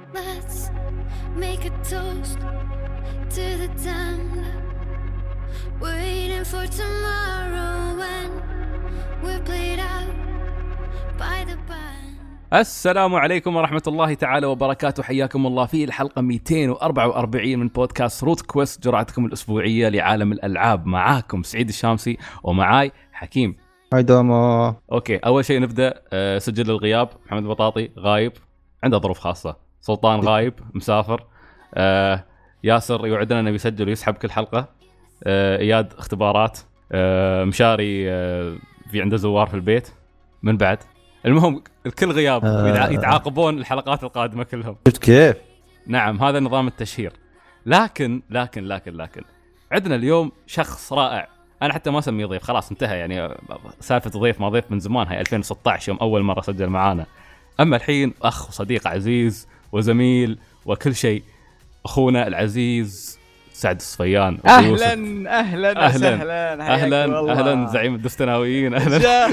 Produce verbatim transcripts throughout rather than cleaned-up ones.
Let's make a toast to the damned, waiting for tomorrow when we're played out by the band. السلام عليكم ورحمة الله تعالى وبركاته. حياكم الله في الحلقة مئتين وأربعة وأربعين من بودكاست روت كويست، جرعتكم الأسبوعية لعالم الألعاب. معاكم سعيد الشامسي ومعاي حكيم. هاي دوما. أوكي، أول شيء نبدأ أه سجل الغياب. محمد بطاطي غايب، عنده ظروف خاصة. سلطان غايب مسافر. أه ياسر يوعدنا أنه بيسجل ويسحب كل حلقة. أه إياد اختبارات. أه مشاري أه في عنده زوار في البيت. من بعد المهم الكل غياب، آه. يتعاقبون الحلقات القادمة كلهم. شفت كيف؟ نعم، هذا نظام التشهير. لكن لكن لكن لكن عندنا اليوم شخص رائع. أنا حتى ما أسميه ضيف، خلاص انتهى يعني سالفة ضيف ما ضيف من زمان. هاي ألفين وستة عشر يوم أول مرة سجل معانا. أما الحين أخ وصديق عزيز وزميل وكل شيء، أخونا العزيز سعد الصفيان. أهلا أهلا أهلا أهلا أهلا زعيم الدستناويين. أهلا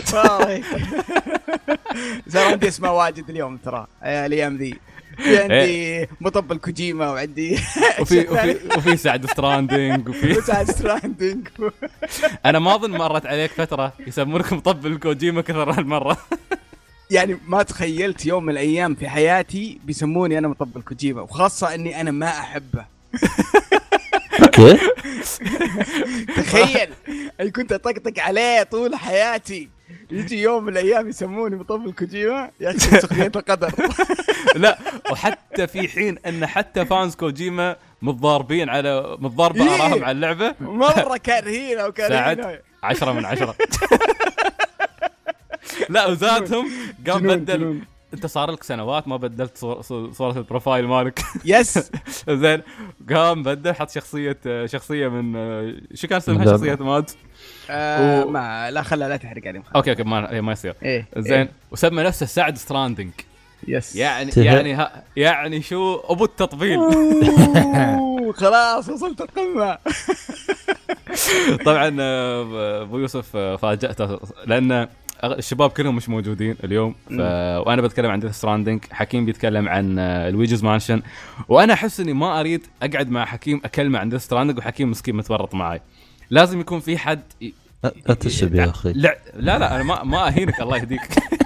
صار عندي اسماء واجد اليوم ترى الأيام ذي. في عندي مطبل كوجيما وعندي وفي وفي وفي سعد ستراندينج وفي سعد ستراندينج. أنا ما أظن مرت عليك فترة يسمونك مطبل كوجيما كثر هالمرة. يعني ما تخيلت يوم من الأيام في حياتي بيسموني أنا مطبل كوجيما، وخاصة إني أنا ما أحبه. اوكي تخيل أي كنت أطقطق عليه طول حياتي، يجي يوم من الأيام يسموني مطبل كوجيما. يا أخي سخرية القدر. لا، وحتى في حين أن حتى فانز كوجيما متضاربين على متضاربة آراهم على اللعبة، مرة كارهين أو كارهين. عشرة من عشرة. لا وزادهم قام بدل. انت صار لك سنوات ما بدلت صور صورة البروفايل مالك. يس زين، قام بدل حط شخصية شخصية من شو كان اسمها شخصية ماد. آه و... ما لا خلا لا تحرق عليهم. اوكي اوكي ما ما يصير. إيه؟ زين إيه؟ وسمى نفسه سعد ستراندينج. يس يعني يعني ها يعني شو ابو التطبيل. خلاص وصلت القمة. طبعا ابو يوسف فاجأته لأن الشباب كلهم مش موجودين اليوم. ف... وانا بتكلم عن ديث ستراندينج، حكيم بيتكلم عن الويجز مانشن، وانا احس اني ما اريد اقعد مع حكيم اكلمه عن ديث ستراندينج وحكيم مسكين متورط معي. لازم يكون في حد ي... لا تسب يا اخي. لا لا, لا انا ما ما اهينك الله يهديك.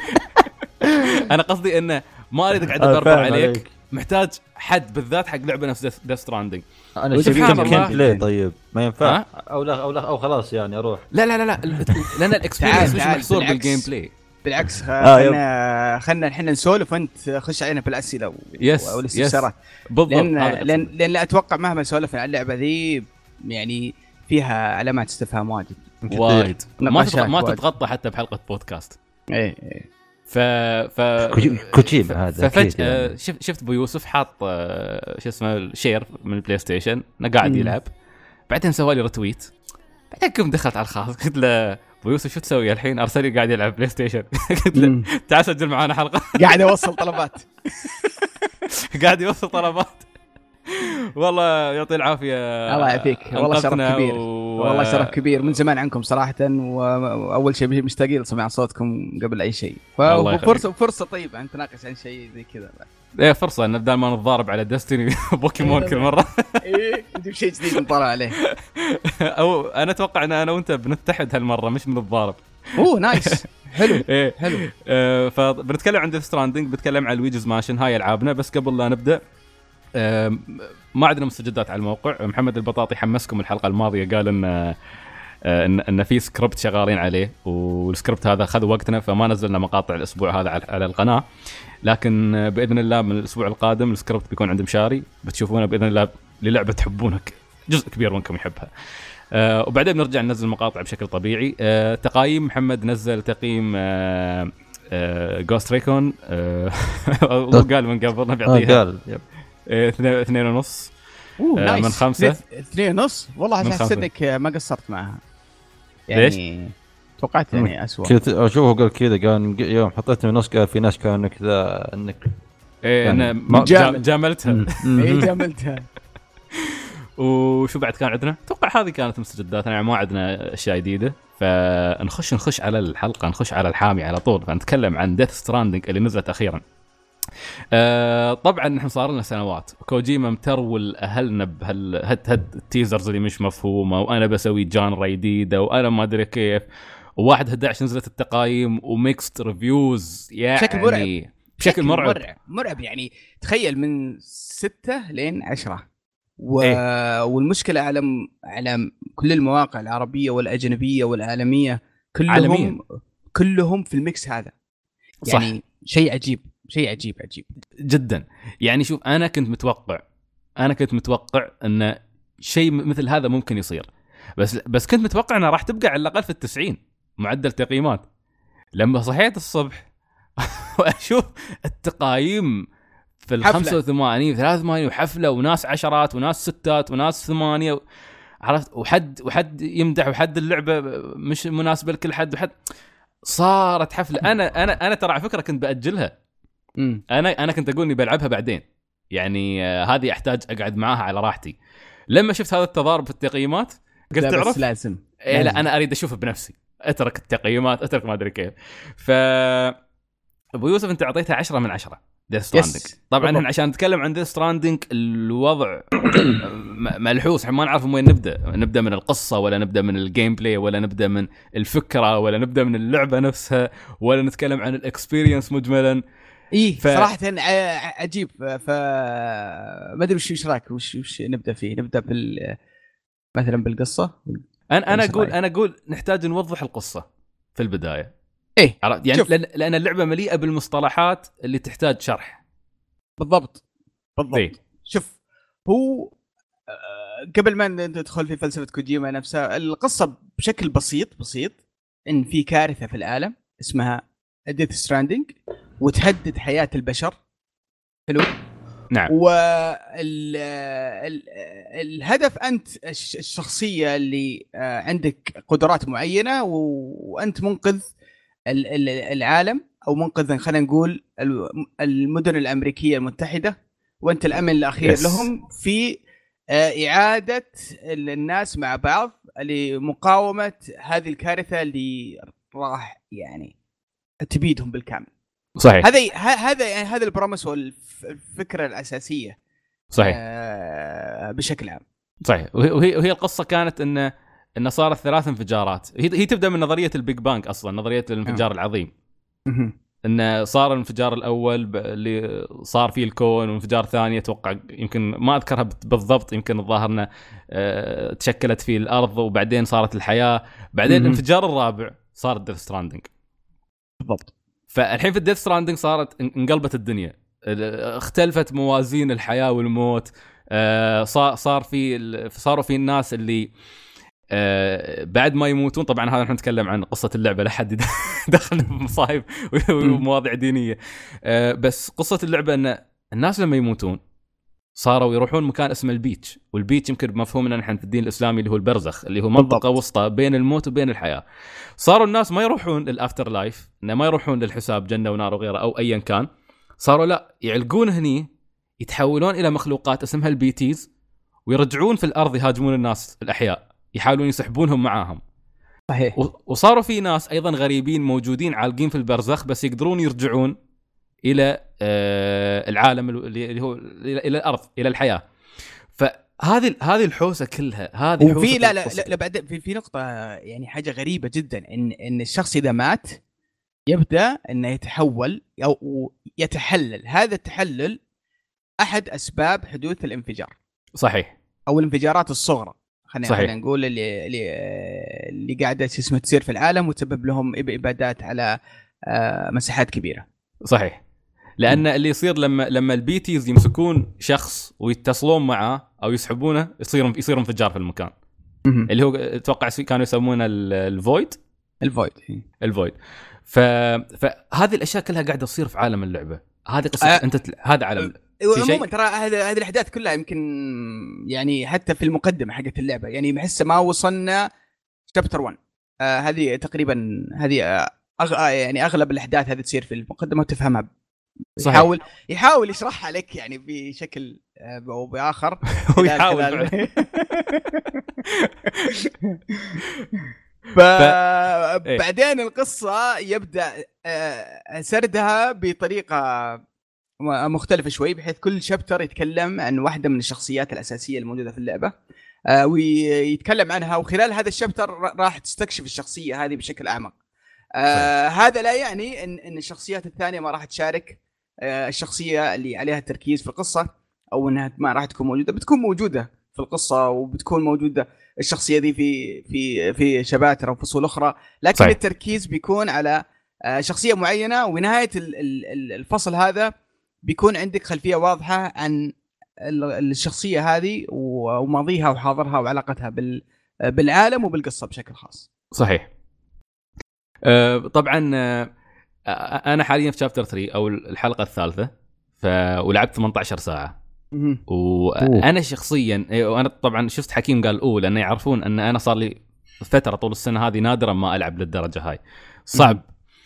انا قصدي انه ما اريد اقعد ابرر عليك. عليك محتاج حد بالذات حق لعبه نفس ديث ستراندينج. انا سبحان الله بلاي. طيب ما ينفع او لا او لا او خلاص يعني اروح. لا لا لا لا لان الاكسبيرينس مش محصور بالجيم بلاي. بالعكس خلنا خلنا الحين نسولف وانت خش علينا بالاسئله و... يس. والاستفسارات. لان لان لان لا اتوقع مهما سولفنا عن اللعبه ذي يعني فيها علامات استفهام واجد وايد ما تتغ... ما تتغطى حتى بحلقه بودكاست. ايه ايه ف ف كوجيما هذا ففجأة يعني. شفت شفت ابو يوسف حاط شو اسمه الشير من البلاي ستيشن، انا قاعد يلعب، بعدين سوى لي رتويت، بعدين كم دخلت على الخاص قلت له ابو يوسف شو تسوي الحين؟ ارسل لي قاعد يلعب بلاي ستيشن. قلت له تعال سجل معنا حلقه. قاعد يوصل طلبات. قاعد يوصل طلبات. والله يعطي العافيه. الله يعافيك، والله شرف كبير و... والله شرف كبير من زمان عنكم صراحه، واول شيء مشتاقين لسماع صوتكم قبل اي شيء. ففرصه فرصه طيبه نتناقش عن شيء زي كذا. ايه فرصه ان بدل ما نتضارب على ديستني بوكيمون كل مره. ايه نجيب شيء جديد نطلع عليه. او انا اتوقع ان انا وانت بنتحد هالمره مش بنتضارب. اوه نايس. حلو ايه حلو. آه فبنتكلم عن ديث ستراندينج، بنتكلم عن الويجز ماشن، هاي العابنا. بس قبل لا نبدا آه ما عندنا مستجدات على الموقع. محمد البطاطي حمسكم الحلقه الماضيه، قال ان آه ان ان في سكريبت شغالين عليه، والسكريبت هذا خذ وقتنا فما نزلنا مقاطع الاسبوع هذا على القناه. لكن باذن الله من الاسبوع القادم السكريبت بيكون عند مشاري، بتشوفونه باذن الله للعبه تحبونك، جزء كبير منكم يحبها. أه وبعدين بنرجع ننزل مقاطع بشكل طبيعي. أه تقييم، محمد نزل تقييم أه أه جوست ريكون. أه قال من قبل بيعطيها قال اثنين اثنين ونص أه من خمسة. اثنين ونص والله حاسس انك ما قصرت معها يعني. ليش؟ توقعت يعني أسوأ. كنت أشوفه قال كذا، قال يوم حطيت من نص قال في ناس كانوا كذا إنك إيه يعني أنا جامل. جاملتها. إيه جاملتها. وشو بعد كان عندنا؟ توقع هذه كانت مستجداتنا، يعني ما عندنا أشياء جديدة. فنخش نخش على الحلقة، نخش على الحامي على طول. فنتكلم عن ديث ستراندينج اللي نزلت أخيرا. آه طبعا نحن صار لنا سنوات كوجيما مترول اهلنا بهال هد هد التيزرز اللي مش مفهومه، وانا بسوي جانرا جديده وانا ما ادري كيف، وواحد أحد عشر نزلت التقايم وميكست ريفيوز يعني بشكل مرعب بشكل مرعب مرعب, مرعب يعني تخيل من ستة لين عشرة و... إيه؟ والمشكله على على كل المواقع العربيه والاجنبيه والعالميه كلهم عالمية. كلهم في الميكس هذا يعني صح. شيء عجيب شيء عجيب عجيب جدا. يعني شوف انا كنت متوقع انا كنت متوقع ان شيء مثل هذا ممكن يصير، بس بس كنت متوقع انها راح تبقى على الاقل في التسعين معدل تقييمات. لما صحيت الصبح واشوف التقايم في ال خمسة وثمانين ثلاثة وثمانين وحفله وناس عشرات وناس ستات وناس ثمانية، عرفت، وحد وحد يمدح وحد اللعبه مش مناسبه لكل حد، وحد صارت حفله. انا انا انا ترى على فكره كنت باجلها. مم. انا انا كنت اقول اني بلعبها بعدين، يعني آه هذه احتاج اقعد معاها على راحتي. لما شفت هذا التضارب في التقييمات قلت تعرف لازم. إيه لازم لا انا اريد اشوفه بنفسي، اترك التقييمات اترك ما ادري كيف. ف ابو يوسف انت اعطيتها عشرة من عشرة ديث ستراندنج. طبعا احنا عشان نتكلم عن ديث ستراندنج الوضع ملحوس، احنا ما نعرف من وين نبدا. نبدا من القصه ولا نبدا من الجيم بلاي ولا نبدا من الفكره ولا نبدا من اللعبه نفسها ولا نتكلم عن الاكسبيرينس مجملا. ايه ف... صراحه عجيب. ف ما ادري وش رايك، وش وش نبدا فيه؟ نبدا بال مثلا بالقصه. انا انا اقول انا اقول نحتاج نوضح القصه في البدايه. ايه يعني شوف. لان اللعبه مليئه بالمصطلحات اللي تحتاج شرح. بالضبط بالضبط. إيه؟ شوف هو قبل ما ندخل في فلسفه كوجيما نفسها، القصه بشكل بسيط بسيط ان في كارثه في العالم اسمها ديث ستراندنج وتهدد حياه البشر. حلو. نعم. والهدف انت الشخصيه اللي عندك قدرات معينه وانت منقذ العالم او منقذ خلينا نقول المدن الامريكيه المتحده، وانت الامل الاخير yes. لهم في اعاده الناس مع بعض لمقاومه هذه الكارثه اللي راح يعني تبيدهم بالكامل. صحيح. هذا هذا يعني هذا البروميس والفكره الاساسيه. صحيح. آه بشكل عام. صحيح. وهي وهي القصه كانت ان ان صارت ثلاث انفجارات. هي هي تبدا من نظريه البيج بانج اصلا، نظريه الانفجار العظيم. ان صار الانفجار الاول اللي صار فيه الكون، وانفجار ثاني اتوقع يمكن ما اذكرها بالضبط، يمكن الظاهرنا اه تشكلت فيه الارض وبعدين صارت الحياه، بعدين الانفجار الرابع صار ديث ستراندنج. بالضبط. فالحين في الديث ستراندنج صارت انقلبت الدنيا، اختلفت موازين الحياه والموت. اه صار في صاروا في الناس اللي أه بعد ما يموتون. طبعا هذا نحن نتكلم عن قصة اللعبة، لا حد دخل بمصايب ومواضيع دينية. أه بس قصة اللعبة أن الناس لما يموتون صاروا يروحون مكان اسمه البيتش، والبيتش يمكن بمفهومنا نحن في الدين الإسلامي اللي هو البرزخ، اللي هو منطقة وسطى بين الموت وبين الحياة. صاروا الناس ما يروحون للأفتر لايف، إنه ما يروحون للحساب جنة ونار وغيره أو أيا كان. صاروا لا يعلقون هني، يتحولون إلى مخلوقات اسمها البيتيز، ويرجعون في الأرض يهاجمون الناس الأحياء، يحاولون يسحبونهم معاهم. صحيح. وصاروا في ناس ايضا غريبين موجودين عالقين في البرزخ بس يقدرون يرجعون الى آه العالم اللي هو الى الارض، الى الحياه. فهذه هذه الحوسه كلها هذه وفي لا لا, لا, لا بعد في, في نقطه يعني حاجه غريبه جدا، ان ان الشخص اذا مات يبدا انه يتحول او يتحلل. هذا التحلل احد اسباب حدوث الانفجار. صحيح. او الانفجارات الصغرى خلينا نقول اللي اللي اللي قاعده اسمه تصير في العالم وتسبب لهم ابادات على مساحات كبيره. صحيح. لان م. اللي يصير لما لما البيتيز يمسكون شخص ويتصلون معه او يسحبونه يصير يصير انفجار في المكان. م. اللي هو اتوقع كانوا يسمونه الفويد الفويد الفويد ف فهذه الاشياء كلها قاعده تصير في عالم اللعبه. هذه قصه أه انت هذا عالم عموما ترى هذا هذه الاحداث كلها يمكن يعني حتى في المقدمه حقت اللعبه يعني بحس ما وصلنا شابتر واحد. آه هذه تقريبا هذه آه أغ... يعني اغلب الاحداث هذه تصير في المقدمه وتفهمها. صحيح. يحاول يحاول يشرحها لك يعني بشكل آه او باخر. ويحاول فبعدين القصه يبدا آه سردها بطريقه مختلفة شوي، بحيث كل شابتر يتكلم عن واحدة من الشخصيات الأساسية الموجودة في اللعبة آه ويتكلم عنها، وخلال هذا الشابتر راح تستكشف الشخصية هذه بشكل أعمق. آه هذا لا يعني إن, إن الشخصيات الثانية ما راح تشارك آه الشخصية اللي عليها التركيز في القصة، أو إنها ما راح تكون موجودة، بتكون موجودة في القصة، وبتكون موجودة الشخصية دي في في في شباتر أو فصول أخرى، لكن صحيح. التركيز بيكون على آه شخصية معينة، ونهاية الفصل هذا بيكون عندك خلفية واضحة عن الشخصية هذه وماضيها وحاضرها وعلاقتها بالعالم وبالقصة بشكل خاص. صحيح. أه طبعا أه أنا حاليا في شابتر ثلاثة أو الحلقة الثالثة، ف ولعبت ثمانية عشر ساعة. وأنا شخصيا وأنا طبعا شفت حكيم قال أول لأنه يعرفون أن أنا صار لي فترة طول السنة هذه نادرا ما ألعب للدرجة هاي، صعب.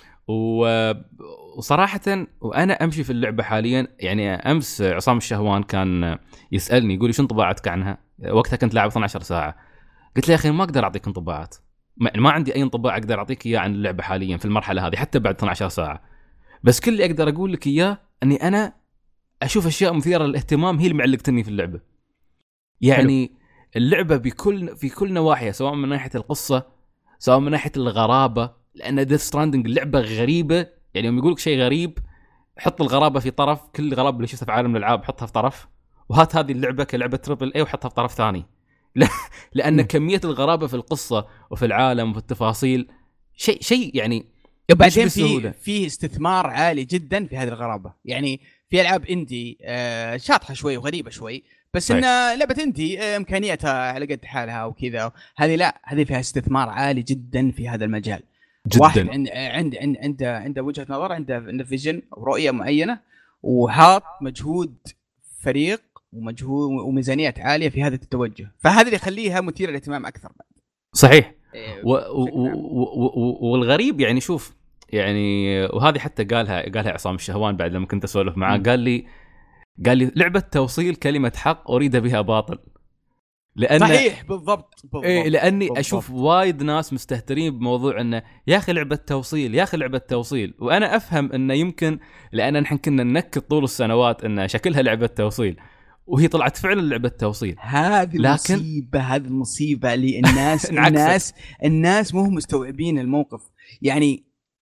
وصراحة وأنا أمشي في اللعبة حاليا، يعني أمس عصام الشهوان كان يسألني يقول لي شو انطباعتك عنها، وقتها كنت لاعب اثنتي عشرة ساعة. قلت له يا أخي ما أقدر أعطيك انطباعات، ما عندي أي انطباع أقدر أعطيك إياه عن اللعبة حاليا في المرحلة هذه حتى بعد اثنتي عشرة ساعة. بس كل اللي أقدر أقول لك إياه أني أنا أشوف أشياء مثيرة للاهتمام هي اللي معلقتني في اللعبة. يعني حلو. اللعبة بكل في كل نواحيها، سواء من ناحية القصة سواء من ناحية الغرابة، لأن ديث ستراندنج اللعبة غريبة. يعني يوم يقولك شيء غريب حط الغرابة في طرف، كل غرابة اللي شفتها في عالم الألعاب حطها في طرف، وهات هذه اللعبة كلعبة تريبل اي وحطها في طرف ثاني. لأن م. كمية الغرابة في القصة وفي العالم وفي التفاصيل شيء شيء يعني بعدين في في استثمار عالي جدا في هذه الغرابة. يعني في ألعاب إندي آه شاطحة شوي وغريبة شوي، بس إن لعبة إندي آه إمكانياتها على قد حالها وكذا. هذه لا، هذه فيها استثمار عالي جدا في هذا المجال جداً. واحد عند عند عند عند عنده وجهة نظر، عنده فيجن ورؤية معينة، وحاط مجهود فريق ومجهود وميزانيات عالية في هذا التوجه، فهذا اللي يخليها مثيرة للاهتمام أكثر. صحيح. و و و والغريب يعني شوف يعني، وهذه حتى قالها قالها عصام الشهوان بعد لما كنت أسولف معاه، قال لي قال لي لعبة توصيل كلمة حق أريد بها باطل. لأن صحيح بالضبط, بالضبط. إيه لأني بالضبط. أشوف وايد ناس مستهترين بموضوع إنه يا أخي لعبة توصيل يا أخي لعبة توصيل، وأنا أفهم إنه يمكن لأن نحن كنا ننكد طول السنوات إن شكلها لعبة توصيل، وهي طلعت فعلا لعبة توصيل. هذه المصيبة، هذه المصيبة اللي الناس الناس الناس مو مستوعبين الموقف. يعني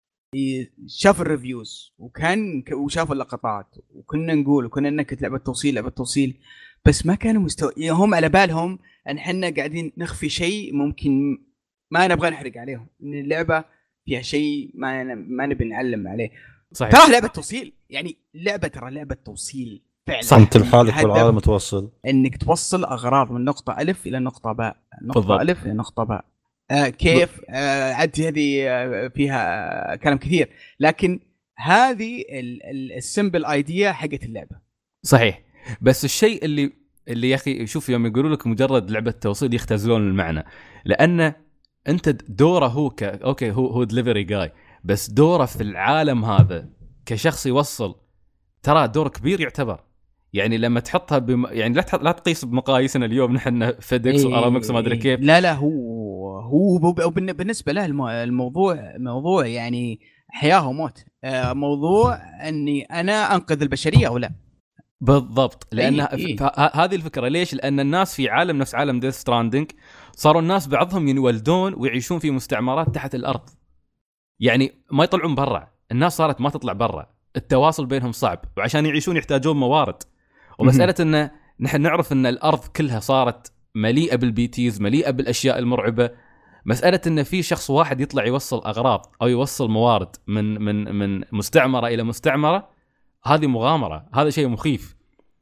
شاف الريفيوز وكان وشافوا اللقطات، وكنا نقول وكنا ننكد لعبة توصيل لعبة توصيل، بس ما كانوا مستو... هم على بالهم أن حنا قاعدين نخفي شيء ممكن ما نبغى نحرق عليهم، إن اللعبة فيها شيء ما ن... ما نبي نعلم عليه. صحيح. ترى لعبة توصيل، يعني لعبة ترى لعبة توصيل فعلا. أنت لحالك والعالم توصل، إنك توصل أغراض من نقطة ألف إلى نقطة باء، نقطة بالضبط. ألف إلى نقطة باء. آه كيف آه عد هذه آه فيها آه كلام كثير، لكن هذه السمبل ايديا حقت اللعبة. صحيح. بس الشيء اللي اللي يا اخي شوف يوم يقولوا لك مجرد لعبه توصيل يختزلون المعنى، لان انت دوره هو ك... اوكي هو هو دليفري جاي، بس دوره في العالم هذا كشخص يوصل ترى دور كبير يعتبر. يعني لما تحطها بم... يعني لا تحط... لا تقيس بمقاييسنا اليوم نحن فيدكس إيه وارامكس وما ادري كيف. لا لا هو هو بالنسبه له الموضوع موضوع يعني حياه وموت، موضوع اني انا انقذ البشريه او لا. بالضبط. لأن إيه إيه. هذه الفكرة. ليش؟ لأن الناس في عالم نفس عالم ديث ستراندنج صاروا الناس بعضهم ينولدون ويعيشون في مستعمرات تحت الأرض، يعني ما يطلعون برا. الناس صارت ما تطلع برا، التواصل بينهم صعب، وعشان يعيشون يحتاجون موارد. ومسألة أن نحن نعرف أن الأرض كلها صارت مليئة بالبيتيز، مليئة بالأشياء المرعبة. مسألة أن في شخص واحد يطلع يوصل أغراض أو يوصل موارد من من من مستعمرة إلى مستعمرة، هذه مغامرة، هذا شيء مخيف.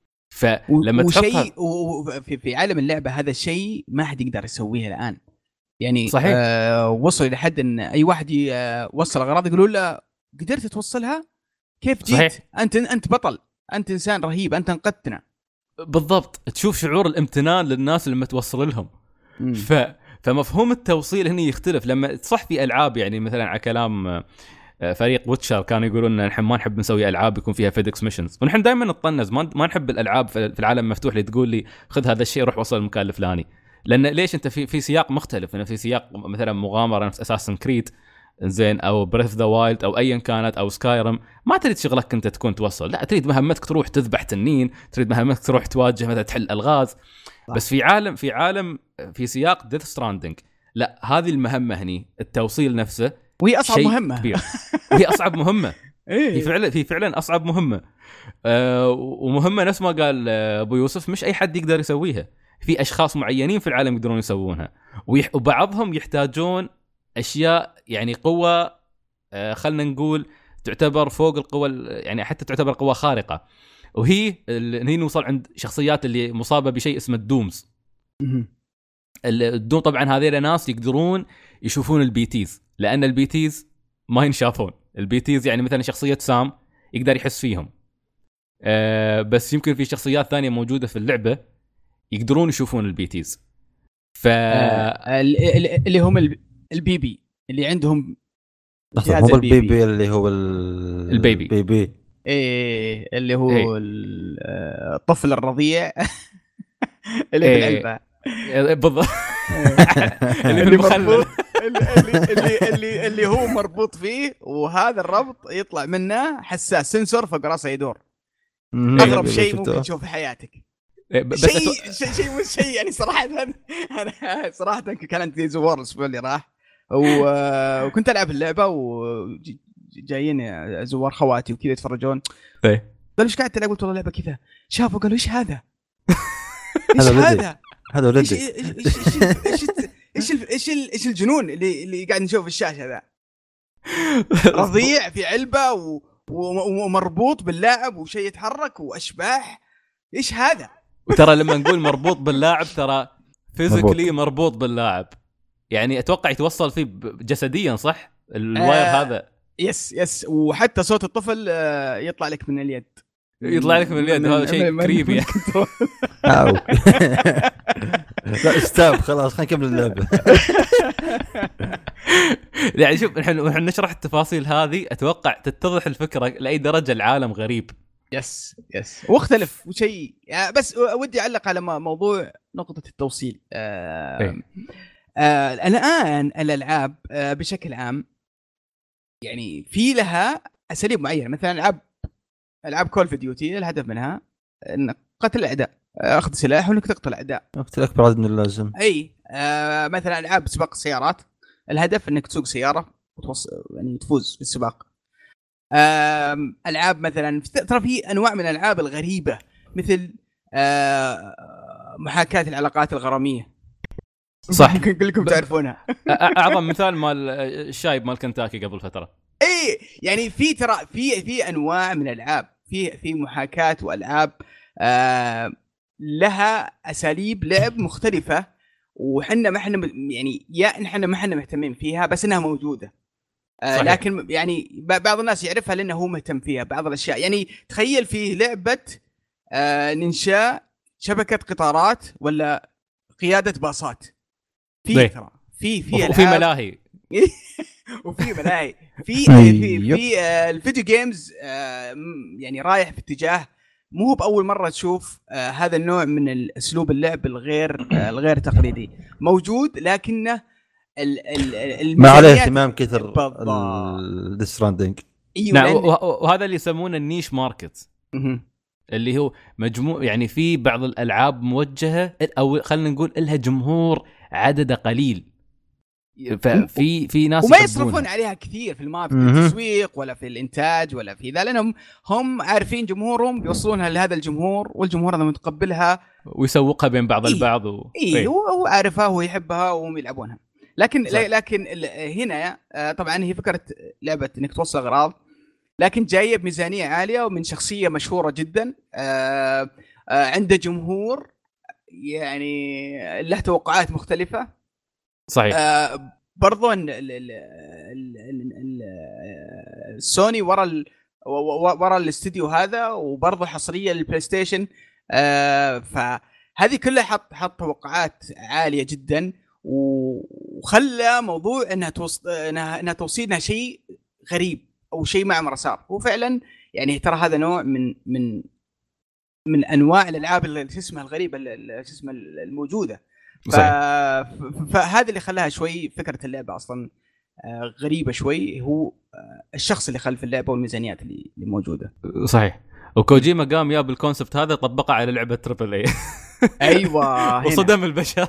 فلما تحطها في في عالم اللعبة هذا الشيء ما حد يقدر يسويه الآن. يعني صحيح. آه وصل إلى حد أن أي واحد يوصل أغراض يقولوا له قدرت توصلها؟ كيف جيت؟ صحيح. أنت أنت بطل، أنت إنسان رهيب، أنت انقذتنا. بالضبط. تشوف شعور الامتنان للناس لما توصل لهم. ف فمفهوم التوصيل هنا يختلف. لما صح في ألعاب يعني مثلا على كلام فريق ويتشر كانوا يقولون نحن ما نحب نسوي ألعاب يكون فيها فيدكس ميشنز، ونحن دائما نطنز ما ما نحب الألعاب في العالم المفتوح اللي تقول لي خذ هذا الشيء روح وصل المكان الفلاني. لأن ليش أنت في في سياق مختلف، أنا في سياق مثلا مغامرة نفس أساسن كريد زين او بريث ذا وايلد او ايا كانت او سكايرم، ما تريد شغلك انت تكون توصل، لا تريد مهمتك تروح تذبح تنين، تريد مهمتك تروح تواجه مثلا تحل الغاز. بس في عالم في عالم في سياق ديث ستراندنج لا، هذه المهمه هني التوصيل نفسه وهي اصعب مهمه كبير. وهي اصعب مهمه هي فعلا في فعلا اصعب مهمه. أه ومهمه نفس ما قال ابو يوسف مش اي حد يقدر يسويها، في اشخاص معينين في العالم يقدرون يسوونها، وبعضهم يحتاجون اشياء يعني قوه أه خلنا نقول تعتبر فوق القوه، يعني حتى تعتبر قوه خارقه. وهي هي نوصل عند شخصيات اللي مصابه بشيء اسمه الدومز. الدوم طبعا هذول ناس يقدرون يشوفون البيتيز، لان البيتيز ما ينشافون. البيتيز يعني مثلا شخصيه سام يقدر يحس فيهم، أه بس يمكن في شخصيات ثانيه موجوده في اللعبه يقدرون يشوفون البيتيز. ف آه اللي هم البيبي اللي عندهم هو البيبي اللي هو البيبي البيبي ايه اللي هو إيه؟ الطفل الرضيع اللي إيه؟ في العلبه بالضبط اللي المخلل اللي اللي اللي اللي هو مربوط فيه، وهذا الربط يطلع منه حساس سنسور فوق راسه يدور. اغرب شيء ممكن تشوفه في حياتك. شيء شيء شيء مش شيء يعني صراحه. انا صراحه كانت زي زوار الاسبوع اللي راح وكنت العب اللعبه وجايين زوار خواتي وكذا يتفرجون، ايه قالوا ايش قاعد تلعب؟ قلت والله اللعبه كذا. شافوا قالوا ايش هذا ايش هذا هذا ولدي ايش ايش ايش ايش الجنون اللي اللي قاعد نشوف في الشاشه ذا؟ رضيع في علبه و... ومربوط باللاعب وشيء يتحرك واشباح. ايش هذا؟ وترى لما نقول مربوط باللاعب ترى فيزيكلي مربوط باللاعب، يعني اتوقع يتوصل فيه جسديا صح الواير آه هذا. يس يس وحتى صوت الطفل آه يطلع لك من اليد يطلع لك من اليد. هذا شيء كريبي. لا استاب خلاص خلينا نكمل اللعبه. يعني شوف نحن نحن نشرح التفاصيل هذه اتوقع تتضح الفكره لاي درجه العالم غريب. يس يس واختلف وشيء يعني. بس ودي اعلق على موضوع نقطه التوصيل. آه آه الان الالعاب آه بشكل عام يعني في لها اساليب معينه. مثلا العاب العاب كول اوف ديوتي الهدف منها ان قتل الاعداء، اخذ سلاح وانك تقتل اعداء اقتل اكبر عدد من اللازم. اي آه مثلا العاب سباق السيارات الهدف انك تسوق سياره وتوصل يعني تفوز في السباق. آه العاب مثلا ترى في انواع من الالعاب الغريبه مثل آه محاكاه العلاقات الغراميه. صح ممكن كلكم تعرفونها. اعظم مثال مال الشايب مال كنتاكي قبل فتره. اي يعني في ترى في في انواع من الالعاب، في في محاكاه والعاب آه لها اساليب لعب مختلفه، وحنا ما احنا يعني يا احنا ما احنا مهتمين فيها بس انها موجوده. آه لكن يعني بعض الناس يعرفها لانه هو مهتم فيها بعض الاشياء. يعني تخيل في لعبه آه ننشا شبكه قطارات ولا قياده باصات في ترى في في وفي ملاهي وفي ملاهي في في في آه الفيديو جيمز آه يعني رايح في اتجاه مو هو باول مره تشوف آه هذا النوع من الاسلوب اللعب الغير آه الغير تقليدي موجود، لكنه ما عليه اهتمام كثر الديستراندينج. نعم وهذا اللي يسمونه النيش ماركت اللي هو مجموع يعني في بعض الالعاب موجهه او خلينا نقول لها جمهور عدده قليل، ففي في ناس وما يصرفون عليها كثير في الماركت التسويق ولا في الانتاج ولا في ذا، لانهم هم عارفين جمهورهم بيوصلونها لهذا الجمهور والجمهور هذا متقبلها ويسوقها بين بعض إيه البعض و... إيه إيه هو عارفها ويحبها وهم يلعبونها. لكن صح. لكن هنا طبعا هي فكره لعبه انك توصل اغراض لكن جايه بميزانيه عاليه ومن شخصيه مشهوره جدا عنده جمهور يعني له توقعات مختلفه. صحيح. آه برضو السوني ورا ال ورا الاستديو هذا وبرضو حصريه للبلاي ستيشن. آه فهذه كلها حط حط توقعات عاليه جدا وخلى موضوع انها توص... انها, إنها توصيلنا شيء غريب او شيء ما عمره صار. وفعلا يعني ترى هذا نوع من من من انواع الالعاب اللي اسمها الغريبه اللي اسمها الموجوده. ف... فهذا اللي خلاها شوي فكره اللعبه اصلا غريبه شوي هو الشخص اللي خلف اللعبه والميزانيات اللي اللي موجوده. صحيح. وكوجيما قام يا بالكونسبت هذا طبقه على لعبه تريبل اي. ايوه وصدم البشر.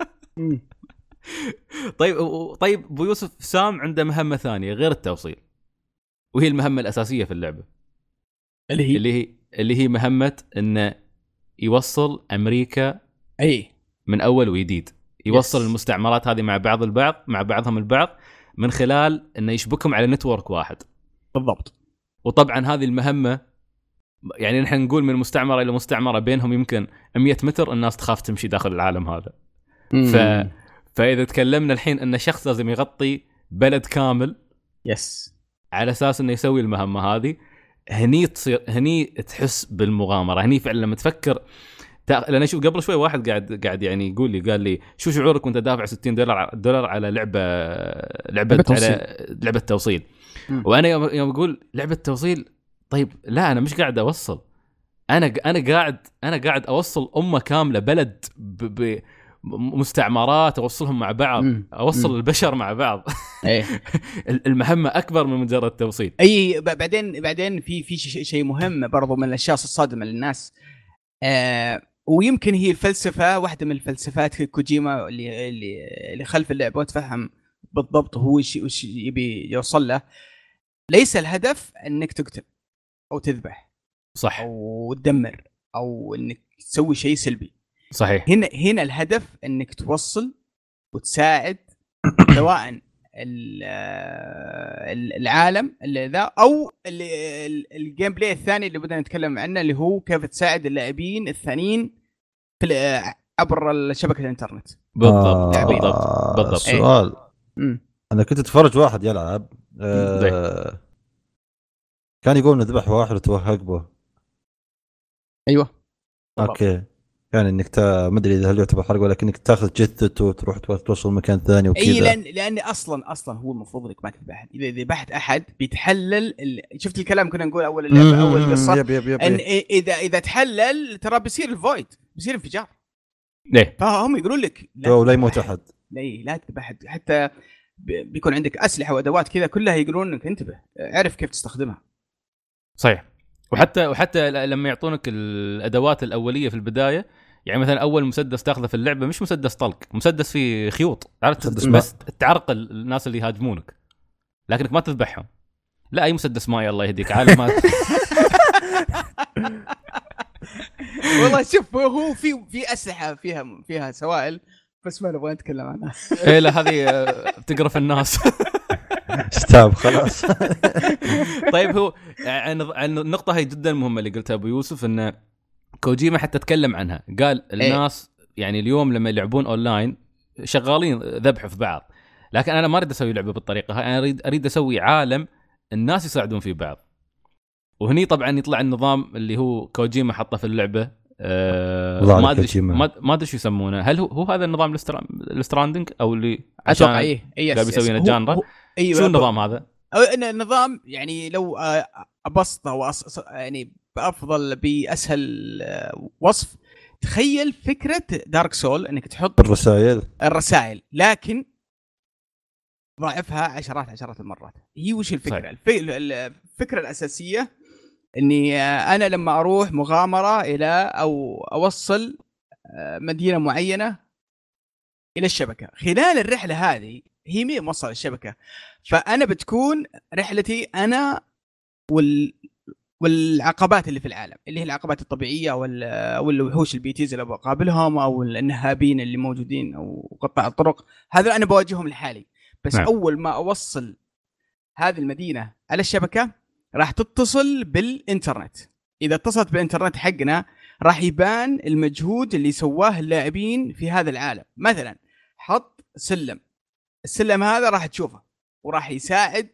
طيب طيب ابو يوسف، سام عنده مهمه ثانيه غير التوصيل، وهي المهمه الاساسيه في اللعبه اللي هي اللي هي اللي هي مهمه انه يوصل امريكا اي من اول وجديد، يوصل يس. المستعمرات هذه مع بعض البعض مع بعضهم البعض من خلال انه يشبكهم على نتورك واحد. بالضبط. وطبعا هذه المهمه يعني نحن نقول من مستعمره الى مستعمره بينهم يمكن مية متر، الناس تخاف تمشي داخل العالم هذا. ف فاذا تكلمنا الحين ان شخص لازم يغطي بلد كامل يس على اساس انه يسوي المهمه هذه، هني تصير هني تحس بالمغامره. هني فعلا لما تفكر تا... لأن شوف قبل شوي واحد قاعد قاعد يعني يقول لي قال لي شو شعورك وانت دافع ستين دولار دولار على لعبه لعبه على لعبه توصيل. م. وانا يوم يوم اقول لعبه توصيل، طيب لا انا مش قاعد اوصل، انا انا قاعد انا قاعد اوصل امه كامله، بلد ب... بمستعمرات اوصلهم مع بعض، م. اوصل م. البشر مع بعض. ايه المهمه اكبر من مجرد توصيل. اي بعدين بعدين في في شيء مهم برضو من الاشياء الصادمه للناس، آه ويمكن هي الفلسفه، واحده من الفلسفات كوجيما اللي اللي اللي خلف اللعبه، وتفهم بالضبط هو ايش ايش يبي يوصل له. ليس الهدف انك تقتل او تذبح صح او تدمر او انك تسوي شيء سلبي. صحيح. هنا هنا الهدف انك توصل وتساعد سواء العالم اللي ذا او الجيم بلاي الثاني اللي بدنا نتكلم عنه، اللي هو كيف تساعد اللاعبين الثانيين في عبر شبكه الانترنت. بالضبط آه بالضبط بالضبط. سؤال ايه؟ انا كنت اتفرج واحد يلعب آه كان يقول نذبح واحد وتوهق به. ايوه اوكي، يعني انك تا... ما ادري اذا هل يعتبر حرق، ولكنك تاخذ جثته وتروح توصل مكان ثاني وكذا. اي لان لان اصلا اصلا هو المفروض انك ما تذبح احد. اذا ذبحت احد بيتحلل ال... شفت الكلام كنا نقول اول اللعبه اول قصه يب يب يب ان اذا اذا تحلل ترى بيصير الفويد، بيصير انفجار. ليه؟ فهم يقولون لك لا لا يموت احد، لا لا تذبح احد، حتى بيكون عندك اسلحه وادوات كذا كلها يقولون لك انتبه اعرف كيف تستخدمها. صحيح. وحتى وحتى لما يعطونك الادوات الاوليه في البدايه، يعني مثلا اول مسدس تاخذه في اللعبه مش مسدس طلق، مسدس فيه خيوط، عرفت بس تعرقل الناس اللي يهاجمونك، لكنك ما تذبحهم. لا اي مسدس ماي الله يهديك عالم ما. والله شوف هو في في اسلحه فيها فيها سوائل بس ما نبغى نتكلم عنها. ايه لا هذه بتقرف الناس. استاب خلاص. طيب هو عن النقطه هي جدا مهمه اللي قلتها ابو يوسف، ان كوجيما حتى تكلم عنها، قال الناس إيه؟ يعني اليوم لما يلعبون اونلاين شغالين ذبح في بعض، لكن انا ما اريد اسوي لعبه بالطريقه هاي، انا اريد اريد اسوي عالم الناس يساعدون في بعض. وهني طبعا يطلع النظام اللي هو كوجيما حطه في اللعبه، آه ما ادري ما ادري شو يسمونه، هل هو, هو هذا النظام الستراندنج او اللي عشان ايه ايه قاعد يسوي لنا جانرا. أيوة شو النظام هذا؟ النظام يعني لو ابسطه وأص... يعني بافضل باسهل وصف، تخيل فكره دارك سول انك تحط الرسائل الرسائل لكن ضاعفها عشرات عشرات المرات. هي وش الفكره؟ الف... الفكره الاساسيه اني انا لما اروح مغامره الى او اوصل مدينه معينه الى الشبكه، خلال الرحله هذه هي مين موصل الشبكه، فانا بتكون رحلتي انا وال والعقبات اللي في العالم، اللي هي العقبات الطبيعيه او الوحوش البيتيز اللي بقابلهم او النهابين اللي موجودين او قطاع الطرق، هذا انا بواجههم لحالي. بس نعم. اول ما اوصل هذه المدينه على الشبكه راح تتصل بالانترنت. اذا اتصلت بالانترنت حقنا راح يبان المجهود اللي سواه اللاعبين في هذا العالم. مثلا حط سلم، السلم هذا راح تشوفه وراح يساعد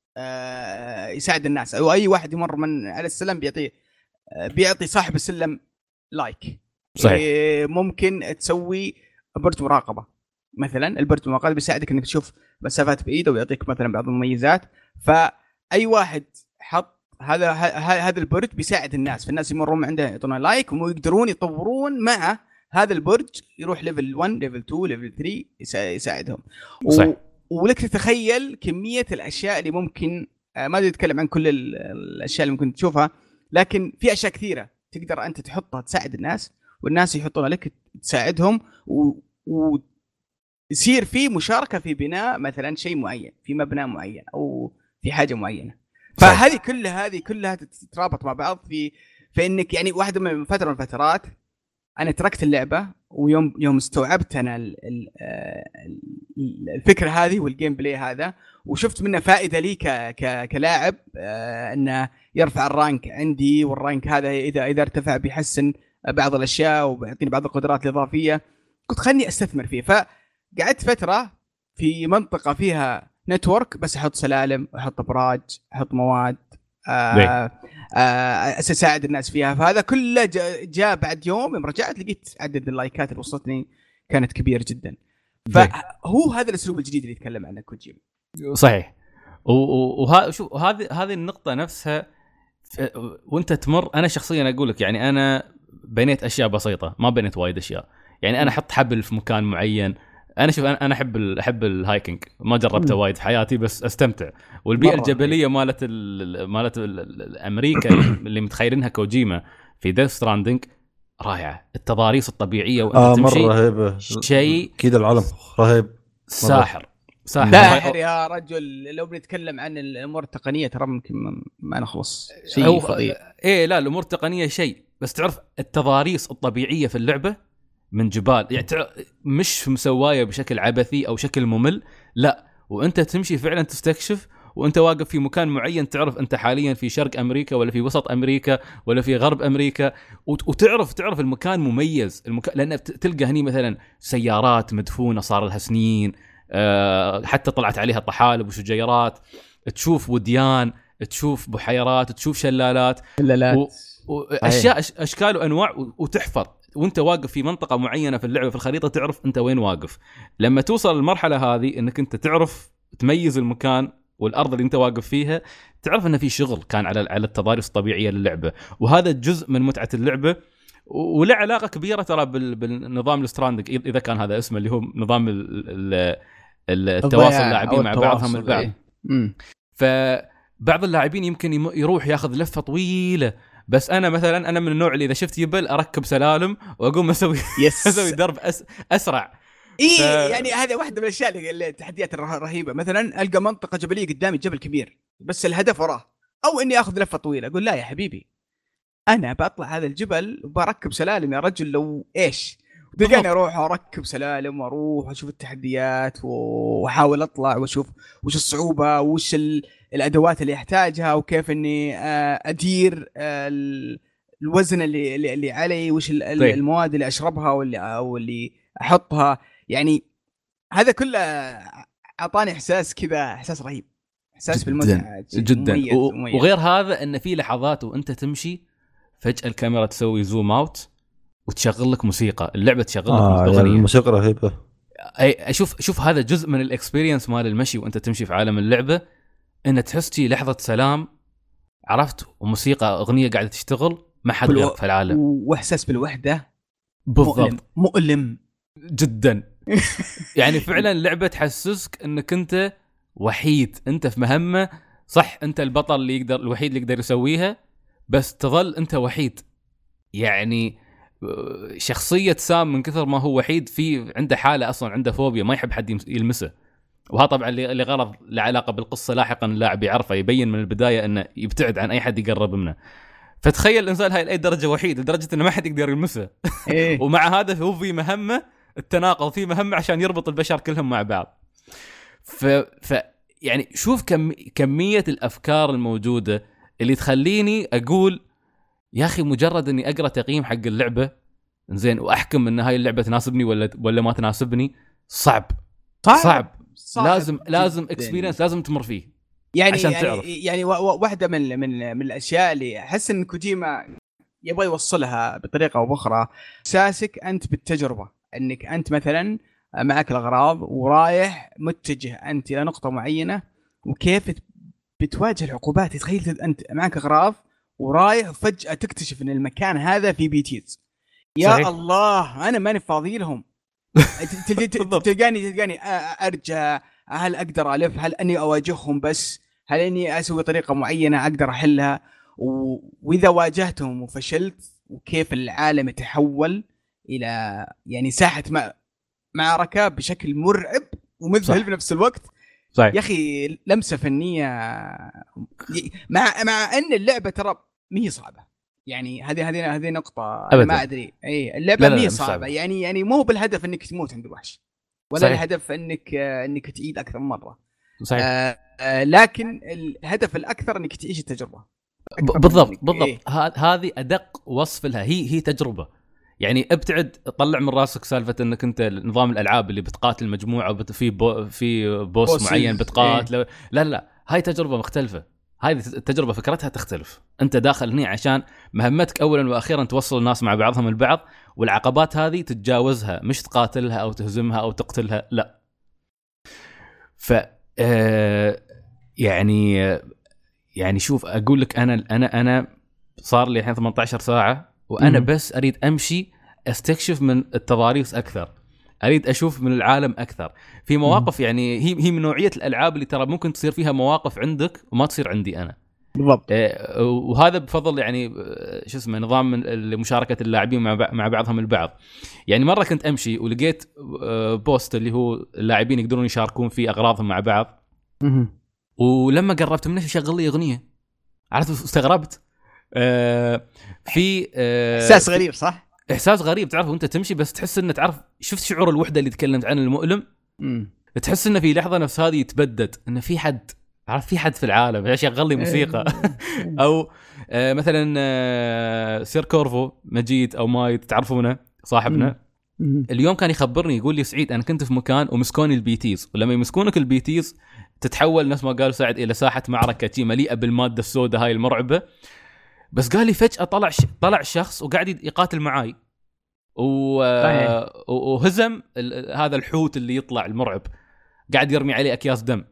آه يساعد الناس، او اي واحد يمر من على السلم بيعطي آه بيعطي صاحب السلم لايك. صحيح. إيه ممكن تسوي برج مراقبه مثلا، البرج المراقبه بيساعدك انك تشوف مسافات بعيده ويعطيك مثلا بعض المميزات. فاي واحد حط هذا هذا البرج بيساعد الناس، فالناس يمرون عنده يعطونه لايك ويقدرون يطورون مع هذا البرج، يروح ليفل واحد ليفل اثنين ليفل ثلاثة يساعدهم. صحيح. ولك تتخيل كميه الاشياء اللي ممكن ما ادري اتكلم عن كل الاشياء اللي ممكن تشوفها، لكن في اشياء كثيره تقدر انت تحطها تساعد الناس والناس يحطونها لك تساعدهم، و... ويصير في مشاركه في بناء مثلا شيء معين في مبنى معين او في حاجه معينه. فهذه كلها هذه كلها تترابط مع بعض في فانك يعني واحده من فتره من الفترات انا تركت اللعبه، ويوم يوم استوعبت انا الفكره هذه والجيم بلاي هذا وشفت منه فائده لي كلاعب، انه يرفع الرانك عندي، والرانك هذا اذا اذا ارتفع بيحسن بعض الاشياء وبيعطيني بعض القدرات الاضافيه، كنت خلني استثمر فيه. فقعدت فتره في منطقه فيها نتورك بس احط سلالم، احط ابراج، احط مواد، آه آه اساعد الناس فيها. فهذا كله جاء بعد يوم يوم رجعت لقيت عدد اللايكات اللي وصلتني كانت كبير جدا. فهو هذا الاسلوب الجديد اللي يتكلم عنه كوجيما. صحيح. وهذا شوف هذه هذه النقطه نفسها وانت تمر. انا شخصيا اقول لك يعني انا بنيت اشياء بسيطه، ما بنيت وايد اشياء. يعني انا احط حبل في مكان معين. انا شوف انا احب احب الهايكنج، ما جربته وايد في حياتي بس استمتع. والبيئه الجبليه مالت مالت امريكا اللي متخيلينها كوجيما في ديث ستراندينج رائعه. التضاريس الطبيعيه وانت آه تمشي رهيبه شيء كذا، العالم رهيب ساحر ساحر ساحر يا رجل. لو بنتكلم عن الامور التقنيه ترى ممكن ما نخلص شيء فظيع. ايه لا الامور التقنيه شيء، بس تعرف التضاريس الطبيعيه في اللعبه من جبال يعني مش مسوايه بشكل عبثي او شكل ممل، لا وانت تمشي فعلا تستكشف وانت واقف في مكان معين، تعرف انت حاليا في شرق امريكا ولا في وسط امريكا ولا في غرب امريكا، وتعرف تعرف المكان مميز. المكان لان تلقى هني مثلا سيارات مدفونه صار لها سنين، أه حتى طلعت عليها طحالب وشجيرات، تشوف وديان، تشوف بحيرات، تشوف شلالات شلالات واشياء اشكال وانواع، وتحفر وانت واقف في منطقه معينه في اللعبه في الخريطه، تعرف انت وين واقف. لما توصل للمرحله هذه انك انت تعرف تميز المكان والارض اللي انت واقف فيها، تعرف ان في شغل كان على على التضاريس الطبيعيه للعبه. وهذا جزء من متعه اللعبه، وله علاقه كبيره ترى بالنظام الستراندنج اذا كان هذا اسمه، اللي هو نظام التواصل اللاعبين مع بعضهم البعض. فبعض اللاعبين يمكن يروح ياخذ لفه طويله، بس انا مثلا انا من النوع اللي اذا شفت جبل اركب سلالم واقوم اسوي اسوي درب أس... اسرع. اي ف... يعني هذا واحده من الاشياء اللي التحديات الرهيبه. مثلا القى منطقه جبليه قدامي، جبل كبير بس الهدف وراه، او اني اخذ لفه طويله، اقول لا يا حبيبي انا بطلع هذا الجبل وبركب سلالم يا رجل. لو ايش تلقاني اروح اركب سلالم واروح اشوف التحديات واحاول اطلع واشوف وش الصعوبه وش ال... الادوات اللي احتاجها وكيف اني ادير الوزن اللي اللي علي، وش المواد اللي اشربها واللي او اللي احطها. يعني هذا كله اعطاني احساس كذا، احساس رهيب، احساس بالمتعه جدا. مميز مميز. وغير هذا ان في لحظات وانت تمشي فجاه الكاميرا تسوي زوم اوت وتشغل لك موسيقى، اللعبه تشغل لك آه اغنيه، يعني الموسيقى رهيبه. اي شوف شوف هذا جزء من الاكسبيرينس مال المشي وانت تمشي في عالم اللعبه، ان تحس شي لحظه سلام، عرفت، وموسيقى اغنيه قاعده تشتغل ما حد غير في العالم، واحساس بالوحده بالضبط مؤلم, مؤلم جدا. يعني فعلا لعبه تحسسك انك انت وحيد، انت في مهمه صح، انت البطل اللي يقدر الوحيد اللي يقدر يسويها، بس تظل انت وحيد. يعني شخصيه سام من كثر ما هو وحيد في عنده حاله اصلا، عنده فوبيا ما يحب حد يلمسه، وها طبعا اللي غرض له علاقه بالقصه لاحقا اللاعب يعرفه، يبين من البدايه انه يبتعد عن اي حد يقرب منه. فتخيل الانسان هاي لاي درجه وحيد، لدرجه انه ما حد يقدر يلمسه. إيه؟ ومع هذا هو في مهمه التناقض، في مهمه عشان يربط البشر كلهم مع بعض. ف, ف... يعني شوف كم... كميه الافكار الموجوده اللي تخليني اقول يا اخي مجرد اني اقرا تقييم حق اللعبه زين واحكم ان هاي اللعبه تناسبني ولا ولا ما تناسبني، صعب صعب, صعب. صعب. لازم جداً. لازم اكسبيرينس لازم تمر فيه يعني عشان يعني تعرف. يعني واحده من من من الاشياء اللي احس ان كوجيما يبغى يوصلها بطريقه او باخرى، اساسك انت بالتجربه، انك انت مثلا معك الاغراض ورايح متجه انت الى نقطه معينه، وكيف بتواجه العقوبات. تخيل انت معك اغراض ورايح وفجاه تكتشف ان المكان هذا فيه بيتيز، يا صحيح. الله انا ماني فاضي لهم. تلقاني تلقاني ارجع هل اقدر الف، هل اني اواجههم بس، هل اني اسوي طريقه معينه اقدر احلها، و... واذا واجهتهم وفشلت وكيف العالم يتحول الى يعني ساحه م... معركه بشكل مرعب ومذهل في نفس الوقت. صحيح. يا اخي لمسه فنيه، مع مع ان اللعبه ترى ما هي صعبه، يعني هذه هذه هذه نقطه أنا ما ادري. اي اللعبه ما هي صعبه، يعني يعني مو بالهدف انك تموت عند وحش، ولا صحيح. الهدف انك انك تعيد اكثر من مره. صحيح. آه آه لكن الهدف الاكثر انك تعيش التجربه. بالضبط بالضبط. إيه؟ هذه ادق وصف لها، هي هي تجربه. يعني ابتعد طلع من راسك سالفه انك انت نظام الالعاب اللي بتقاتل مجموعه في بو في بوس بوسز. معين بتقاتل. إيه؟ لا لا هاي تجربه مختلفه. هذه التجربه فكرتها تختلف. انت داخل هنا عشان مهمتك اولا واخيرا توصل الناس مع بعضهم البعض، والعقبات هذه تتجاوزها، مش تقاتلها او تهزمها او تقتلها. لا. ف آه يعني يعني شوف اقول لك انا انا انا صار لي الحين ثمانية عشر ساعه وانا م- بس اريد امشي استكشف من التضاريس اكثر، اريد اشوف من العالم اكثر. في مواقف م- يعني هي هي من نوعيه الالعاب اللي ترى ممكن تصير فيها مواقف عندك وما تصير عندي انا. بالضبط. وهذا بفضل يعني شو اسمه نظام مشاركه اللاعبين مع مع بعضهم البعض. يعني مره كنت امشي ولقيت بوست اللي هو اللاعبين يقدرون يشاركون في اغراضهم مع بعض، م- ولما قربت منه شغل لي اغنيه، عرفت استغربت. آه في آه احساس غريب صح؟ احساس غريب تعرف وانت تمشي بس تحس انه تعرف شفت شعور الوحده اللي تكلمت عنه المؤلم. امم تحس انه في لحظه نفس هذه يتبدد انه في حد عارف في حد في العالم يشغل لي موسيقى. او آه مثلا آه سير كورفو مجيد او مايد تعرفونه صاحبنا اليوم كان يخبرني يقول لي سعيد انا كنت في مكان ومسكوني البيتيز، ولما يمسكونك البيتيز تتحول نفس ما قالوا سعد الى ساحه معركه مليئه بالماده السوداء هاي المرعبه. بس قال لي فجأة طلع ش... طلع شخص وقاعد يقاتل معاي و... وهزم ال... هذا الحوت اللي يطلع المرعب قاعد يرمي عليه أكياس دم.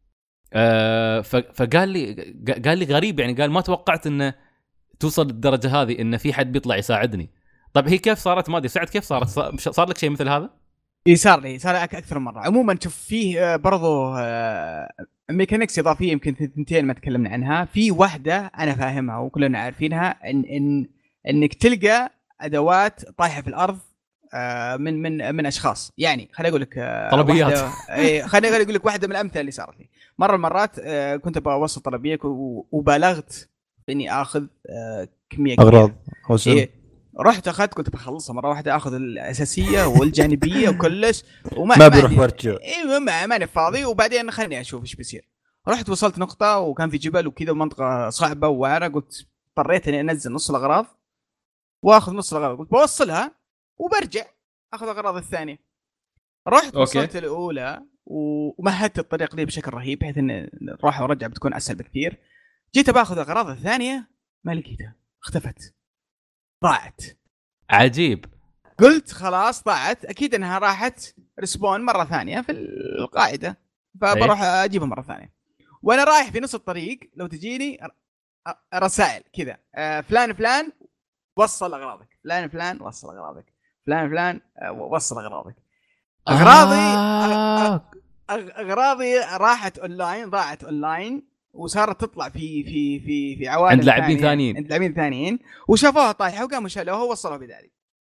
أه... ف... فقال لي قال لي غريب يعني قال ما توقعت إنه توصل للدرجة هذه إن في حد بيطلع يساعدني. طب هي كيف صارت؟ ما أدري سعد كيف صارت؟ صار لك شيء مثل هذا؟ إيه صار لي صار أكثر مرة. عموما شوف فيه برضو ميكانيكس إضافية يمكن ثنتين ما تكلمنا عنها. في واحدة أنا فاهمها وكلنا عارفينها إن إن إنك تلقى أدوات طايحة في الأرض من من من أشخاص. يعني خليني أقول لك طلبيات. إيه خليني أقول لك واحدة من الأمثلة اللي صارت لي. مرة المرات كنت بوصل طلبية وبالغت إني آخذ كمية أغراض. إيه رحت أخذت كنت بخلصها مرة واحدة أخذ الأساسية والجانبية وكلش وما ما بيروح ورجع. إيه ما ماني فاضي. وبعدين خلني أشوف إيش بيصير. رحت وصلت نقطة وكان في جبل وكذا ومنطقة صعبة ووعرة. قلت اضطريت إني أنزل نص الأغراض وأخذ نص الأغراض. قلت بوصلها وبرجع أخذ الأغراض الثانية. رحت وصلت الأولى ومهدت الطريق لي بشكل رهيب بحيث إن الروح ورجع بتكون أسهل بكثير. جيت بأخذ الأغراض الثانية ما لقيتها، اختفت، ضاعت. عجيب. قلت خلاص ضاعت أكيد أنها راحت ريسبون مرة ثانية في القاعدة فبروح أجيبها مرة ثانية. وأنا رايح في نص الطريق لو تجيني رسائل كذا فلان فلان وصل أغراضك، فلان فلان وصل أغراضك، فلان فلان وصل أغراضك. أغراضي آه. أغراضي راحت أونلاين، ضاعت أونلاين وصارت تطلع في في في في عوالم عند لاعبين ثانيين عند لاعبين ثانيين وشافوها طايحه وقاموا شالوها ووصلوها بدالي.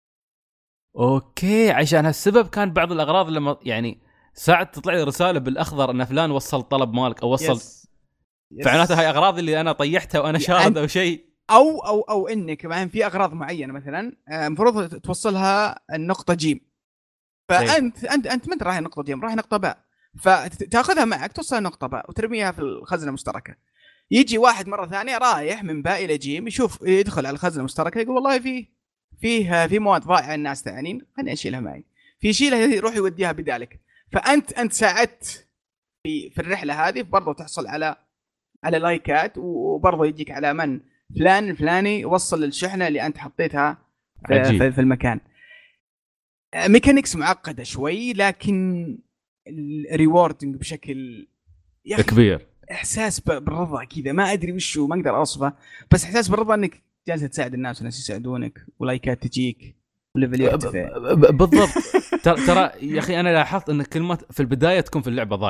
اوكي عشان هالسبب كان بعض الاغراض لما يعني ساعه تطلع لي رساله بالاخضر ان فلان وصل طلب مالك او وصل يس. يس. فعناتها هاي اغراض اللي انا طيحتها وانا شارد او شيء او او او انك كمان في اغراض معينه مثلا المفروض توصلها النقطه جيم فانت انت انت ما انت رايح نقطه جيم رايح نقطه باء فتاخذها معك توصل نقطه باء وترميها في الخزنه المشتركه. يجي واحد مره ثانيه رايح من باء الى جيم يشوف يدخل على الخزنه المشتركه يقول والله في فيه في مواد ضائعه الناس ثانيين خليني اشيلها معي في شيلها يروح يوديها بدالك. فانت انت ساعدت في في الرحله هذه برضه تحصل على على لايكات وبرضه يجيك على من فلان الفلاني وصل الشحنه اللي انت حطيتها في, في المكان. ميكانيكس معقده شوي لكن الريوردنج بشكل كبير. احساس بالرضا كذا ما ادري وش هو ما اقدر اوصفه بس احساس بالرضا انك جالس تساعد الناس والناس يساعدونك ولايكات تجيك وليفل يرتفع. بالضبط. ترى ترى يا اخي انا لاحظت ان كلمه في البدايه تكون في اللعبه ضايع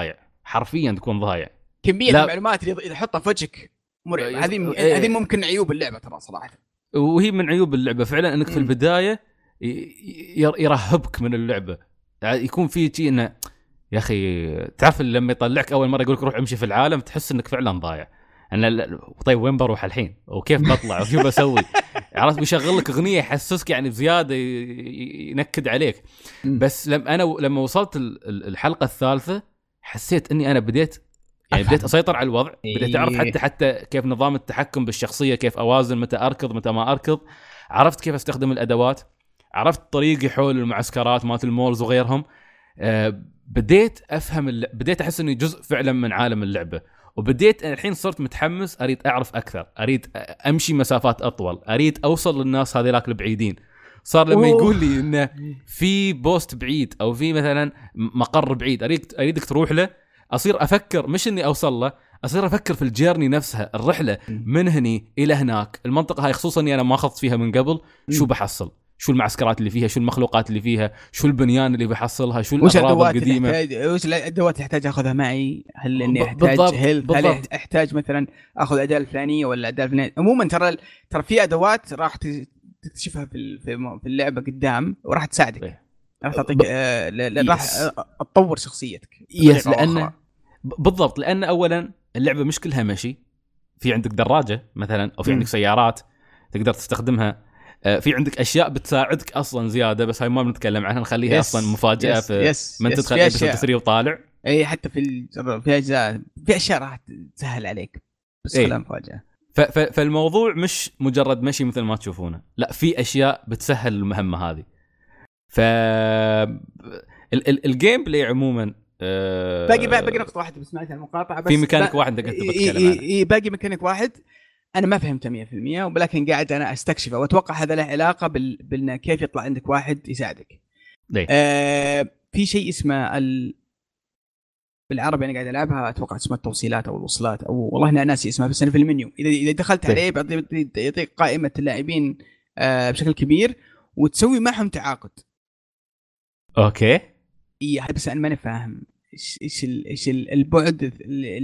حرفيا تكون ضايع. كميه المعلومات اللي يحطها في وجهك مرعب. هذه هذه ممكن عيوب اللعبه ترى صراحه، وهي من عيوب اللعبه فعلا انك في البدايه يرهبك من اللعبه، يكون في شيء انه يا اخي تعرف لما يطلعك اول مره يقولك روح امشي في العالم تحس انك فعلا ضايع. انا طيب وين بروح الحين وكيف بطلع وشو بسوي؟ عرفت بيشغل لك اغنيه يحسسك يعني بزياده ينكد عليك. بس لما انا لما وصلت الحلقه الثالثه حسيت اني انا بديت يعني بديت اسيطر على الوضع، بديت اعرف حتى حتى كيف نظام التحكم بالشخصيه، كيف اوازن متى اركض متى ما اركض، عرفت كيف استخدم الادوات، عرفت طريقي حول المعسكرات مالت المولز وغيرهم. أه بديت افهم اللعب. بديت احس اني جزء فعلا من عالم اللعبه، وبديت الحين صرت متحمس اريد اعرف اكثر، اريد امشي مسافات اطول، اريد اوصل للناس هذيلاك البعيدين. صار لما يقول لي انه في بوست بعيد او في مثلا مقر بعيد اريد اريدك تروح له، اصير افكر مش اني اوصل له، اصير افكر في الجيرني نفسها، الرحله من هني الى هناك، المنطقه هاي خصوصا اني انا ما خضت فيها من قبل، شو بحصل، شو المعسكرات اللي فيها، شو المخلوقات اللي فيها، شو البنيان اللي بحصلها، شو الاغراض القديمه، وش الادوات اللي احتاج اخذها معي، هل اني احتاج هل هل احتاج مثلا اخذ اداه الفلانيه ولا اداه الفلانيه. عموما ترى ترى في ادوات راح تكتشفها في في اللعبه قدام وراح تساعدك، راح تعطيك آه راح تطور شخصيتك. يس لان بالضبط، لان اولا اللعبه مش كلها مشي، في عندك دراجه مثلا او في م. عندك سيارات تقدر تستخدمها، في عندك اشياء بتساعدك اصلا زياده، بس هاي ما بنتكلم عنها، نخليها يس. اصلا مفاجاه يس. في يس. من تدخل ابيسود ثلاثة وطالع. اي حتى في في اجزاء في اشياء راح تسهل عليك، بس خليها مفاجاه. فالموضوع مش مجرد مشي مثل ما تشوفونه، لا في اشياء بتسهل المهمه هذه. ف الجيم بلاي عموما أه... باقي باقي نقطه واحده بس معك المقاطعه، بس في ميكانيك با... واحد قلت بتكلم عنه. اي باقي ميكانيك واحد انا ما فهمته مية بالمية، ولكن قاعد انا استكشفه، واتوقع هذا له علاقه بال... بال... كيف يطلع عندك واحد يساعدك. آه... في شيء اسمه ال... بالعربي انا قاعد العبها اتوقع اسمها التوصيلات او الوصلات، او والله انا ناسي اسمها، بس انا في المنيو اذا اذا دخلت عليه يعطيك قائمه اللاعبين آه بشكل كبير وتسوي معهم تعاقد. اوكي اي بس انا ماني فاهم ايش ايش ايش البعد اللي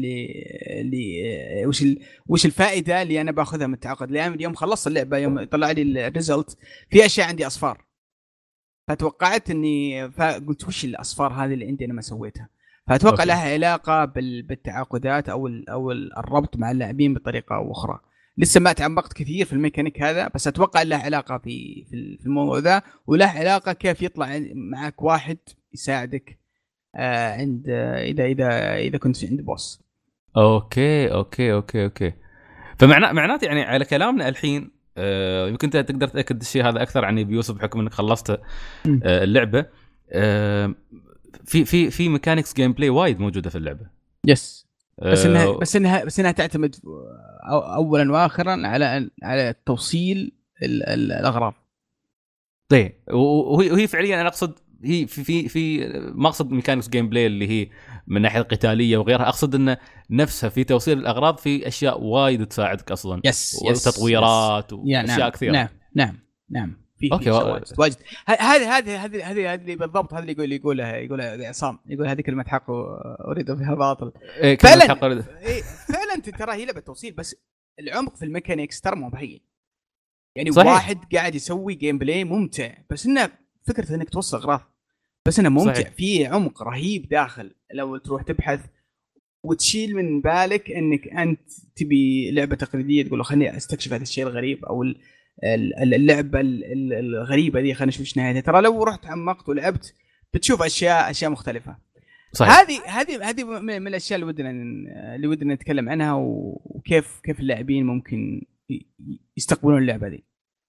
اللي وش وش الفائده اللي انا باخذها من التعاقد. لان اليوم خلصت اللعبه يوم طلع لي الريزلت في اشياء عندي اصفار، فتوقعت اني قلت وش الاصفار هذه اللي عندي انا ما سويتها، فاتوقع أوكي. لها علاقه بالتعاقدات او او الربط مع اللاعبين بطريقه او اخرى. لسه ما تعمقت كثير في الميكانيك هذا، بس اتوقع لها علاقه في في الموضوع ذا، وله علاقه كيف يطلع معك واحد يساعدك آه عند آه اذا اذا اذا كنت عند بوس. اوكي اوكي اوكي اوكي فمعناته معناته يعني على كلامنا الحين آه يمكن انت تقدر تاكد الشيء هذا اكثر عني بيوسف بحكم انك خلصت آه اللعبه. آه في في في ميكانكس جيم بلاي وايد موجوده في اللعبه. يس بس انها بس انها بس انها تعتمد اولا واخرا على على توصيل الاغراض. طيب وهي فعليا انا اقصد هي في في في ما اقصد ميكانكس جيم بلاي اللي هي من ناحيه قتاليه وغيرها، اقصد انه نفسها في توصيل الاغراض في اشياء وايد تساعدك اصلا. يس وتطويرات واشياء نعم كثيره. نعم نعم نعم في اوكي واجد. هذه هذه هذه هذه اللي بالضبط هذا اللي يقول يقولها يقولها عصام، يقول هذه كلمه حق اريد فيها باطل. إيه فعلا إيه فعلا ترى هي لعبه توصيل، بس العمق في الميكانيكس ترى مو بهين يعني. صحيح. واحد قاعد يسوي جيم بلاي ممتع، بس انه فكره انك توصل اغراض بس انه ممتع. صحيح. في عمق رهيب داخل لو تروح تبحث وتشيل من بالك انك انت تبي لعبه تقليديه تقول خليني استكشف هذا الشيء الغريب او اللعبه الغريبه دي خلينا نشوف ايش نهايتها. ترى لو رحت عمقت ولعبت بتشوف اشياء اشياء مختلفه. صحيح. هذه هذه هذه من الاشياء اللي ودنا اللي ودنا نتكلم عنها، وكيف كيف اللاعبين ممكن يستقبلون اللعبه دي.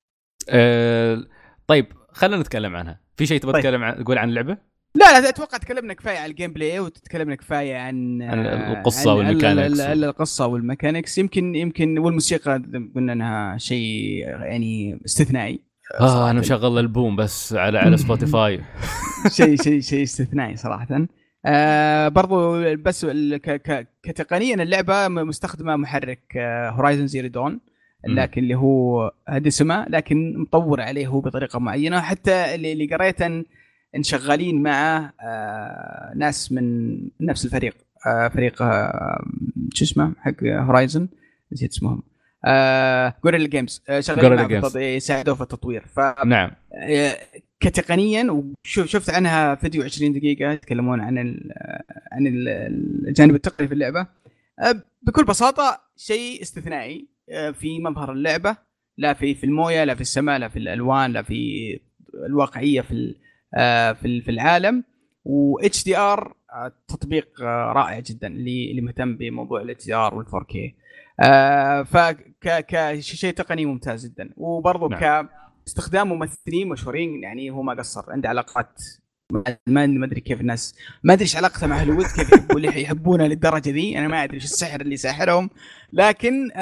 أه طيب خلينا نتكلم عنها. في شيء تبغى تتكلم عن تقول عن اللعبه؟ لا لا اتوقع تكلمنا كفايه عن الجيم بلاي وتتكلمنا كفايه عن, عن القصه والميكانكس. القصه والميكانكس يمكن يمكن والموسيقى قلنا انها شيء يعني استثنائي. اه انا مشغل البوم بس على على سبوتيفاي. شيء شيء شيء استثنائي صراحه. آه برضو بس كتقنيا اللعبه مستخدمه محرك هورايزن زيرو دون، لكن اللي هو هدسمه لكن مطور عليه هو بطريقه معينه. حتى اللي, اللي قريته ان شغالين مع آه ناس من نفس الفريق آه فريق آه شو اسمه حق هورايزن نسيت اسمهم آه غوريلا جيمز آه شغالين يساعدوا في التطوير. ف نعم آه كتقنيا وشوف شفت عنها فيديو عشرين دقيقة يتكلمون عن عن الجانب التقني في اللعبة. آه بكل بساطة شيء استثنائي آه في مظهر اللعبة، لا في في المويه لا في السماء لا في الالوان لا في الواقعيه في آه في في العالم. و اتش دي ار تطبيق آه رائع جدا اللي اللي مهتم بموضوع ال اتش دي ار وال فور كي. آه فك كشيء تقني ممتاز جدا. وبرضه نعم. كاستخدام ممثلين مشهورين يعني هو ما قصر، عنده علاقات ما ما ادري كيف الناس ما ادري ايش علاقته مع هوليوود كيف يحبوا اللي يحبونه للدرجه دي. انا ما ادري ايش السحر اللي ساحرهم، لكن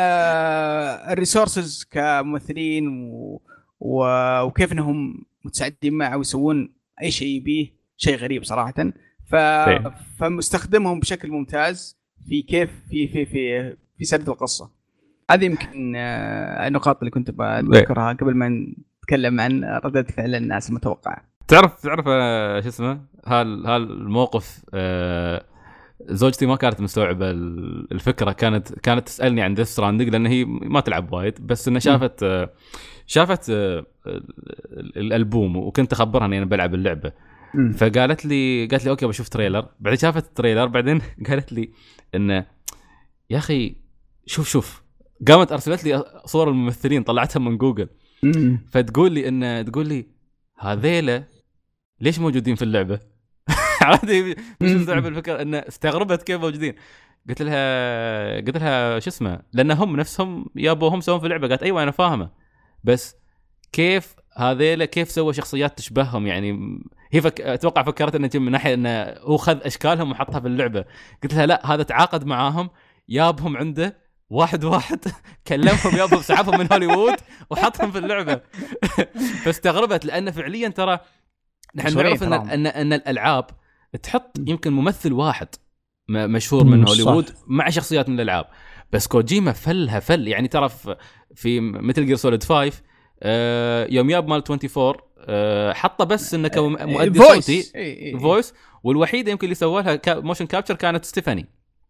آه الريسورسز كممثلين و... و... وكيف انهم متساعدين معه ويسوون اي شيء بيه شيء غريب صراحه. ف... فمستخدمهم بشكل ممتاز في كيف في في في في سرد القصه. هذه يمكن آه النقاط اللي كنت بذكرها قبل ما نتكلم عن ردة فعل الناس المتوقعه. تعرف تعرف شو اسمه هال هالموقف آه زوجتي ما كانت مستوعبه الفكره، كانت كانت تسالني عن ديث ستراندنج لان هي ما تلعب وايد، بس انها شافت آه شافت آه الالبوم وكنت اخبرها اني انا بلعب اللعبه. م. فقالت لي قالت لي اوكي بشوف تريلر. بعدين شافت التريلر بعدين قالت لي انه يا اخي شوف شوف قامت ارسلت لي صور الممثلين طلعتها من جوجل. م. فتقول لي ان تقول لي هذيله ليش موجودين في اللعبة؟ عادي مش مستوعب الفكرة ان استغربت كيف موجودين. قلت لها قلت لها شو اسمه لان هم نفسهم يابوهم سوون في اللعبة. قالت ايوه انا فاهمة، بس كيف هذيله كيف سوى شخصيات تشبههم؟ يعني هي فك... اتوقع فكرت انه من ناحية انه هو خذ اشكالهم وحطها في اللعبة. قلت لها لا، هذا تعاقد معاهم يابهم عنده واحد واحد كلمهم يابهم سحبهم من هوليوود وحطهم في اللعبة. فاستغربت لان فعليا ترى نحن نعرف ان ان ان الالعاب تحط يمكن ممثل واحد مشهور من هوليوود مع شخصيات من الالعاب، بس كوجيما فلها فل. يعني ترى في مثل جير سوليد خمسة آه يوم ياب مال أربعة وعشرين آه حطه بس انه كمؤدي صوتي فويس، والوحيده يمكن اللي سوى لها موشن كابتشر كانت ستيفاني.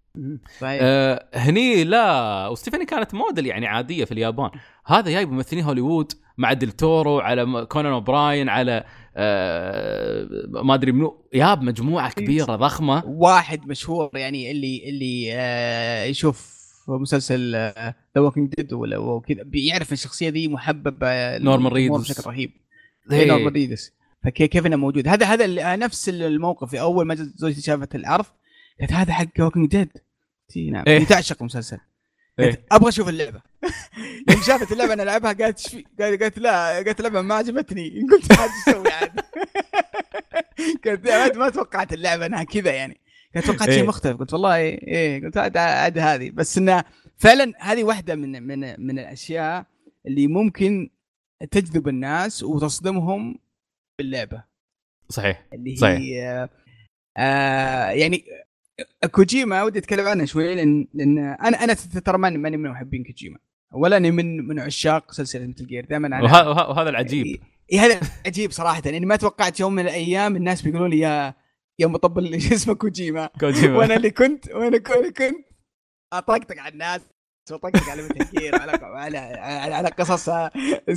آه هني لا، وستيفاني كانت موديل يعني عاديه في اليابان. هذا جايب ممثلين هوليوود مع دلتورو على كونان أوبراين على آه ما ادري منو، ياب مجموعه كبيره ضخمه. واحد مشهور يعني اللي اللي آه يشوف مسلسل ذا ووكينج ديد ولا كذا بيعرف الشخصيه دي محببه نورمان ريدس بشكل رهيب. نورمان ريدس فكيف انه موجود. هذا هذا نفس الموقف في اول ما زوجتي شافت العرض قالت هذا حق ووكينج ديد. نعم إيه؟ تعشق المسلسل. إيه؟ ابغى اشوف اللعبه. يوم شافت اللعبه انا العبها قالت ايش في؟ قالت لا، قالت اللعبه ما عجبتني. قلت ما تسوي عاد. قالت ما توقعت اللعبه انها كذا يعني، قالت توقعت شيء مختلف. قلت والله ايه، قلت عاد عاد هذه بس انها فعلا هذه واحده من من من الاشياء اللي ممكن تجذب الناس وتصدمهم باللعبه. صحيح اللي هي صحيح. آه يعني كوجيما ودي اتكلم عنه شوي لان لان انا انا ترى ماني ماني من محبين كوجيما ولا اني من من عشاق سلسله مثل جير دائما. وه... وهذا العجيب إيه هذا عجيب صراحه اني ما توقعت يوم من الايام الناس بيقولوا لي يا يا مطبل ايش اسمه كوجيما, كوجيما. وانا اللي كنت وانا كنت اطقطق على الناس وطقطق على مثل جير على على على, على قصصها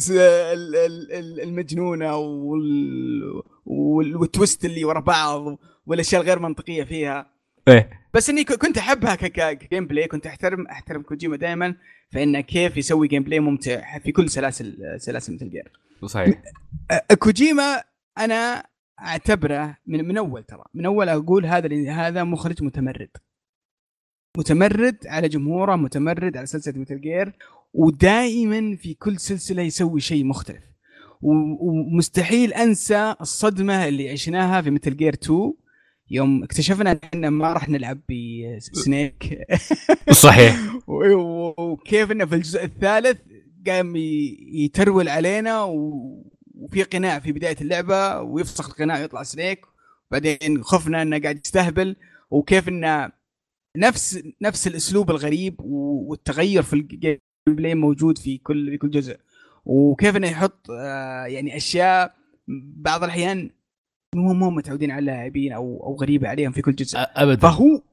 المجنونه وال والتويست اللي ورا بعض والاشياء الغير منطقيه فيها. إيه. بس اني كنت احبها كجيم بلاي، كنت احترم احترم كوجيما دائما فانه كيف يسوي جيم بلاي ممتع في كل سلاسل سلاسل مثل جير. صحيح. كوجيما انا اعتبره من من اول ترى من اول اقول هذا هذا مخرج متمرد متمرد على جمهوره، متمرد على سلسله مثل جير، ودائما في كل سلسله يسوي شيء مختلف. ومستحيل انسى الصدمه اللي عشناها في مثل جير تو يوم اكتشفنا ان ما راح نلعب بسنيك. صحيح. وكيف انه في الجزء الثالث قام يترول علينا وفي قناع في بدايه اللعبه ويفسخ القناع ويطلع سنيك، وبعدين خفنا انه قاعد يستهبل، وكيف انه نفس نفس الاسلوب الغريب والتغير في الجيم بلاي موجود في كل في كل جزء، وكيف انه يحط يعني اشياء بعض الاحيان مو مو متعودين على اللاعبين او او غريبه عليهم في كل جزء ابدا. فهو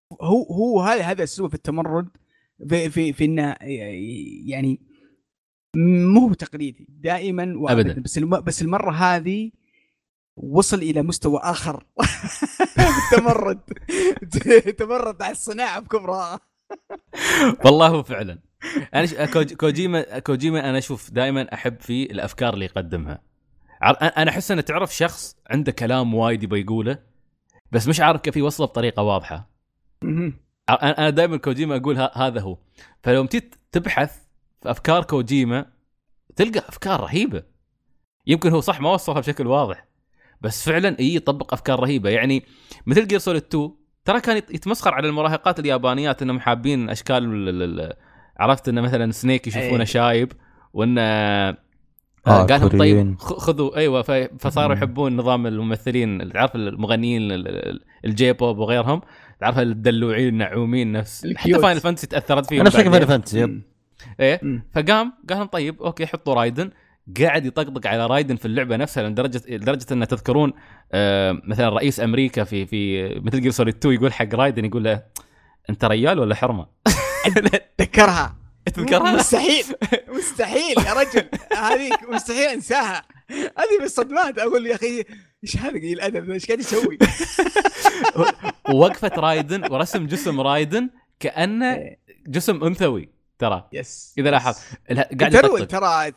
هو هو هذا هذا اسلوب في التمرد في في في انه يعني مو تقليدي دائما وابدا أبداً. بس الم... بس المره هذه وصل الى مستوى اخر التمرد تمرد على الصناعه بكبرها. والله هو فعلا انا ش... كوج... كوجيما كوجيما انا اشوف دائما احب فيه الافكار اللي يقدمها. انا احس انه تعرف شخص عنده كلام وايد يبي يقوله بس مش عارف كيف يوصله بطريقه واضحه. انا دائما كوجيما اقول ه... هذا هو. فلو متيت تبحث في افكار كوجيما تلقى افكار رهيبه. يمكن هو صح ما وصلها بشكل واضح بس فعلا اي يطبق افكار رهيبه. يعني مثل جير سوليد تو ترى كان يتمسخر على المراهقات اليابانيات انهم حابين اشكال ال... ال... عرفت انه مثلا سنيك يشوفونه شايب وان آه قال لهم طيب خذوا ايوه فصاروا يحبون نظام الممثلين تعرف المغنيين الجي بوب وغيرهم تعرف الدلوعين النعومين نفس حتى فاينل فانتسي تاثرت فيهم نفس فاينل فانتسي ايه. فقام قال لهم طيب اوكي حطوا رايدن. قاعد يطقطق على رايدن في اللعبه نفسها لدرجه لدرجه ان تذكرون آه مثلا رئيس امريكا في في مثل جير سوليد تو يقول حق رايدن يقول له انت ريال ولا حرمه. تذكرها تذكرها مستحيل مستحيل يا رجل هذه مستحيل انساها. هذه بالصدمات اقول يا اخي ايش هذا قليل الادب ايش قاعد يسوي. ووقفه رايدن ورسم جسم رايدن كانه جسم انثوي ترى يس اذا لاحظ قاعد يطقطق ترى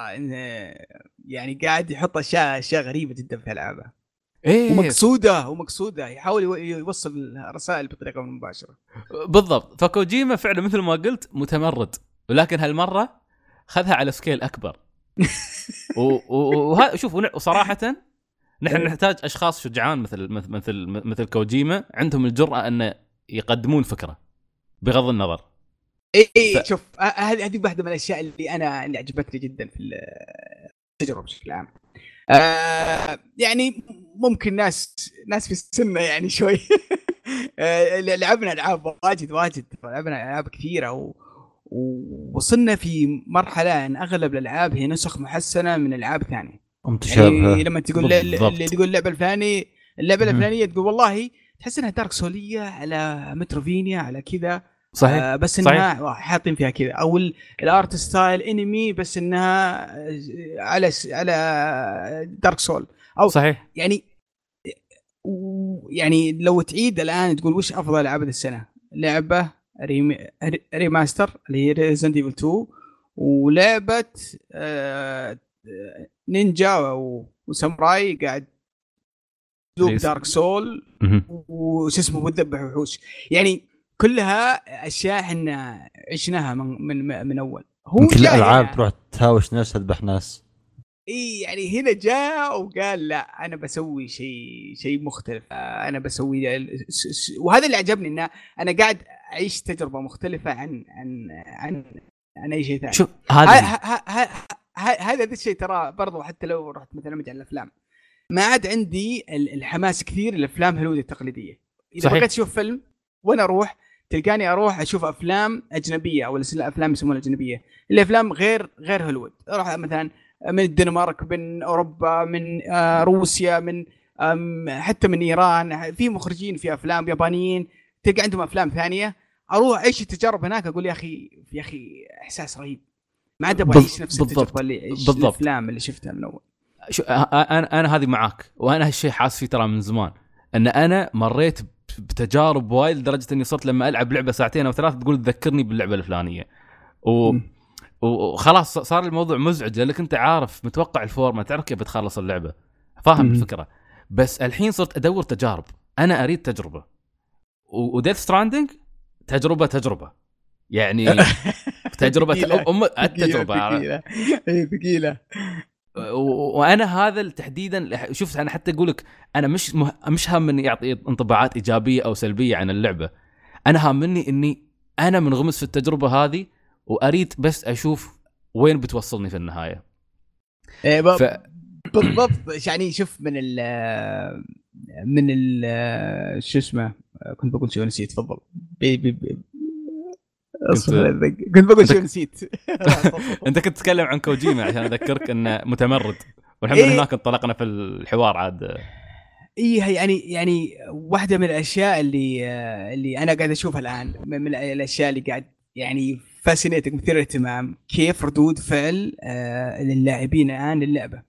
يعني قاعد يحط اشياء اشياء غريبه جدا في العابه إيه؟ ومقصوده ومقصوده يحاول يوصل رسائل بطريقه مباشره بالضبط. فكوجيما فعلا مثل ما قلت متمرد ولكن هالمره خذها على سكيل اكبر. وهذا شوف وصراحه نحن نحتاج اشخاص شجعان مثل مثل مثل كوجيما عندهم الجرأة ان يقدمون فكره بغض النظر. اي اي ف... شوف هذه هذه واحده من الاشياء اللي انا اللي عجبتني جدا في التجربه بشكل عام. آه يعني ممكن ناس ناس في السنه يعني شوي آه لعبنا العاب واجد واجد لعبنا العاب كثيره و... ووصلنا في مرحله ان اغلب الالعاب هي نسخ محسنه من العاب ثانيه متشابهه. يعني لما تقول اللي تقول اللعبه الفلانيه اللعبه الفلانيه تقول والله تحس انها دارك سوليه على متروفينيا على كذا صحيح آه بس انها حاطين فيها كذا او الارت ستايل انمي بس انها على على دارك سول او صحيح. يعني يعني لو تعيد الان تقول وش افضل العاب السنه لعبه ريم... ريماستر اللي هي ريزيدنت ايفل تو ولعبه آه نينجا وساموراي قاعد لوب دارك سول وش اسمه وذبح وحوش يعني كلها اشياء احنا عشناها من من, من اول. هو كل الالعاب تروح تهاوش ناس تذبح ناس. اي يعني هنا جاء وقال لا انا بسوي شيء شيء مختلف انا بسوي وهذا اللي عجبني انه انا قاعد اعيش تجربه مختلفه عن عن عن, عن اي شيء ثاني. شوف هذا هذا الشيء ترى برضو حتى لو رحت مثلا مجال الافلام ما عاد عندي الحماس كثير للافلام هوليوود التقليديه. اذا بغيت اشوف فيلم وانا اروح تلقاني اروح اشوف افلام اجنبيه او الافلام يسمونها اجنبيه اللي افلام غير غير هوليوود. اروح مثلا من الدنمارك من اوروبا من آه روسيا من حتى من ايران في مخرجين في افلام يابانيين تلقى عندهم افلام ثانيه. اروح اعيش التجارب هناك اقول يا اخي يا اخي احساس رهيب ما عاد ابغى اعيش نفس التجربه اللي الافلام اللي شفتها من اول. شو انا انا هذه معاك وانا هالشيء حاس فيه ترى من زمان ان انا مريت بتجارب وايد لدرجه اني صرت لما العب لعبه ساعتين او ثلاث تقول تذكرني باللعبه الفلانيه و... وخلاص صار الموضوع مزعج لانك انت عارف متوقع الفورمه تعرف كيف بتخلص اللعبه فاهم م- الفكره. بس الحين صرت ادور تجارب انا اريد تجربه وديث ستراندنج تجربه تجربه يعني تجربه ام التجربه ثقيله وانا هذا تحديدا شفت انا حتى اقول لك انا مش مه... مش هم اني اعطي انطباعات ايجابيه او سلبيه عن اللعبه. انا هامني اني انا منغمس في التجربه هذه واريد بس اشوف وين بتوصلني في النهايه. إيه ف... بالضبط يعني شوف من ال من ال شو اسمه كنت بقول شيء ونسيت. تفضل بي بي بي. كنت كنت بقول شيء نسيت. انت كنت تتكلم عن كوجيما عشان اذكرك انه متمرد والحمد لله هناك انطلقنا في الحوار عاد. ايه يعني يعني واحده من الاشياء اللي اللي انا قاعد اشوفها الان من الاشياء اللي قاعد يعني فاسينيتك مثير اهتمام كيف ردود فعل آه للاعبين الان للعبه.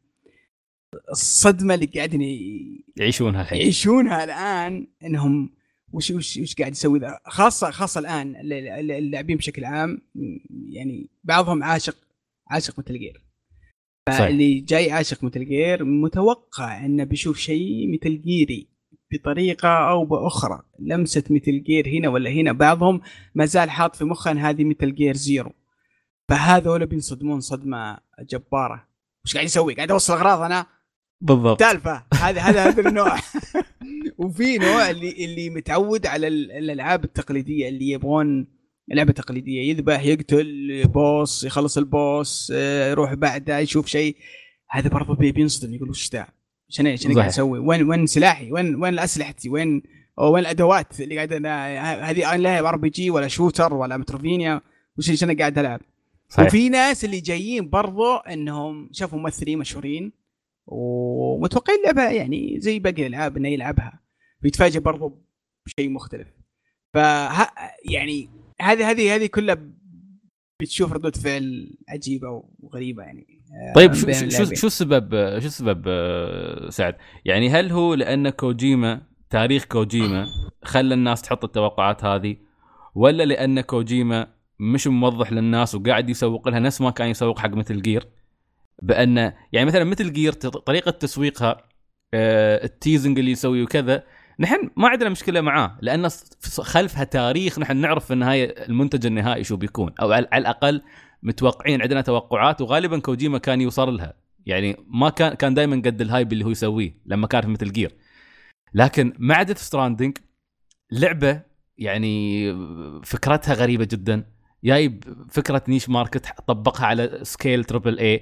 الصدمه اللي قاعدين يعيشونها الحين يعيشونها الان انهم وش وش وش قاعد يسوي ذا، خاصه خاصه الان اللاعبين بشكل عام يعني بعضهم عاشق عاشق مثل جير، فاللي جاي عاشق مثل جير متوقع انه بيشوف شيء مثل جيري بطريقه او باخرى، لمسه مثل جير هنا ولا هنا. بعضهم ما زال حاط في مخه ان هذه مثل جير زيرو، فهذول بينصدمون صدمه جباره. وش قاعد يسوي؟ قاعد اوصل اغراض انا بالضبط تالفه. هذا هذا هذا النوع. وفي نوع اللي اللي متعود على الالعاب التقليديه اللي يبغون لعبه تقليديه، يذبح يقتل بوس يخلص البوس يروح بعده يشوف شيء. هذا برضه بينصدم يقول وش ذا، ايش انا ايش انا قاعد اسوي؟ وين وين سلاحي؟ وين وين اسلحتي؟ وين وين الادوات اللي قاعد انا هذه لا ار بي جي ولا شوتر ولا متروفينيا، وش ايش انا قاعد العب؟ صحيح. وفي ناس اللي جايين برضه انهم شافوا ممثلين مشهورين ومتوقعين لعبها يعني زي باقي الالعاب انه يلعبها، بيتفاجئ برضه بشيء مختلف. ف يعني هذه هذه هذه كلها بتشوف ردود فعل عجيبه وغريبه يعني. طيب شو شو شو السبب شو السبب سعد؟ يعني هل هو لان كوجيما تاريخ كوجيما خلى الناس تحط التوقعات هذه، ولا لان كوجيما مش موضح للناس وقاعد يسوق لها نفس ما كان يسوق حق مثل جير؟ بان يعني مثلا مثل جير طريقه تسويقها التيزنج اللي يسويه وكذا نحن ما عندنا مشكله معاه، لان خلفها تاريخ نحن نعرف في النهايه المنتج النهائي شو بيكون، او على الاقل متوقعين عندنا توقعات وغالبا كوجيما كان يوصل لها. يعني ما كان كان دائما قد الهايب اللي هو يسويه لما كان في مثل جير. لكن مع ديث ستراندينج لعبه يعني فكرتها غريبه جدا، جايب فكره نيش ماركت طبقها على سكيل تريبل اي.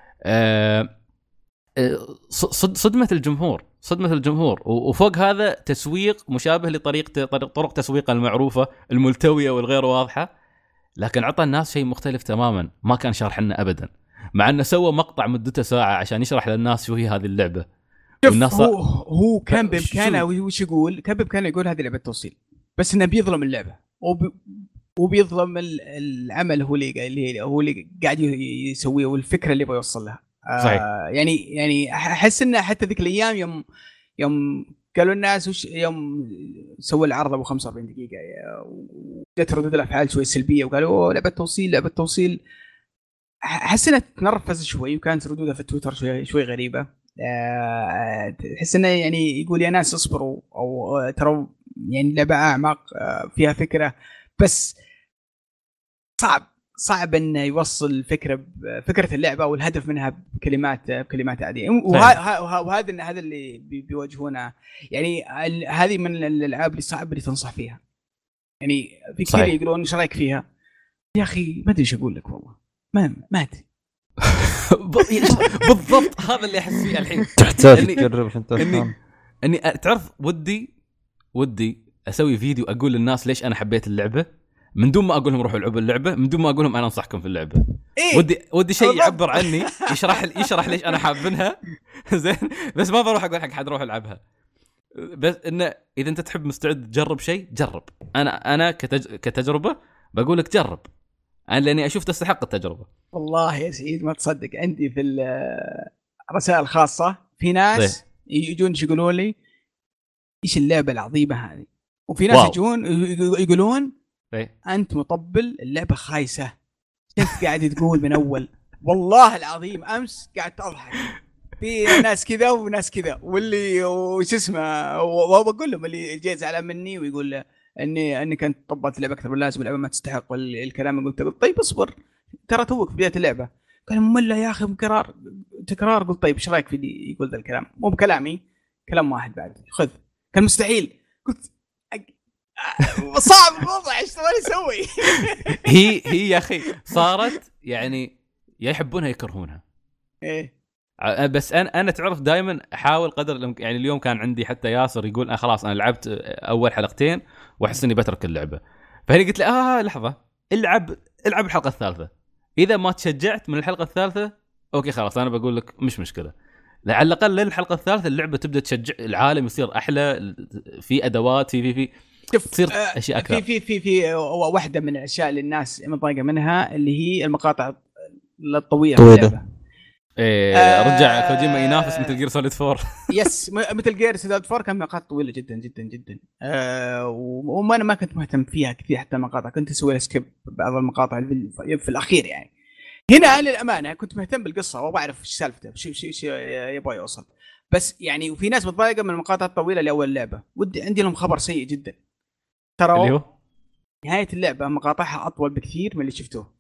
صدمه الجمهور صدمه الجمهور وفوق هذا تسويق مشابه لطريقه طرق تسويق المعروفه الملتويه والغير واضحه، لكن عطى الناس شيء مختلف تماما ما كان شارح لنا ابدا، مع انه سوى مقطع مدته ساعه عشان يشرح للناس شو هي هذه اللعبه. والناس هو هو كان بامكانه وش يقول كان بامكانه يقول هذه لعبه توصيل، بس انه بيظلم اللعبه وب... وبيظلم العمل هو اللي هو اللي قاعد يسويه والفكره اللي يبغى يوصل لها. صحيح. آه يعني يعني احس انه حتى ذيك الايام يوم يوم قالوا الناس وش يوم سووا العرض ابو خمسة وأربعين دقيقه وجت ردود الافعال شوي سلبيه وقالوا لعبه توصيل لعبه توصيل، احس انها تنرفز شوي وكانت ردودها في تويتر شوي شوي غريبه. تحس انه يعني يقول يا ناس اصبروا او ترى يعني لعبه اعمق فيها فكره، بس صعب صعب انه يوصل فكره فكره اللعبه والهدف منها بكلمات بكلمات عاديه. وهذا هذا اللي بيواجهونه يعني. هذه من الالعاب اللي صعب اللي تنصح فيها يعني. في كثير يقولون ايش رايك فيها يا اخي؟ ما ادري ايش اقول لك والله، ما ما ادري بالضبط. هذا اللي احس فيه الحين. تحتاج تجرب عشان تفهم. اني تعرف ودي ودي اسوي فيديو اقول للناس ليش انا حبيت اللعبه من دون ما اقول لهم روحوا العبوا اللعبه، من دون ما اقول لهم انا انصحكم في اللعبه. إيه؟ ودي ودي شيء يعبر عني، يشرح يشرح ليش انا حابنها زين، بس ما بروح اقول حق حد روح العبها. بس انه اذا انت تحب مستعد تجرب شيء جرب. انا انا كتج... كتجربه بقول لك جرب، انا لاني اشوف تستحق التجربه. والله يا سعيد ما تصدق عندي في الرسائل الخاصه في ناس ده. يجون يقولوا لي ايش اللعبه العظيمه هذه، وفي ناس يجون يقولون إيه؟ أنت مطبل اللعبة خايسة، كنت قاعد تقول من أول. والله العظيم أمس قاعد أضحك في ناس كذا وناس كذا، واللي وش اسمه وبقول لهم اللي جاي زعلان مني ويقول إني إني كنت طبلت اللعبة أكثر من اللازم واللعبة ما تستحق الكلام. قلت طيب اصبر ترى توك في بداية اللعبة. قال مملة يا أخي مكرار تكرار. قلت طيب إيش رأيك في اللي يقول ذا الكلام؟ مو بكلامي كلام واحد بعد خذ. كان مستحيل. قلت صعب الوضع ايش تبغى نسوي؟ هي هي يا اخي صارت يعني يا يحبونها يكرهونها. ايه بس انا انا تعرف دائما احاول قدر يعني. اليوم كان عندي حتى ياسر يقول انا خلاص انا لعبت اول حلقتين واحس اني بترك اللعبه، فهني قلت له اه لحظه العب العب الحلقه الثالثه، اذا ما تشجعت من الحلقه الثالثه اوكي خلاص انا بقول لك مش مشكله. لا على الاقل لين الحلقه الثالثه اللعبه تبدا تشجع العالم يصير احلى، في ادوات في في في شوف تصير آه، اشياء اكثر. في في في في واحده من الاشياء اللي الناس متضايقه منها اللي هي المقاطع الطويله في اللعبه. إيه آه رجع كوجيما ينافس مثل جير سوليد فور. يس مثل جير سوليد فور كان مقاطع طويله جدا جدا جدا. آه وما انا ما كنت مهتم فيها كثير، حتى المقاطع كنت اسوي سكيب بعض المقاطع في, في الاخير يعني. هنا للامانه كنت مهتم بالقصه وبعرف ايش سالفته شو شو شو يبغى يوصل. بس يعني وفي ناس متضايقه من المقاطع الطويله لاول لعبه. ودي عندي لهم خبر سيء جدا ترى، اللي هو نهايه اللعبه مقاطعها اطول بكثير من اللي شفتوه.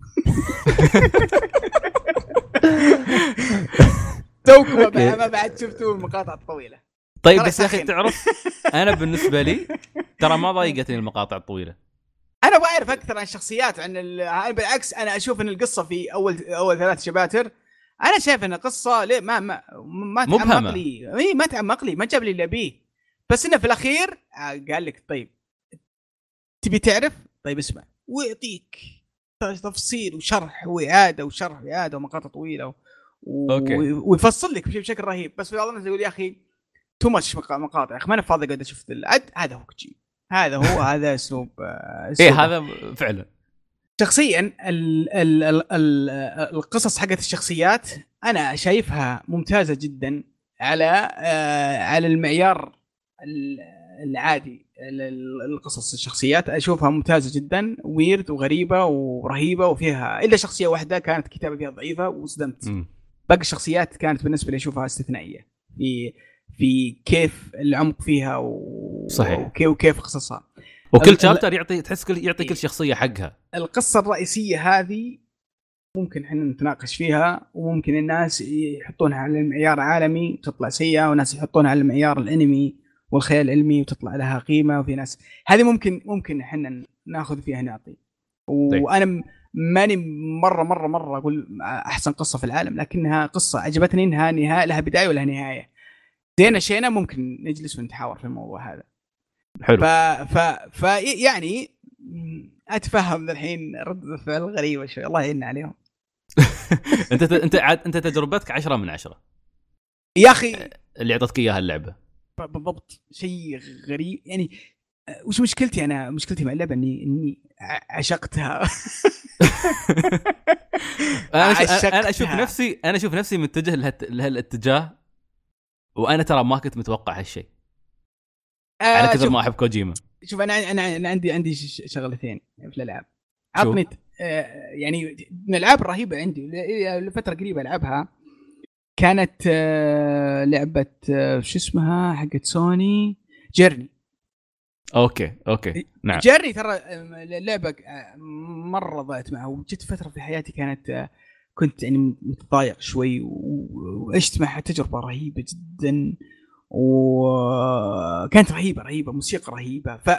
توكم ما بعد شفتوا المقاطع الطويله. طيب بس يا اخي تعرف انا بالنسبه لي ترى ما ضايقتني المقاطع الطويله. انا بعرف اكثر عن الشخصيات، عن بالعكس انا اشوف ان القصه في اول اول ثلاث شباتر انا شايف ان القصه ليه ما ما ما تعمق لي، اي ما تعمق لي، ما جاب لي اللي ابيه. بس انه في الاخير قال لك طيب تبي تعرف، طيب اسمع ويعطيك تفصيل وشرح واعاده وشرح واعاده ومقاطع طويله و... ويفصل لك بشكل رهيب. بس في بعض الناس يقول يا اخي تو ماتش مقاطع، يا اخي ما انا فاضي قاعد اشوف العد. هذا هو كوجيما، هذا هو هذا اسلوب ايه هذا فعلا. شخصيا ال ال ال ال القصص حقت الشخصيات انا شايفها ممتازه جدا على على المعيار العادي. القصص الشخصيات اشوفها ممتازه جدا، ويرد وغريبه ورهيبه، وفيها الا شخصيه واحده كانت كتابه فيها ضعيفه وصدمت. باقي الشخصيات كانت بالنسبه لي اشوفها استثنائيه في في كيف العمق فيها و... صحيح. وكيف وكيف قصصها، وكل شابتر يعطي تحس كل يعطي كل شخصيه حقها. القصه الرئيسيه هذه ممكن احنا نتناقش فيها، وممكن الناس يحطونها على المعيار عالمي وتطلع سيئه، وناس يحطونها على المعيار الانمي والخيال العلمي وتطلع لها قيمه، وفي ناس هذه ممكن ممكن احنا ناخذ فيها نعطي. وانا ماني مره مره مره اقول احسن قصه في العالم، لكنها قصه عجبتني، انها نهايه لها بدايه ولها نهايه. زين شينا ممكن نجلس ونتحاور في الموضوع هذا. حلو. ف ف ف يعني اتفهم الحين رد فعل غريبه شوي، الله يعين عليهم. انت انت انت تجربتك عشرة من عشرة يا اخي اللي اعطتك اياها اللعبه. بالضبط، شيء غريب يعني. وش مشكلتي انا؟ مشكلتي مع اللعبه اني اني عشقتها. انا انا اشوف نفسي انا اشوف نفسي متجه لهالاتجاه، وانا ترى ما كنت متوقع هالشيء آه على كثر ما احب كوجيما. شوف انا انا, أنا عندي عندي شغلتين في الالعاب. عطني آه يعني من الالعاب الرهيبه عندي لفتره قريبه العبها كانت آه لعبه آه شو اسمها حقت سوني، جيرني. اوكي اوكي نعم. جيرني ترى لعبه مره ضاعت معها، وجت فتره في حياتي كانت كنت يعني متضايق شوي، وعشت معها تجربه رهيبه جدا، وكانت رهيبه رهيبه موسيقى رهيبه. ف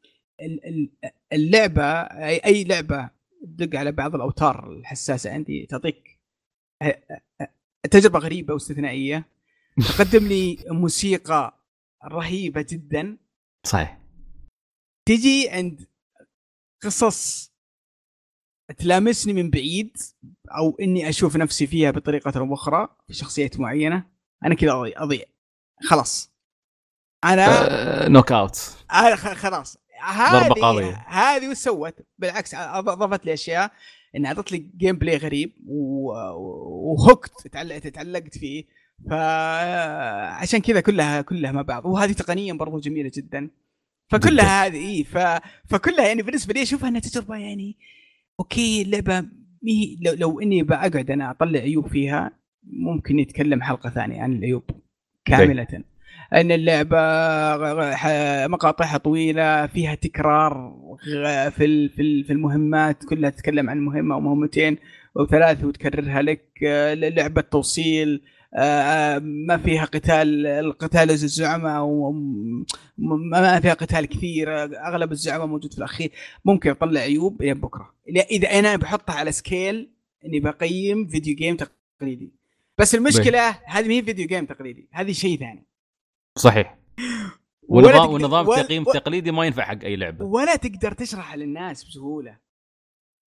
اللعبه اي لعبه تدق على بعض الاوتار الحساسه عندي تعطيك تجربه غريبه واستثنائيه، تقدم لي موسيقى رهيبه جدا. صحيح. تجي عند قصص تلامسني من بعيد، او اني اشوف نفسي فيها بطريقه او اخرى في شخصيات معينه، انا كذا اضيع اضيع خلاص. انا أه نوك اوت انا خلاص. هذه هذه وسوت بالعكس، اضافت لي اشياء ان اعطت لي جيم بلاي غريب وهوكت تعلقت تعلقت فيه. فعشان كذا كلها كلها مع بعض، وهذه تقنيا برضو جميله جدا. فكلها هذه إيه ف... فكلها يعني بالنسبه لي اشوفها انها تجربه يعني اوكي. اللعبه مي لو, لو اني بقعد انا اطلع عيوب فيها ممكن نتكلم حلقه ثانيه عن العيوب كامله. طيب. ان اللعبه مقاطعها طويله، فيها تكرار في في المهمات، كلها تتكلم عن مهمه ومهمتين وثلاثه وتكررها لك. لعبه توصيل ما فيها قتال، القتال الزعماء وما فيها قتال كثير، اغلب الزعماء موجود في الاخير. ممكن اطلع عيوب الى بكره اذا انا بحطها على سكيل اني بقيم فيديو جيم تقليدي. بس المشكله هذه ما هي فيديو جيم تقليدي، هذه شيء ثاني. صحيح. ونظام ونظام تقييم تقليدي ما ينفع حق اي لعبه، ولا تقدر تشرح للناس بسهوله.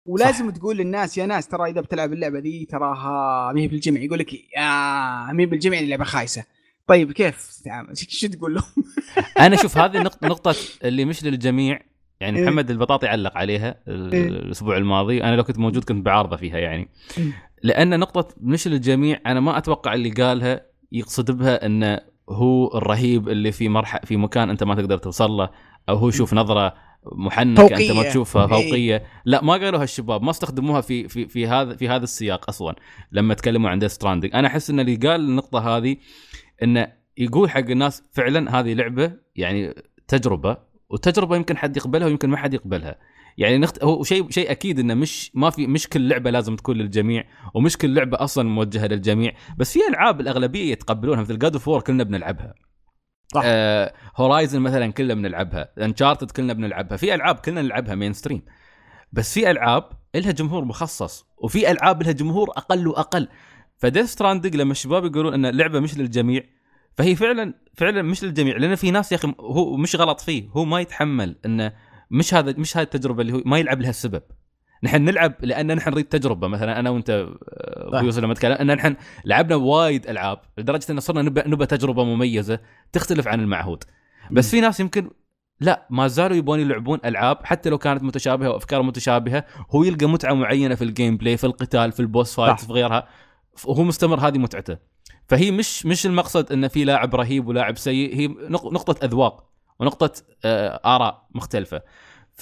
ولازم صح. تقول للناس يا ناس ترى اذا بتلعب اللعبه دي تراها مي بالجميع، يقول لك يا مي بالجميع اللعبه خايسه. طيب كيف تتعامل؟ شو تقول لهم؟ انا شوف هذه نقطه نقطه اللي مش للجميع يعني. محمد البطاطي علق عليها الاسبوع الماضي، انا لو كنت موجود كنت بعارضه فيها يعني. لان نقطه مش للجميع انا ما اتوقع اللي قالها يقصد بها انه هو الرهيب اللي في مرحله في مكان انت ما تقدر توصل له، او هو شوف نظره محنكه انت ما تشوفها فوقيه. لا ما قالوا هالشباب، ما استخدموها في في في هذا في هذا السياق اصلا لما تكلموا عن ديث ستراندنج. انا احس ان اللي قال النقطه هذه انه يقول حق الناس فعلا هذه لعبه يعني تجربه، وتجربه يمكن حد يقبلها ويمكن ما حد يقبلها يعني. نخت... هو شيء شيء اكيد انه مش ما في مش كل لعبه لازم تكون للجميع، ومش كل لعبه اصلا موجهه للجميع، بس في العاب الاغلبيه يتقبلونها مثل جاد اوف وور كلنا بنلعبها صح. آه، هورايزن مثلا كلنا بنلعبها، انشارتد كلنا بنلعبها، في العاب كلنا نلعبها مين ستريم. بس في العاب لها جمهور مخصص، وفي العاب لها جمهور اقل واقل. فديث ستراندنج لما الشباب يقولون ان اللعبه مش للجميع، فهي فعلا فعلا مش للجميع. لان في ناس يا اخي هو مش غلط فيه، هو ما يتحمل انه مش هذا مش هذه التجربه اللي هو ما يلعب لها السبب. نحن نلعب لان نحن نريد تجربه. مثلا انا وانت بيوصل لما نتكلم ان نحن لعبنا وايد العاب لدرجه ان صرنا نبى نبى تجربه مميزه تختلف عن المعهود. بس في ناس يمكن لا ما زالوا يبون يلعبون العاب حتى لو كانت متشابهه وافكار متشابهه، هو يلقى متعه معينه في الجيم بلاي، في القتال، في البوس فايت، في غيرها، وهو مستمر هذه متعته. فهي مش مش المقصد ان في لاعب رهيب ولاعب سيء، هي نقطه اذواق ونقطه آراء مختلفه. ف...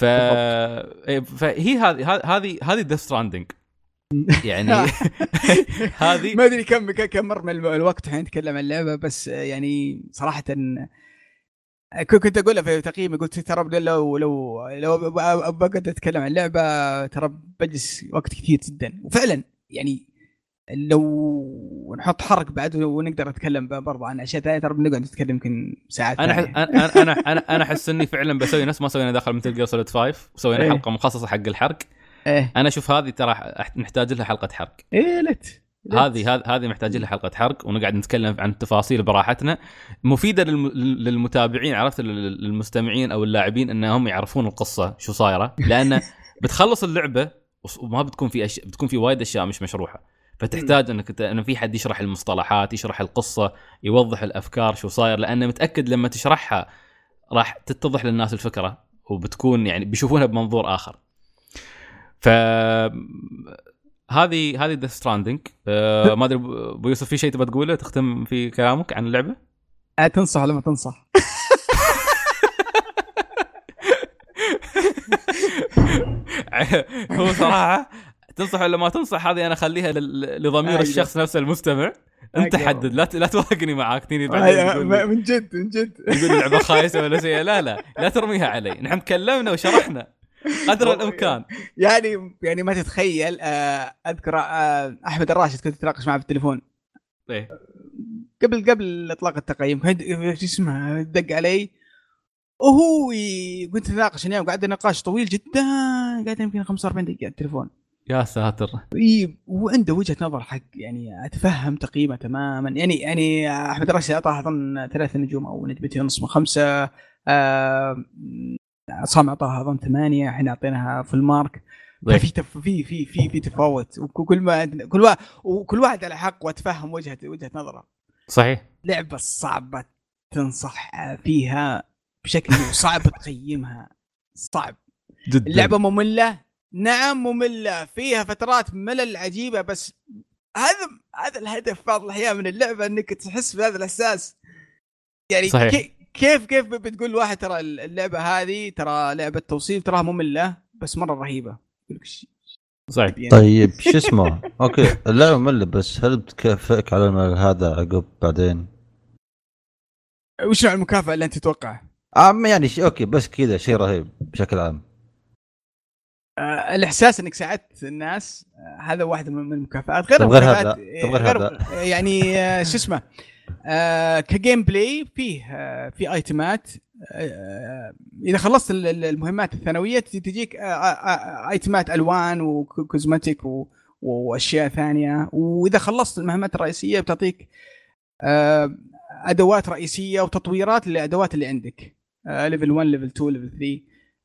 فهي هذه هذه هذه ديث ستراندنج يعني. هذه ما ادري كم كم مر من الوقت الحين نتكلم عن اللعبه، بس يعني صراحه كنت اقولها في تقييمي، قلت ترى لو لو لو بقعد اتكلم عن اللعبه ترى بجلس وقت كثير جدا. وفعلا يعني لو نحط حرق بعد ونقدر نتكلم برضه عن اشياء ثانيه ترى بنقعد نتكلم يمكن ساعات. انا انا انا انا انا احس اني فعلا بسوي نفس ما سوينا داخل مثل جير سوليد خمسة وسوينا إيه؟ حلقه مخصصه حق الحرق. إيه؟ انا اشوف هذه ترى نحتاج لها حلقه حرق. ايه لت هذه هذه محتاجين لها حلقه حرق ونقعد نتكلم عن التفاصيل براحتنا، مفيده للمتابعين، عرفت، للمستمعين او اللاعبين انهم يعرفون القصه شو صايره. لان بتخلص اللعبه وما بتكون في أشياء، بتكون في وايد اشياء مش مشروحه، فتحتاج انك انه في حد يشرح المصطلحات، يشرح القصه، يوضح الافكار شو صاير، لانه متاكد لما تشرحها راح تتضح للناس الفكره وبتكون يعني بيشوفونها بمنظور اخر. ف هذه هذه ذا ستراندنج. أه ما ادري ابو يوسف في شيء تبغى تقوله تختم في كلامك عن اللعبه؟ تنصح لما تنصح. هو صراحه تنصح ولا ما تنصح هذه انا اخليها لضمير الشخص نفسه المستمع. انت حدد، لا لا توافقني معاك تيني بعدين من جد من جد تقول اللعبه خايسه ولا شيء. لا لا لا ترميها علي، نحن تكلمنا وشرحنا قدر الامكان. يعني يعني ما تتخيل اذكر احمد الراشد كنت اتناقش معه في التليفون ايه قبل قبل اطلاق التقييم، ايش اسمه دق علي وهو كنت اتناقش انا وقعد نقاش طويل جدا، قاعد يمكن خمسة وأربعين دقيقه على التليفون. يا ساتر. اي وعنده وجهه نظر حق يعني اتفهم تقييمه تماما. يعني يعني احمد الراشد اعطاه اظن ثلاث نجوم او نجمتين ونص من خمسه. آه عصام اعطاها اظن ثمانية، احنا اعطيناها في المارك. في في في في في تفاوت، وكل ما كل واحد وكل واحد على حق واتفهم وجهه وجهه نظره. صحيح. لعبه صعبه تنصح فيها بشكل صعب تقيمها، صعب جدا. اللعبه ممله، نعم ممله، فيها فترات ملل عجيبه، بس هذا هذا الهدف بعض الاحيان من اللعبه انك تحس بهذا الاحساس. يعني صحيح. كيف كيف بتقول واحد ترى اللعبه هذه ترى لعبه توصيل تراها ممله بس مره رهيبه. صحيح. طيب شو اسمه اوكي اللعبه ممله، بس هل بتكافئك على هذا عقب بعدين؟ وش نوع المكافاه اللي انت تتوقع؟ عم يعني شيء اوكي بس كذا شيء رهيب بشكل عام. آه الاحساس انك ساعدت الناس، آه هذا واحد من المكافآت. غير المكافآت غير يعني آه شو اسمه آه كجيم بلاي فيه آه في ايتمات. آه اذا خلصت المهمات الثانويه تجيك آه آه ايتمات الوان وكوزمتيك واشياء ثانيه، واذا خلصت المهمات الرئيسيه بتعطيك آه ادوات رئيسيه وتطويرات للادوات اللي عندك، آه ليفل واحد ليفل اثنين ليفل ثلاثة.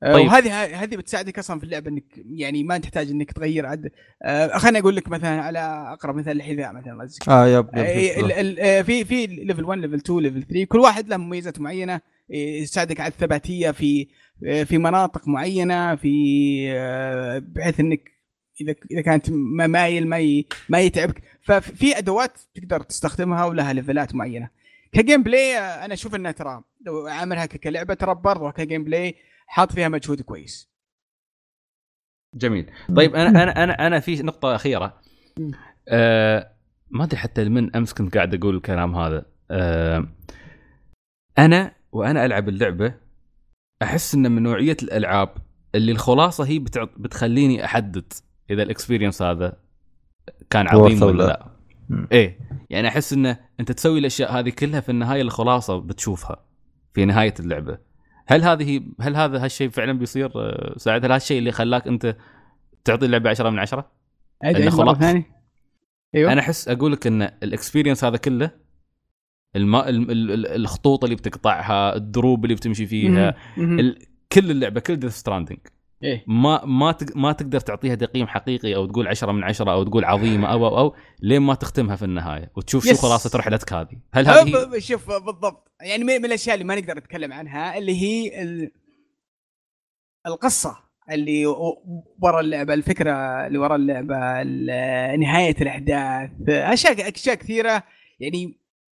طيب. وهذه هذه بتساعدك اصلا في اللعبه انك يعني ما تحتاج انك تغير عد آه خليني اقول لك مثلا على اقرب مثال الحذاء مثلا اه يب, يب, يب. آه في في ليفل واحد ليفل اثنين ليفل ثلاثة كل واحد له مميزات معينه يساعدك على الثباتيه في في مناطق معينه في آه بحيث انك اذا اذا كانت مايل ما ما يتعبك. ففي ادوات تقدر تستخدمها ولها ليفلات معينه. كجيم بلاي انا اشوف انها ترى لو عاملها كلعبه ترى برضه كجيم بلاي حاط فيها مجهود كويس. جميل. طيب انا انا انا انا في نقطه اخيره أه ما ادري حتى من امس كنت قاعد اقول الكلام هذا. أه انا وانا العب اللعبه احس ان من نوعيه الالعاب اللي الخلاصه هي بتع... بتخليني احدد اذا الاكسبيرينس هذا كان عظيم ولا لا. ايه يعني احس ان انت تسوي الاشياء هذه كلها في النهايه الخلاصه بتشوفها في نهايه اللعبه. هل هذه هل هذا هالشيء فعلا بيصير ساعد؟ هل هالشيء اللي خلاك انت تعطي اللعبه عشرة من عشرة؟ عيد مره ثانيه. ايوه انا احس اقول لك ان الاكسبيرينس هذا كله الما... الخطوط اللي بتقطعها الدروب اللي بتمشي فيها ال... كل اللعبه كل ديث ستراندنج إيه؟ ما ما تق... ما تقدر تعطيها تقييم حقيقي او تقول عشرة من عشرة او تقول عظيمه او او, أو لين ما تختمها في النهايه وتشوف شو خلاصه رحلتك هذه. هل هذه شوف بالضبط يعني من الاشياء اللي ما نقدر نتكلم عنها اللي هي ال... القصه اللي ورا اللعبه الفكره اللي ورا اللعبه نهايه الاحداث اشياء اشياء كثيره يعني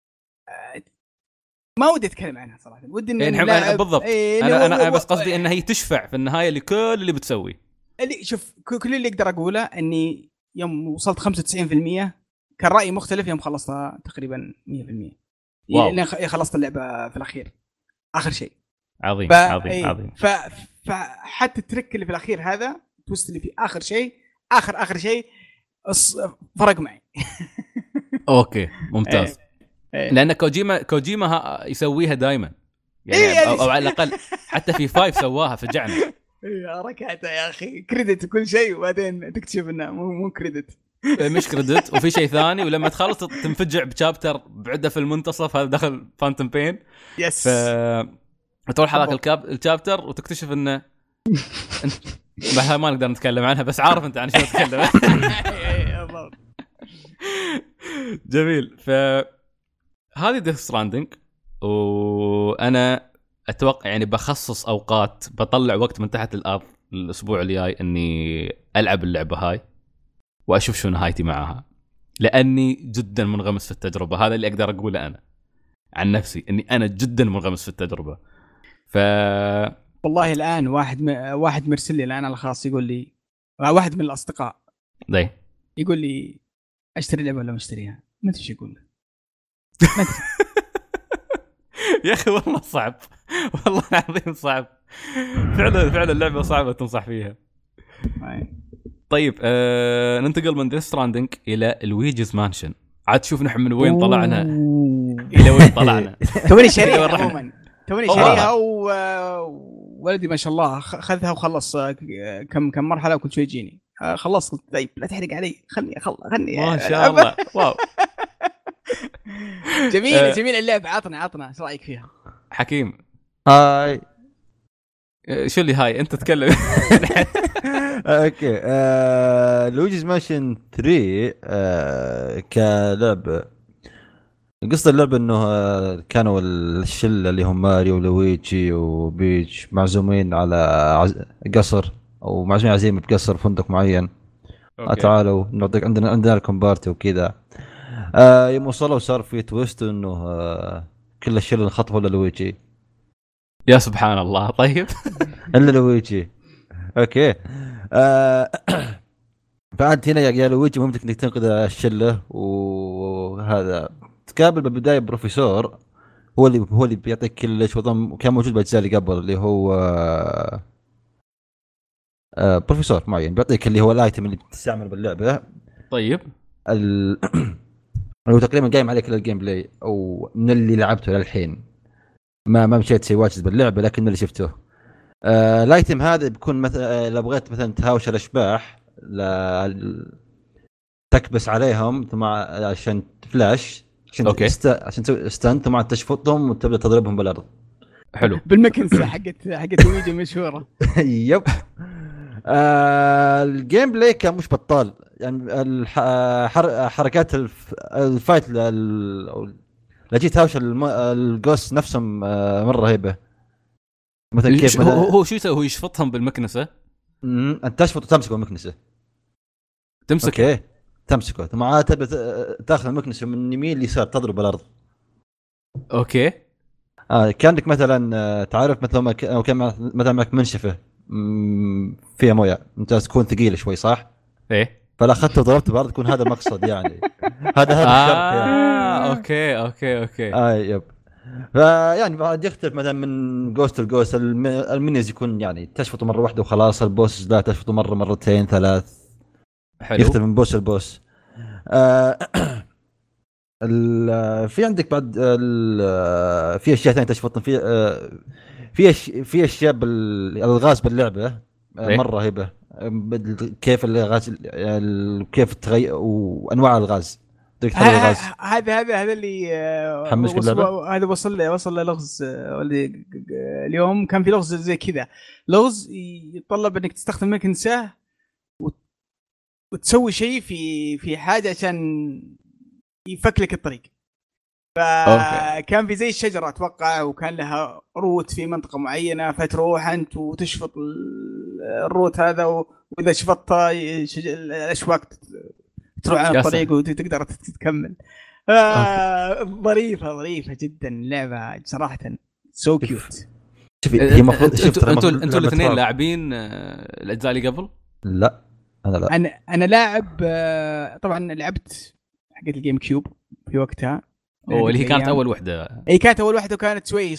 ما ودي اتكلم عنها صراحه. ودي ان يعني أنا بالضبط إيه انا انا بس قصدي ان هي تشفع في النهايه لكل اللي بتسوي. اللي شوف كل اللي اقدر اقوله اني يوم وصلت خمسة وتسعين بالمية كان رايي مختلف يوم خلصتها تقريبا مية بالمية لان خلصت اللعبه في الاخير اخر شيء. عظيم ف... عظيم ايه عظيم. ف... فحتى الترك اللي في الاخير هذا توست اللي في اخر شيء اخر اخر شيء فرق معي. اوكي ممتاز. إيه. لان كوجيما كوجيما يسويها دائما يعني إيه أو, او على الاقل حتى في فايف سواها فجعنا. يا ركعته يا اخي كريدت كل شيء وبعدين تكتشف انه مو مو كريدت مش كريدت وفي شيء ثاني ولما تخلص تنفجع بشابتر بعده في المنتصف هذا دخل فانتوم بين. يس. ف تروح هذاك الكاب الشابتر وتكتشف انه ما نقدر نتكلم عنها بس عارف انت عن شو نتكلم. جميل. ف هذه ديث ستراندنج وانا اتوقع يعني بخصص اوقات بطلع وقت من تحت الارض الاسبوع الجاي اني العب اللعبه هاي واشوف شو نهايتي معها لاني جدا منغمس في التجربه. هذا اللي اقدر اقوله انا عن نفسي اني انا جدا منغمس في التجربه. ف والله الان واحد م... واحد مرسل لي الان على الخاص يقول لي واحد من الاصدقاء دي يقول لي اشتري لعبه ولا ما اشتريها ما ادري ايش يقول له. يا اخي والله صعب والله العظيم صعب فعلا فعلا اللعبه صعبه تنصح فيها. طيب آه ننتقل من ديث ستراندنج الى الويجز مانشن. عاد شوف نحن من وين طلعنا الى وين طلعنا. توني شاريها عموما توني شاريها وولدي ما شاء الله خذها وخلص كم كم مرحله وكل شيء يجيني خلصت. طيب لا تحرق علي خلني اخلص خلني ما شاء الله. واو جميل جميل اللعبه. عطنا عطنا ايش رايك فيها حكيم؟ هاي شو اللي هاي انت تتكلم. اوكي آه... لويجيز مانشن ثلاثة آه... كلعبه قصة اللعبة انه كانوا الشلة اللي هم ماريو ولويجي وبيتش معزومين على عز... قصر او معزومين عزيمة بقصر فندق معين. تعالوا نعطيك عندنا عندنا لكم بارتي وكذا. آه يوم وصلوا صار في تويست انه آه كل الشلة انخطفوا للويجي. يا سبحان الله. طيب الا لويجي اوكي آه فانت هنا يا لويجي مهمتك انك تنقذ الشلة. وهذا تقابل بالبداية بروفيسور هو اللي هو اللي بيعطيك كلش وضم كان موجود بالاجزاء اللي قبل اللي هو آه آه بروفيسور معين بيعطيك اللي هو الايتم اللي بتستعمل باللعبة. طيب ال... هو تقريبا قايم عليه كل الجيم بلاي او من اللي لعبته للحين ما ما مشيت شيء واجد باللعبة لكن من اللي شفته آه الايتم هذا بيكون مثلا لو بغيت مثلا تهاوش الاشباح ل... تكبس عليهم ثم عشان فلاش عشان أوكي. است... عشان تسوي ستاند ثم تشفطهم وتبدا تضربهم بالارض. حلو بالمكنسه حقت حقت ويجي مشهوره. يب. آه الجيم بلاي كان مش بطال يعني. الحر... حركات الف... الفايت ال... لجيت تهاوش الم... الجوس نفسهم آه مره رهيبه. مثلا كيف هو هو شو يسوي؟ هو يشفطهم بالمكنسه. امم انت تشفط وتمسكه بالمكنسه. تمسكه اوكي تمسكه ثم عاد تبي تاخذ المكنسه من يمين ليسار تضرب الارض. اوكي اه كانك مثلا تعرف مثل ما لو كان مثلا معك منشفه فيها مويه انت تكون ثقيله شوي صح؟ ايه فلا اخذته وضربته بالارض يكون هذا المقصد يعني. هذا هذا آه الشرط يعني. اوكي اوكي اوكي اه يب. فيعني بعد يختلف مثلا من جوست لجوست. المينيز يكون يعني تشفطه مره واحده وخلاص. البوس لا تشفطه مره مرتين ثلاث. حلو. يختلف من بوس لبوس. آه في عندك بعد في اشياء ثانيه تشفطن في في في اشياء بالالغاز باللعبه مره رهيبه. كيف الغاز كيف تغير وانواع الغاز. هذا هذا هذا اللي هذا وصل وصل للغز اللي اليوم كان في لغز زي كذا. لغز يتطلب انك تستخدم مكنسه وتسوي شيء في في حاجه عشان يفك لك الطريق. فكان في زي الشجره اتوقع وكان لها روت في منطقه معينه فتروح انت وتشفط الروت هذا واذا شفطها الاشواك تروح على الطريق وتقدر تكمل. آه ظريفه ظريفه جدا اللعبه صراحه سو كيوت. شوفي هي المفروض انتوا انتوا انتوا الاثنين لاعبين الاجزاء اللي قبل؟ لا انا لا. انا انا لاعب طبعا لعبت حقت الجيم كيوب في وقتها. او اللي هي كانت اول وحده. اي كانت اول وحده وكانت شوي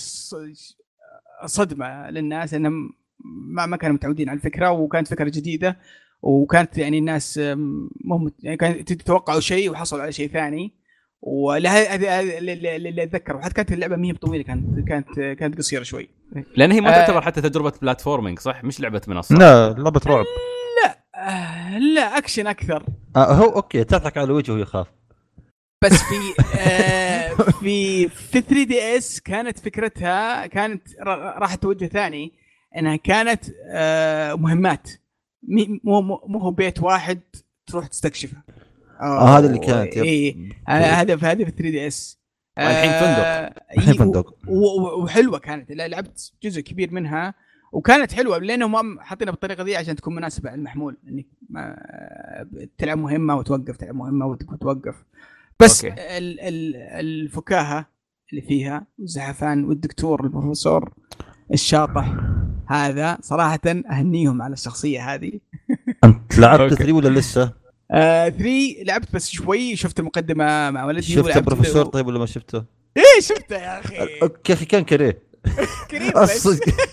صدمه للناس انهم ما ما كانوا متعودين على الفكره وكانت فكره جديده وكانت يعني الناس مو يعني كانت تتوقعوا شيء وحصلوا على شيء ثاني. وهذا اللي اتذكر. وحتى كانت اللعبه مية طويله كانت كانت كانت قصيره شوي لان هي ما تعتبر آه حتى تجربه بلاتفورمينج صح؟ مش لعبه منصه. لا لعبه رعب. لا آه لا اكشن اكثر. آه هو اوكي تضحك على وجهه ويخاف. بس في آه في في ثري دي اس كانت فكرتها كانت راح توجه ثاني انها كانت آه مهمات مو مو هو بيت واحد تروح تستكشفه. آه هذا اللي كانت إيه هذا في هذا في ثري دي اس. الحين فندق الحين فندق وحلوه كانت. لا لعبت جزء كبير منها وكانت حلوه لانهم حاطينها بالطريقه دي عشان تكون مناسبه للمحمول انك ما تلعب مهمه وتوقف تلعب مهمه وتوقف. بس ال ال الفكاهه اللي فيها والزحفان والدكتور البروفيسور الشاطح هذا صراحه اهنيهم على الشخصيه هذه. انت لعبت ثري ولا لسه؟ آه ثري لعبت بس شوي. شفت المقدمه مع ولدي. شفت البروفيسور له... طيب ولا ما شفته؟ ايه شفته يا اخي. اوكي اخي كان كريه كريه بس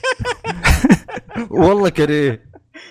والله كريه.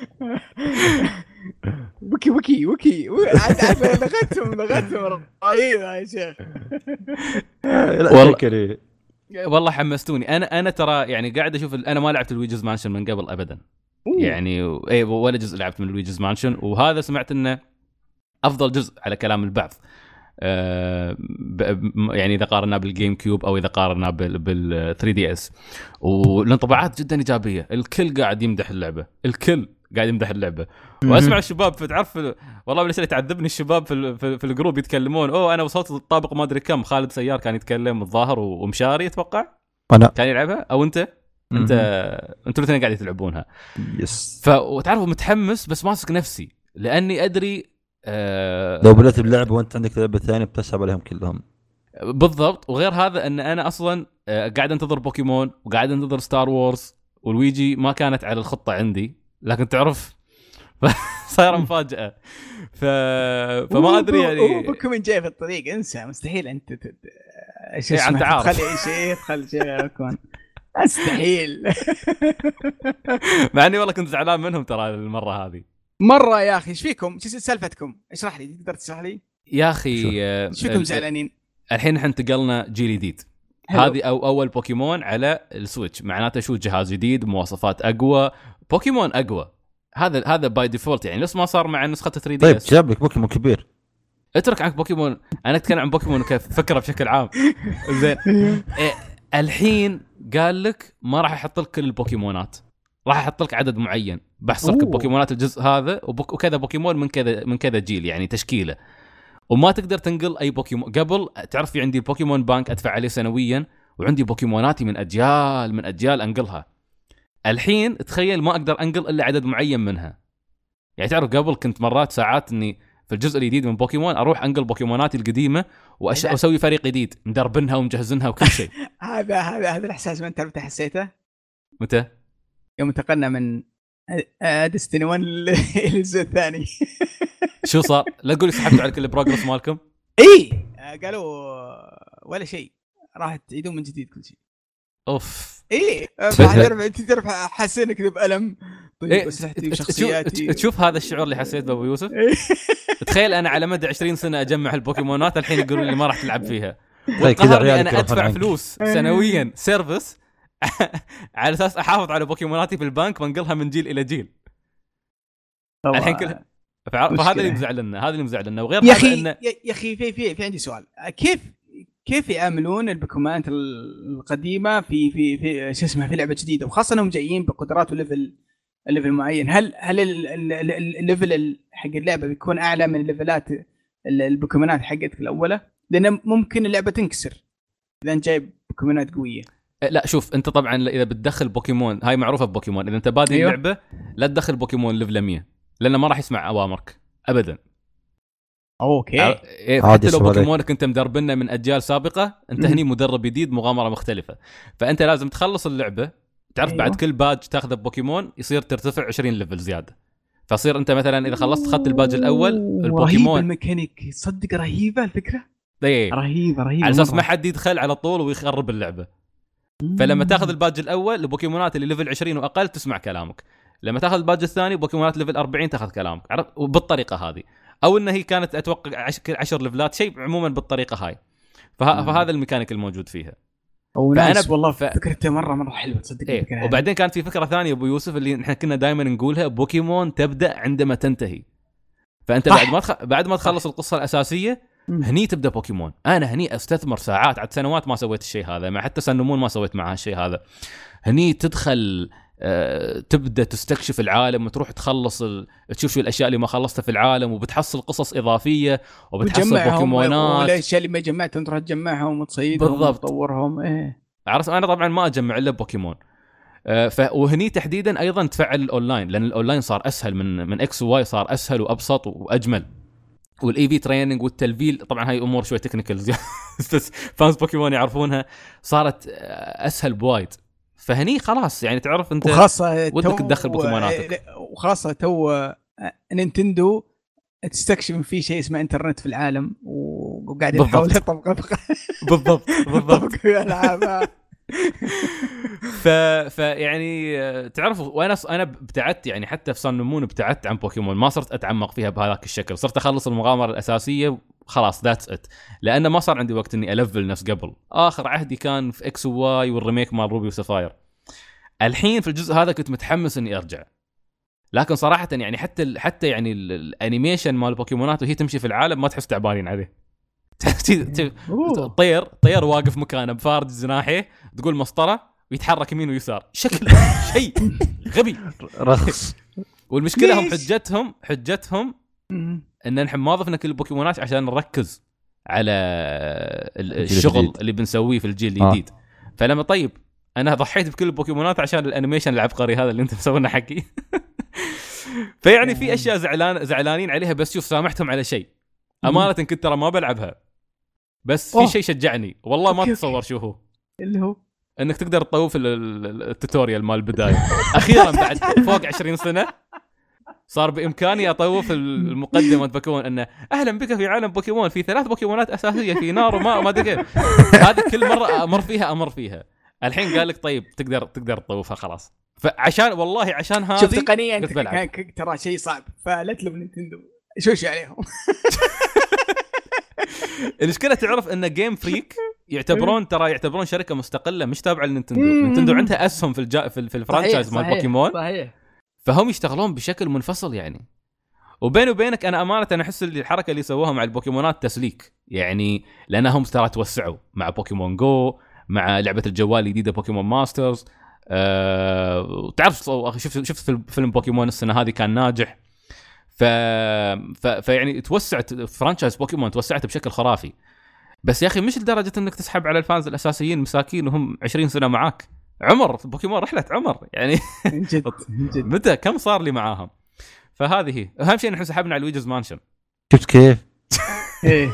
وكي وكي وكي لغتهم لغتهم رهيبه يا شيخ. والله كريه والله حمستوني. انا انا ترى يعني قاعد اشوف. انا ما لعبت الويجز مانشن من قبل ابدا. أوه. يعني اي ولا جزء لعبت من الويجز مانشن وهذا سمعت انه افضل جزء على كلام البعض. أه يعني اذا قارنا بالجيم كيوب او اذا قارنا بال ثري دي اس والانطباعات جدا ايجابيه. الكل قاعد يمدح اللعبه. الكل قاعد يمدح اللعبه. واسمع الشباب تعرف والله بالنسبه لي تعذبني الشباب في في, في الجروب يتكلمون اوه انا وصلت الطابق ما ادري كم. خالد سيار كان يتكلم الظاهر ومشاري اتوقع انا كان يلعبها او انت انت انتوا الاثنين قاعدين تلعبونها. يس. فتعرفوا متحمس بس ماسك نفسي لاني ادري آه لو بدأت اللعبه وانت عندك لعبه ثانيه بتسحب عليهم كلهم. بالضبط. وغير هذا ان انا اصلا آه قاعد انتظر بوكيمون وقاعد انتظر ستار وورز والويجي ما كانت على الخطه عندي لكن تعرف صايره مفاجاه. ف... فما ادري يعني بوكيمون جاي في الطريق انسى مستحيل انت ت... ايش اسمه تخلي شيء تخلي شيء بوكيمون مستحيل. مع اني والله كنت زعلان منهم ترى المره هذه مره يا اخي. ايش فيكم؟ ايش سالفتكم؟ اشرح لي تقدر تشرح لي يا اخي؟ ايش فيكم زعلانين؟ الحين احنا انتقلنا جيل جديد. هذه او اول بوكيمون على السويتش معناته شو جهاز جديد مواصفات اقوى بوكيمون اقوى. هذا هذا باي ديفولت يعني لسه ما صار مع نسخه ثري دي اس. طيب جاب لك بوكيمون كبير. اترك عنك بوكيمون. انا اتكلم عن بوكيمون كيف فكره بشكل عام. زين الحين قال لك ما راح احط لك كل البوكيمونات، راح احط لك عدد معين، بحصر لك بوكيمونات الجزء هذا وبك... وكذا بوكيمون من كذا من كذا جيل يعني تشكيله، وما تقدر تنقل اي بوكيمون. قبل تعرف في عندي البوكيمون بانك ادفع عليه سنويا وعندي بوكيموناتي من اجيال من اجيال انقلها. الحين تخيل ما اقدر انقل الا عدد معين منها. يعني تعرف قبل كنت مرات ساعات اني في الجزء الجديد من بوكيمون اروح انقل بوكيموناتي القديمه وأش... واسوي فريق جديد مدربنها ومجهزنها وكل شيء. هذا هذا هذا الاحساس ما انت متى حسيته؟ متى؟ يوم انتقلنا من ديستني واحد للجزء الثاني. شو صار؟ لا تقولي سحبتوا على كل البروجرس مالكم؟ اي قالوا ولا شيء، راح تعيدون من جديد كل شيء. اوف ايه بعد تعرف حسينا كذا بألم. طيب إيه؟ اسلحتي وشخصياتي. تشوف هذا الشعور اللي حسيت به ابو يوسف. تخيل انا على مدى عشرين سنه اجمع البوكيمونات، الحين يقولوا لي ما راح تلعب فيها. كذا عيالك انا ادفع فلوس سنويا سيرفيس على اساس احافظ على بوكيموناتي في البنك وانقلها من جيل الى جيل. الحين كلها فهذا اللي مزعلنا، هذا اللي مزعلنا. وغير يا هذا اخي إن... يا اخي في في في عندي سؤال، كيف كيف يعاملون البوكيمونات القديمه في في في شو اسمه في لعبه جديده، وخاصه انهم جايين بقدرات وليفل الليفل معين؟ هل هل الليفل حق اللعبه بيكون اعلى من الليفلات البوكيمونات حقتك الاولى؟ لان ممكن اللعبه تنكسر اذا انت جايب بوكيمونات قويه. لا شوف انت طبعا اذا بتدخل بوكيمون، هاي معروفه ببوكيمون، اذا انت بادي أيوه؟ اللعبه لا تدخل بوكيمون ليفل مية لانه ما راح يسمع اوامرك ابدا. اوكي إيه حتى لو بوكيمونك انت مدربنا من اجيال سابقه، انت هني مدرب جديد مغامره مختلفه، فانت لازم تخلص اللعبه. تعرف أيوه؟ بعد كل باج تاخذ بوكيمون يصير ترتفع عشرين ليفل زياده، فصير انت مثلا اذا خلصت اخذت الباج الاول البوكيمون رهيب الميكانيك، صدق رهيبه الفكره. ايه رهيبه رهيبه على اساس ما حد يدخل على طول ويخرب اللعبه. فلما تاخذ الباج الاول البوكيمونات اللي ليفل عشرين واقل تسمع كلامك، لما تاخذ الباج الثاني بوكيمونات ليفل أربعين تاخذ كلامك. وبالطريقه هذه، او انها هي كانت اتوقع عشر ليفلات شيء عموما بالطريقه هاي. فه... فهذا الميكانيك الموجود فيها. فانا ب... والله ف... فكرته مره مره حلوه تصدق. إيه؟ وبعدين كانت في فكره ثانيه ابو يوسف اللي نحن كنا دائما نقولها، بوكيمون تبدا عندما تنتهي. فانت بعد ما تخ... بعد ما تخلص القصه الاساسيه هني تبدا بوكيمون. انا هني استثمر ساعات، عد سنوات ما سويت الشيء هذا، مع حتى سنمون ما سويت معها الشيء هذا. هني تدخل أه... تبدا تستكشف العالم وتروح تخلص ال... تشوف شو الاشياء اللي ما خلصتها في العالم، وبتحصل قصص اضافيه وبتحصل بوكيمونات والاشياء اللي ما جمعتهم تروح تجمعهم وتصيدهم وتطورهم. ايه عرفت. انا طبعا ما اجمع الا بوكيمون. أه ف... وهني تحديدا ايضا تفعل الاونلاين، لان الاونلاين صار اسهل من من اكس وواي، صار اسهل وابسط واجمل. والاي في تريننج والتلفيل طبعا هاي امور شوي تكنيكالز بس فانز بوكيمون يعرفونها، صارت اسهل بوايد. فهني خلاص يعني تعرف انت وخاصه ودك تدخل بوكيموناتك، وخاصه تو نينتندو تستكشف فيه شيء اسمه انترنت في العالم، وقاعد يحاول يطبقه بالضبط بالضبط في العابها. ف ف يعني تعرفوا، وانا انا ابتعدت يعني حتى في صن مون ابتعدت عن بوكيمون، ما صرت اتعمق فيها بهذاك الشكل. صرت اخلص المغامره الاساسيه خلاص ذاتس ات، لانه ما صار عندي وقت اني الفل نفس قبل. اخر عهدي كان في اكس وواي والريميك مال روبي وسفاير. الحين في الجزء هذا كنت متحمس اني ارجع، لكن صراحه يعني حتى حتى يعني الانيميشن مال البوكيمونات وهي تمشي في العالم ما تحس تعبانين عليه. طير طير واقف مكانه بفارد جناحيه، تقول مسطره ويتحرك يمين ويسار، شكل شيء غبي رخص. والمشكله هم حجتهم حجتهم ان نحن ما ضفنا كل البوكيمونات عشان نركز على الشغل اللي بنسويه في الجيل الجديد. آه. فلما طيب انا ضحيت بكل البوكيمونات عشان الانيميشن العبقري هذا اللي انت مسوينا حقي. فيعني في اشياء زعلان زعلانين عليها، بس شوف سامحتهم على شيء امانه. كنت ترى ما بلعبها، بس في شيء شجعني والله ما تتصور شو هو، اللي هو انك تقدر تطوف التوتوريال مال البدايه. اخيرا بعد فوق عشرين سنه صار بامكاني اطوف المقدمه بوكيمون، انه اهلا بك في عالم بوكيمون، في ثلاث بوكيمونات اساسيه، في نار وماء وما ادري. هذه كل مره امر فيها امر فيها الحين قال لك طيب تقدر تقدر تطوفها خلاص. فعشان والله عشان هذه شوف تقنيا ترى شيء صعب، فلا تلوم نينتندو شوش عليهم. المشكله تعرف ان جيم فريك يعتبرون ترى يعتبرون شركه مستقله مش تابعه لنينتندو. نينتندو عندها اسهم في الجا في, في الفرانشايز مال بوكيمون، صحيح. فهم يشتغلون بشكل منفصل يعني. وبين وبينك انا امانه انا احس الحركه اللي سووها مع البوكيمونات تسليك يعني، لانهم ترى توسعوا مع بوكيمون جو، مع لعبه الجوال الجديده بوكيمون ماسترز. أه... تعرف شفت شفت فيلم بوكيمون السنه هذه كان ناجح. ف... ف... فيعني توسعت فرانشايز بوكيمون توسعت بشكل خرافي. بس يا اخي مش لدرجه انك تسحب على الفانز الاساسيين مساكين وهم عشرين سنه معاك. عمر بوكيمون رحله عمر يعني جد جد متى كم صار لي معاهم. فهذه اهم شيء نحن سحبنا على لويجيز مانشن. شفت كيف؟ ايه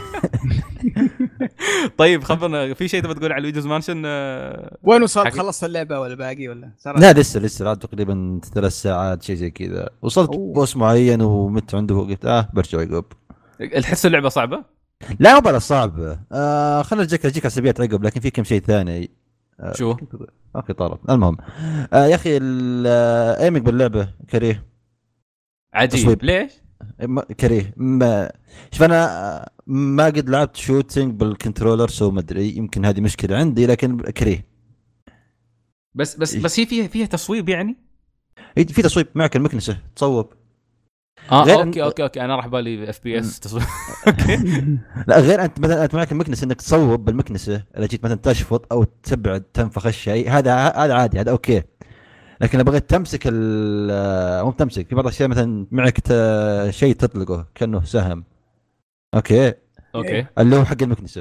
طيب خبرنا في شيء تبغى تقول على لويجيز مانشن؟ وين وصلت؟ حكي... خلصت اللعبه ولا باقي ولا صار؟ لا لسه لسه بعد تقريبا ثلاث ساعات شيء زي كذا. وصلت أوه. بوس معين ومت عنده قلت اه برجع يقب. الحس اللعبه صعبه؟ لا مو بلا صعبه. آه خلينا نجيك نجيك على سبيل عقب لكن في كم شيء ثاني. آه شو؟ اوكي طارت. المهم آه يا اخي الايمك باللعبه كريه عجيب. تصويب. ليش كريه؟ ما شوف انا ما قد لعبت شوتينج بالكنترولر سو ما ادري يمكن هذه مشكله عندي لكن كريه. بس بس بس هي فيها فيها تصويب يعني في تصويب معك المكنسه تصوب. اه غير اوكي اوكي اوكي انا راح بالي اف بي اس تصويب. لا غير انت مثلا انت معك المكنسه انك تصوب بالمكنسه اذا جيت مثلا تشفط او تبعد تنفخ الشيء هذا هذا عادي هذا اوكي. لكن لو بغيت تمسك ال مو تمسك في بعض الاشياء مثلا معك شيء تطلقه كانه سهم اوكي اوكي اللي هو حق المكنسه.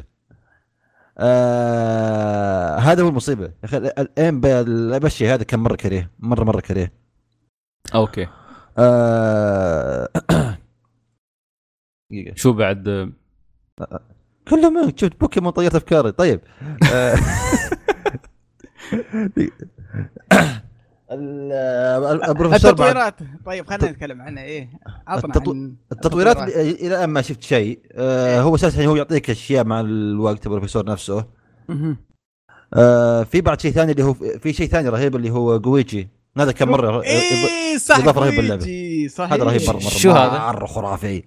آه هذا هو المصيبه يا اخي. الايم بالشيء هذا كم مره كريه مره مره كريه. اوكي آه شو بعد كله ما شفت بوكيمون طيرت افكاري. طيب آه التطويرات. طيب خلينا نتكلم عنها. ايه عطنا التطو... عن التطويرات الى الان ما شفت شيء. آه هو اساسا هو يعطيك اشياء مع الوقت البروفيسور نفسه. آه في بعض شيء ثاني اللي هو في شيء ثاني رهيب اللي هو جويجي. هذا كم مره ايه صح اضافه رهيب باللعبه. هذا رهيب مره مره شو هذا مره خرافي.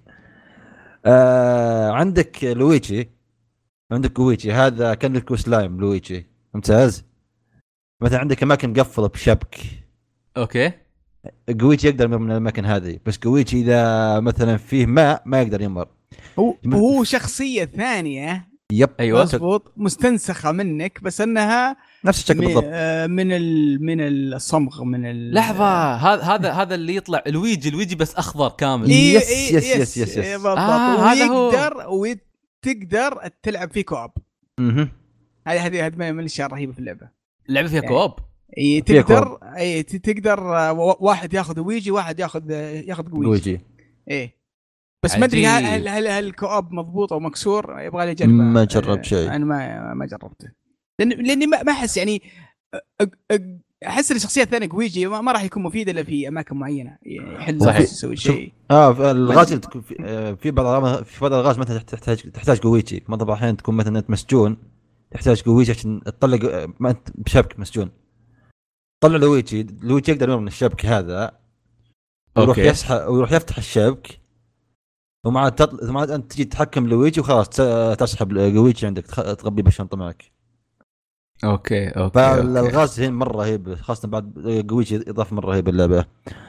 آه عندك لويجي عندك جويجي هذا كان لك سلايم لويجي ممتاز. مثلا عندك اماكن مقفله بشبك اوكي جويجي يقدر يمر من الاماكن هذه. بس جويجي اذا مثلا فيه ماء ما يقدر يمر. هو هو شخصيه ثانيه يب ايوه مضبوط مستنسخه منك بس انها نفس الشكل بالضبط من ال من الصمغ من ال لحظه. هذا هذا هذا اللي يطلع لويجي لويجي بس اخضر كامل. يس يس يس يس, يس, يس. بالضبط. آه ويقدر وتقدر تلعب فيه كوب. اها هذه هذه هذه من الاشياء الرهيبه في اللعبه. اللعبه فيها كوب. اي تقدر اي تقدر واحد ياخذ ويجي واحد ياخذ ياخذ جويجي. ايه بس ما ادري هل هل هل الكوب مضبوط او مكسور. يبغى لي اجربه. ما جرب شيء انا ما ما جربته لان لاني ما احس يعني احس الشخصيه الثانيه جويجي ما راح يكون مفيد الا في اماكن معينه يحل يسوي شيء. اه الغاز في في بعض في بعض الغاز مثلا تحتاج تحتاج جويجي. بعض الاحيان تكون مثلا انت مسجون تحتاج جويجي عشان تطلق ما انت بشبك مسجون. طلع لويجي لويجي يقدر يمر من الشبك هذا ويروح يسحب ويروح يفتح الشبك ومع تطل... مع انت تجي تتحكم لويجي وخلاص تسحب لويجي عندك تغبي بالشنطه معك. اوكي اوكي فالغاز هنا مره رهيب خاصه بعد جويجي اضافه مره رهيبه اللعبه.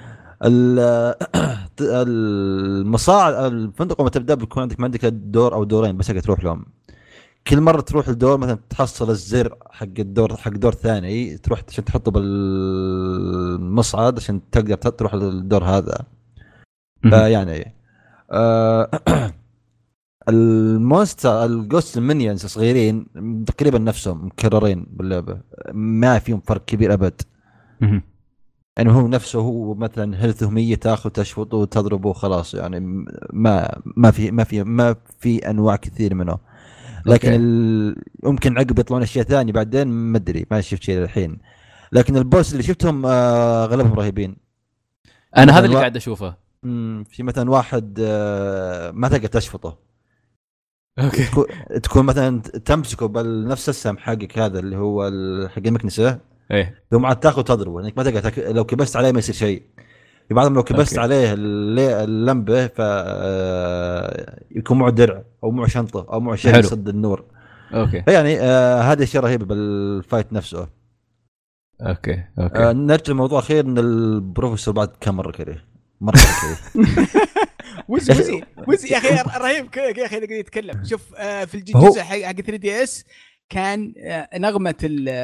المصاعد الفندق لما تبدا بيكون عندك ما عندك دور او دورين بس تروح لهم. كل مره تروح الدور مثلا تحصل الزر حق الدور حق دور ثاني تروح عشان تحطه بالمصعد عشان تقدر تروح للدور هذا. فيعني آه المونستر الجوست المينيونز صغيرين تقريبا نفسهم مكررين باللعبه ما فيهم فرق كبير ابد. يعني هو نفسه هو مثلا هيلث مية تاخذ تشفطه وتضربه وخلاص يعني ما ما في ما في ما في انواع كثير منه. لكن ممكن عقب يطلعون اشياء ثانيه بعدين ما ادري ما شفت شيء الحين. لكن البوس اللي شفتهم آه اغلبهم رهيبين. انا هذا اللي قاعد اشوفه. امم في مثلا واحد آه ما تقدر تشفطه. اوكي تكون, تكون مثلا تمسكه بنفس السهم حقك هذا اللي هو حق المكنسه ايه ثم عاد تاخذ تضربه انك ما تقدر تك... لو كبست عليه ما يصير شيء. في بعضهم لو كبست أوكي. عليه اللمبه ف يكون معه درع او معه شنطه او معه شيء يصد النور. اوكي يعني آه هذا الشيء رهيب بالفايت نفسه. اوكي اوكي آه نرجع لموضوع خير ان البروفيسور بعد كم مره كريه مره كريه. وزي وزي وزي يا اخي رهيب يا اخي يقدر يتكلم. شوف آه في الجزء حق ثري دي اس كان نغمه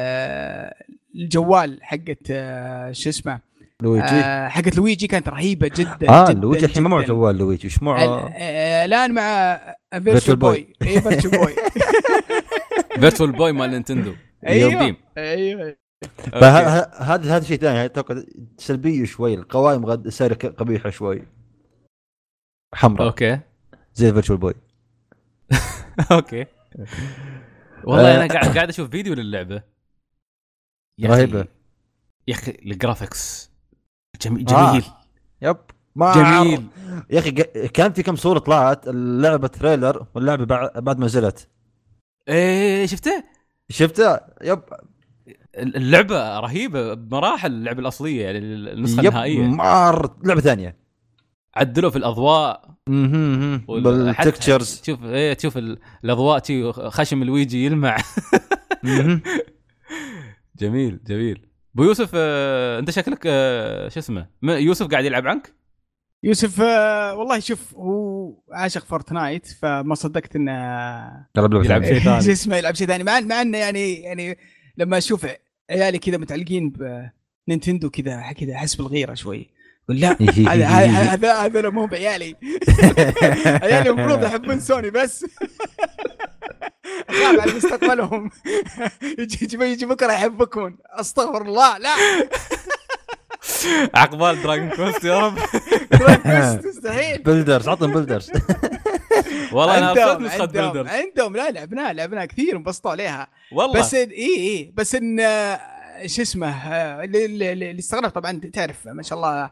الجوال حقت شو اسمه لويجي آه حقت لويجي كانت رهيبه جدا. اه جداً لويجي الحين ما معه جداً. جوال لويجي وش معه الان مع Virtual فيرتشوال Boy. بوي. اي فيرتشوال بوي. فيرتشوال بوي مال نينتندو. ايوه ايوه. هذا هذا شيء ثاني اتوقع سلبي شوي. القوائم غد صار قبيحه شوي حمراء اوكي زي فيرتشوال بوي. اوكي والله انا قاعد قاعد اشوف فيديو للعبه رهيبه يا اخي. الجرافيكس جميل جميل آه. يب ما جميل يا اخي. كان في كم صوره طلعت اللعبه تريلر واللعبه بعد ما نزلت. ايه شفته شفته يب. اللعبه رهيبه بمراحل. اللعبه الاصليه يعني النسخه النهائيه مار لعبه ثانيه. عدلوا في الاضواء والتكتشرز. تشوف ايه تشوف الاضواء تي خشم لويجي يلمع. جميل جميل. ابو يوسف آه، انت شكلك آه، شو اسمه يوسف قاعد يلعب عنك. يوسف آه، والله شوف هو عاشق فورتنايت فما صدقت انه يلعب شيء ثاني. شو اسمه يلعب شيء ثاني مع مع انه يعني يعني لما اشوف عيالي كذا متعلقين بنينتندو كذا كذا احس بالغيره شوي. لا هذا هذا هذا مو بعيالي. عيالي المفروض يحبون سوني بس. أخاف على مستقبلهم. يجي يجي يجي بكره يحبكون. استغفر الله لا. عقبال دراجون كوست يا رب. مستحيل. بلدرز عطهم بلدرز. والله انا ارسلت نسخه بلدرز عندهم. لا لعبناها لعبناها كثير وانبسطوا عليها والله. بس اي اي بس ان شو اسمه اللي, اللي استغرب طبعا تعرف ما شاء الله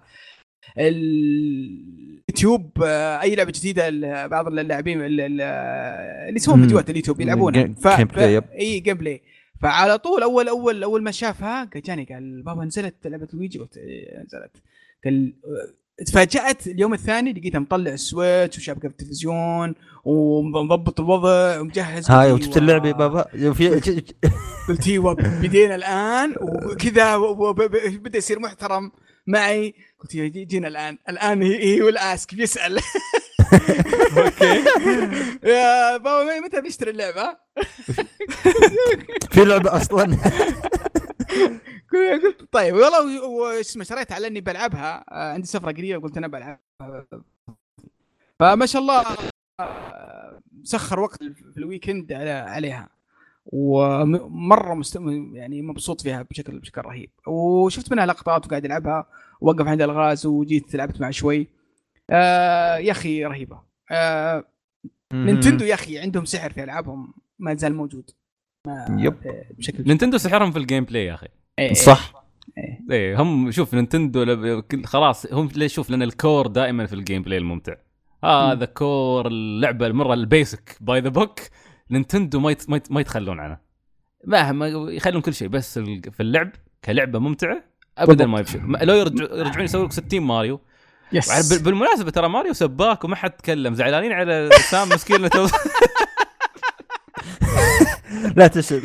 اليوتيوب اي لعبه جديده بعض اللاعبين اللي يسوون فيديوهات اليوتيوب يلعبونها ف اي جيم بلاي فعلى طول اول اول اول ما شافها جاني قال بابا نزلت لعبه لويجي نزلت. قال تفاجأت اليوم الثاني لقيتها مطلع السويتش وشابكه في التلفزيون ومضبط الوضع ومجهز. هاي وشفت اللعبه بابا في قلت ايوه بدينا الان وكذا بدا يصير محترم معي. قلت يجينا الان الان هي والاسك بيسال. اوكي يا بابا متى بنشتري اللعبه؟ في لعبه اصلا. قلت طيب والله وش اسمه شريت على اني بلعبها عندي سفره قريبه قلت انا بلعب. فما شاء الله سخر وقت في الويكند عليها ومره مستم يعني مبسوط فيها بشكل بشكل رهيب. وشفت منها لقطات وقاعد العبها ووقف عند الغاز وجيت لعبت معه شوي. آه يا اخي رهيبه. آه نينتندو يا اخي عندهم سحر في العابهم ما زال موجود. يب بشكل نينتندو سحرهم في الجيم بلاي يا اخي. إيه صح. إيه. ايه هم شوف نينتندو خلاص هم ليش شوف لان الكور دائما في الجيم بلاي الممتع. هذا آه كور اللعبه المره البيسك باي ذا بوك. نينتندو ما يت... ما, يت... ما يتخلون عنه مهما يخلون كل شيء بس في اللعب كلعبه ممتعه ابدا ما يفشل. لو يرجع يرجعون يسوون لك ستين ماريو. يس. بالمناسبه ترى ماريو سباك وما حد تكلم زعلانين على سام مسكين. تو... لا تسب.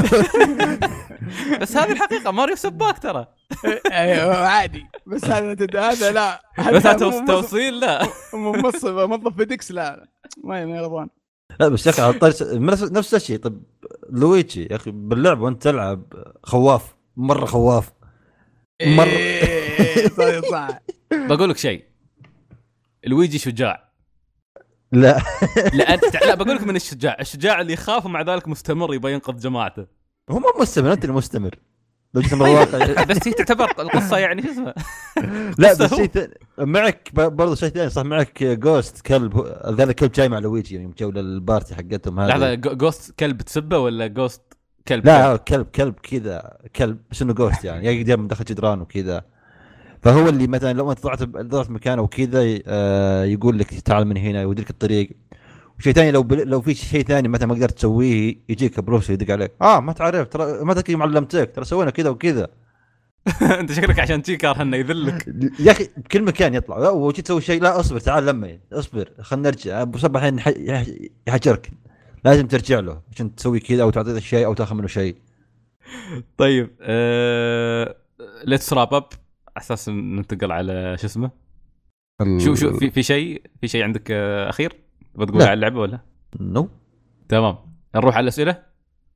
بس هذه الحقيقه ماريو سباك ترى. ايوه عادي بس هذا هذا لا بس هذا توصيل لا موظف موظف فيديكس لا ما ما يرضون. لا بس يا اخي نفس الشيء. طب لويجي يا اخي باللعب وانت تلعب خواف مره خواف مره. صح صح. بقول لك شيء لويجي شجاع. لا لا انت لا بقول لك من الشجاع الشجاع اللي يخاف ومع ذلك مستمر يبي ينقذ جماعته. هو ما مستمر انت المستمر لو جيت الواقع. بس هي تعتبر القصه يعني شو اسمه. لا بس شيء ثاني معك برضه شيء ثاني صح. معك جوست كلب هذا الكلب جاي مع لويجي يوم جو للبارتي حقتهم هذا. هذا جوست كلب تسبه ولا جوست كلب؟ لا كلب كلب كذا كلب بس انه جوست يعني يقدر من داخل جدران وكذا. فهو اللي مثلا لو انت طلعت طلعت مكانه وكذا يقول لك تعال من هنا يوديك الطريق. وشيء ثاني لو لو في شيء ثاني مثلا ما قدرت تسويه يجيك بروس يدق عليك. اه ما تعرف ترى ما تكي معلمتك ترى سوينا كذا وكذا. انت شكلك عشان تي كاره انه يذلك يا اخي بكل مكان يطلع. لا وجيت تسوي شيء لا اصبر تعال لما اصبر خلينا نرجع ابو صباح الحين يحجرك لازم ترجع له عشان تسوي كذا او تعطيه شيء او تاخذ منه شيء. طيب أه... ليتس راب اب اساس ننتقل على شو اسمه ال... شو شو في في شيء في شيء عندك اخير بتقول على اللعبه ولا نو؟ تمام نروح على الاسئله.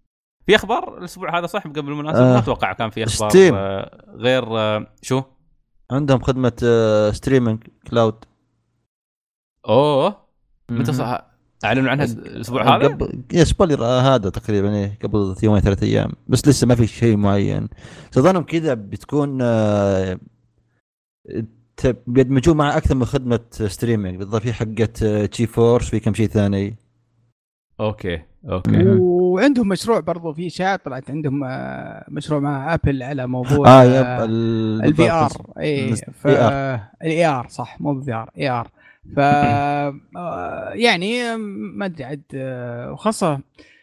في اخبار الاسبوع هذا صح قبل المناسبه؟ آه ما اتوقع كان في اخبار ستيم. آه غير آه شو عندهم خدمه آه ستريمينج كلاود. اوه متى صح اعلنوا عنها الاسبوع هذا؟ قبل الاسبوع هذا تقريبا إيه قبل يومين ثلاث ايام، بس لسه ما في شيء معين. اظنهم كذا بتكون آه بيدمجوا مع اكثر من خدمه ستريمينج، بالضبط في حقه تشي فورس، في كم شيء ثاني. اوكي اوكي. وعندهم مشروع برضو في اشاعه طلعت عندهم مشروع مع ابل على موضوع اه يب الفي ار. اي الاي ار صح، مو بالفي ار، اي ار. ف يعني ما ادري عاد، وخاصه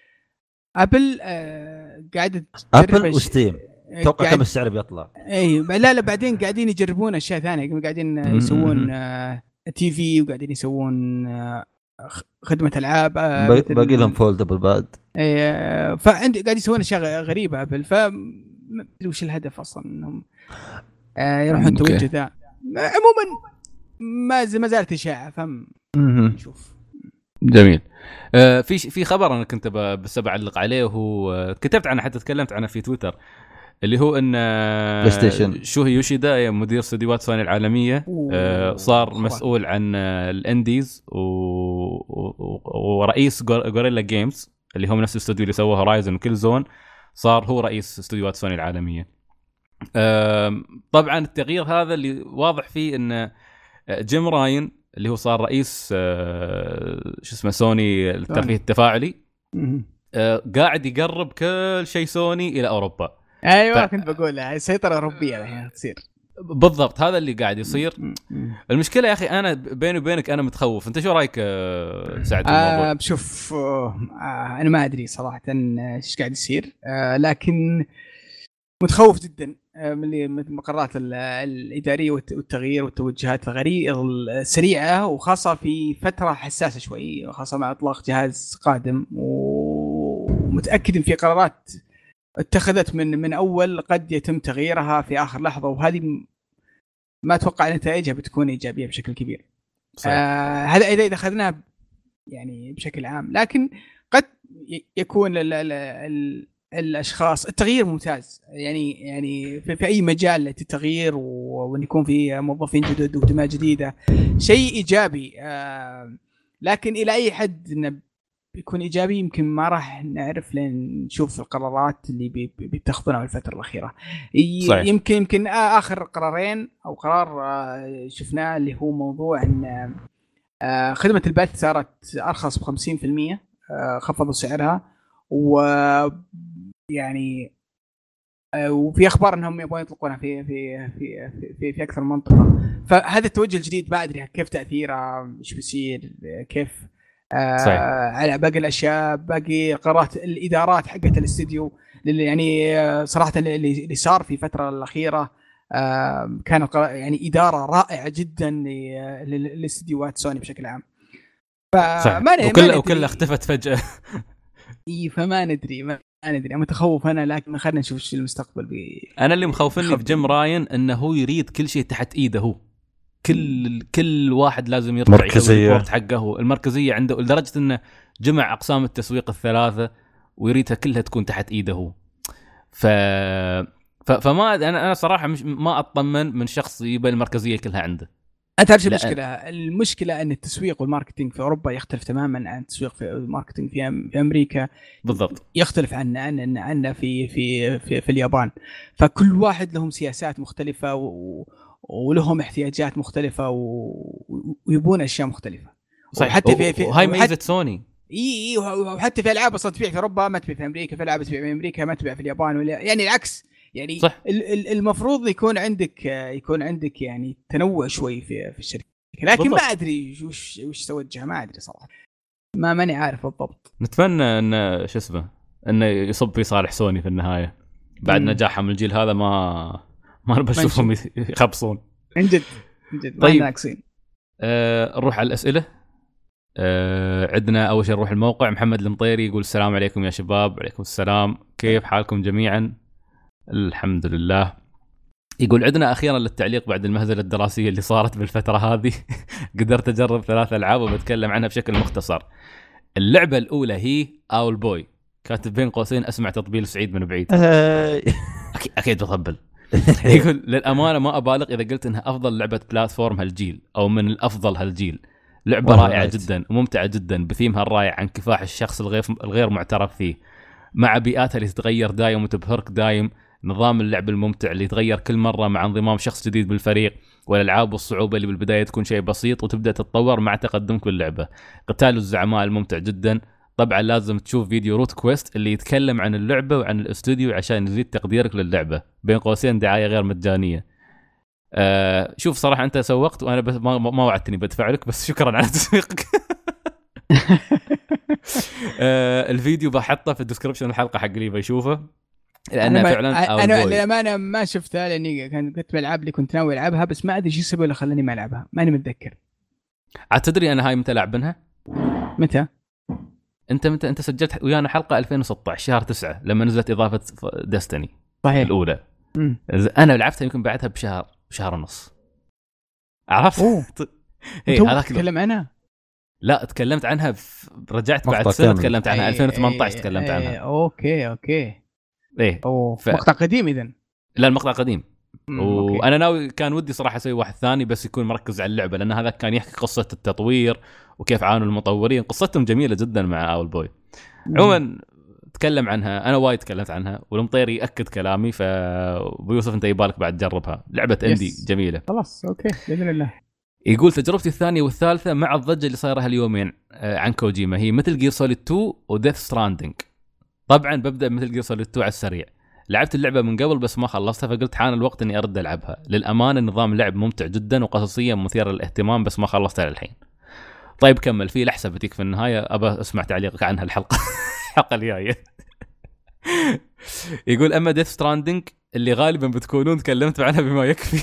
ابل قاعده ابل وستيم توقع كم السعر بيطلع. اي لا لا بعدين قاعدين يجربون اشياء ثانيه، قاعدين يسوون تي في وقاعدين يسوون خدمه العاب، باقي لهم فولدبل بعد. اي فعندي قاعد يسوون اشياء غريبه ابل، ف ما ادري وش الهدف اصلا انهم يروحون توجه ذا. عموما ما ما زالت اشاعه، فهم نشوف. جميل. آه في في خبر انا كنت بس بعلق عليه، وهو كتبت عنه حتى تكلمت عنه في تويتر، اللي هو ان بلاي ستيشن شوهي يوشيدا مدير استديوهات سوني العالميه آه صار مسؤول عن الانديز و... ورئيس غوريلا جيمز اللي هم نفس الاستوديو اللي سووا هورايزن وكل زون، صار هو رئيس استديوهات سوني العالميه. آه طبعا التغيير هذا اللي واضح فيه ان جيم راين اللي هو صار رئيس آه شو اسمه سوني الترفيه التفاعلي آه قاعد يقرب كل شيء سوني الى اوروبا. ايوه ف... كنت بقول السيطره اوروبيه الحين تصير. بالضبط هذا اللي قاعد يصير. المشكله يا اخي انا بيني وبينك انا متخوف. انت شو رايك آه سعد الموضوع؟ آه بشوف آه انا ما ادري صراحه ايش قاعد يصير، آه لكن متخوف جدا من المقررات الاداريه والتغيير والتوجهات الغريبه السريعه، وخاصه في فتره حساسه شوي، خاصه مع اطلاق جهاز قادم، ومتاكد ان في قرارات اتخذت من من اول قد يتم تغييرها في اخر لحظه، وهذه ما اتوقع نتائجها بتكون ايجابيه بشكل كبير. آه هذا اذا اذا اخذناها يعني بشكل عام، لكن قد يكون ال ال ال الاشخاص التغيير ممتاز، يعني يعني في, في اي مجال للتغيير، وان يكون في موظفين جدد ودماء جديده شيء ايجابي. آه لكن الى اي حد انه بيكون ايجابي يمكن ما راح نعرف لين نشوف القرارات اللي بيتخذونها في الفتره الاخيره. صحيح. يمكن يمكن اخر قرارين او قرار آه شفناه اللي هو موضوع ان آه خدمه البث صارت ارخص ب خمسين بالمئة، آه خفضوا سعرها، و يعني وفي اخبار انهم يبغون يطلقونها في في في في, في اكثر منطقه. فهذا التوجه الجديد ما ادري كيف تاثيره، ايش بيصير، كيف آه على باقي الاشياء، باقي قرارات الادارات حقت الاستديو. يعني صراحه اللي, اللي صار في الفتره الاخيره آه كانت يعني اداره رائعه جدا للاستديوهات سوني بشكل عام. فما وكل وكل اختفت فجاه. اي فما ندري ما انا ادري، متخوف انا، لكن خلينا نشوف ايش المستقبل بي... انا اللي مخوفني في جيم راين انه هو يريد كل شيء تحت ايده، هو كل كل واحد لازم يرفع الريبورت حقه، المركزيه عنده، لدرجه انه جمع اقسام التسويق الثلاثه ويريدها كلها تكون تحت ايده هو. ف... ف... فما انا انا صراحه مش ما اطمن من شخص يبقى المركزيه كلها عنده. انت عارف المشكله المشكله ان التسويق والماركتينج في اوروبا يختلف تماما عن التسويق في الماركتينج في في امريكا. بالضبط يختلف عن عن عن في في في, في اليابان. فكل واحد لهم سياسات مختلفه و... ولهم احتياجات مختلفه و... ويبون اشياء مختلفه. وحتى في, في هاي ميزه سوني. اي وحتى في العاب اصلا تبيع في اوروبا ما تبيع في امريكا، في العاب تبيع في امريكا ما تبيع في اليابان، ولا يعني العكس. يعني صح. المفروض يكون عندك يكون عندك يعني تنوع شوي في في الشركه، لكن بالضبط. ما ادري وش وش توجه، ما ادري صراحه، ما ماني عارف بالضبط. نتمنى ان شو اسمه انه يصب في صالح سوني في النهايه بعد مم. نجاحهم الجيل هذا، ما ما بشوفهم يخبصون من جد من جد. طيب ناقصين. آه نروح على الاسئله. آه عندنا اول شيء نروح الموقع. محمد المطيري يقول السلام عليكم يا شباب. وعليكم السلام، كيف حالكم جميعا؟ الحمد لله. يقول عندنا أخيرا للتعليق بعد المهزلة الدراسية اللي صارت بالفترة هذه قدرت أجرب ثلاث ألعاب وبتكلم عنها بشكل مختصر. اللعبة الأولى هي أول بوي، كاتب بين قوسين اسمع تطبيل سعيد من بعيد. آه، اكيد اكيد بطبل. يقول للامانه ما ابالغ اذا قلت انها افضل لعبه بلاتفورم هالجيل او من الافضل هالجيل. لعبه والله رائعه رايت. جدا وممتعه جدا بثيمها الرائع عن كفاح الشخص الغير الغير معترف فيه، مع بيئاتها اللي تتغير دايم وتبهرك دايم، نظام اللعب الممتع اللي يتغير كل مره مع انضمام شخص جديد بالفريق، والالعاب والصعوبه اللي بالبدايه تكون شيء بسيط وتبدا تتطور مع تقدمك باللعبه. قتال الزعماء الممتع جدا. طبعا لازم تشوف فيديو روت كويست اللي يتكلم عن اللعبه وعن الاستوديو عشان يزيد تقديرك للعبه، بين قوسين دعايه غير مجانيه. آه شوف صراحه انت سوقت وانا بس ما, ما وعدتني بدفع لك، بس شكرا على تسويقك. آه الفيديو بحطه في الديسكربشن الحلقه حق اللي بيشوفه، لانه فعلا انا للامانه ما شفتها لاني كنت بالعاب اللي كنت ناوي العبها، بس ما ادري ايش السبب اللي خلاني ما العبها، ماني متذكر. عاد تدري انا هاي متى لعبنها؟ متى؟ انت متى انت سجلت ويانا حلقه ألفين وستة عشر شهر تسعة لما نزلت اضافه دستني صحيح الاولى. مم. انا لعبتها يمكن بعدها بشهر شهر ونص، عرفت؟ ايه هذاك تكلم عنها؟ لا تكلمت عنها في... رجعت بعد سنه كامل. تكلمت عنها ألفين وثمانية عشر. تكلمت عنها. أي اوكي اوكي ايه اوه ف... مقطع قديم اذا. لا المقطع قديم. مم. وانا ناوي كان ودي صراحه اسوي واحد ثاني بس يكون مركز على اللعبه، لان هذا كان يحكي قصه التطوير وكيف عانوا المطورين، قصتهم جميله جدا مع اول بوي. عموما تكلم عنها، انا وايد تكلمت عنها والمطير ياكد كلامي، فبيوسف انت يبالك بعد تجربها، لعبه اندي جميله. خلاص اوكي باذن الله. يقول تجربتي الثانيه والثالثه مع الضجه اللي صايره هاليومين عن كوجيما هي مثل جير سوليد تو وديث ستراندينج. طبعا ببدا مثل جير سوليد تو على السريع، لعبت اللعبه من قبل بس ما خلصتها، فقلت حان الوقت اني ارد العبها. للامانه نظام اللعب ممتع جدا وقصصيه مثيره للاهتمام بس ما خلصتها للحين. طيب كمل، في لحسه بتيك في النهايه ابى اسمع تعليقك عنها الحلقه الحلقه الجايه. يقول اما ديث ستراندينج اللي غالبا بتكونون تكلمت عنها بما يكفي.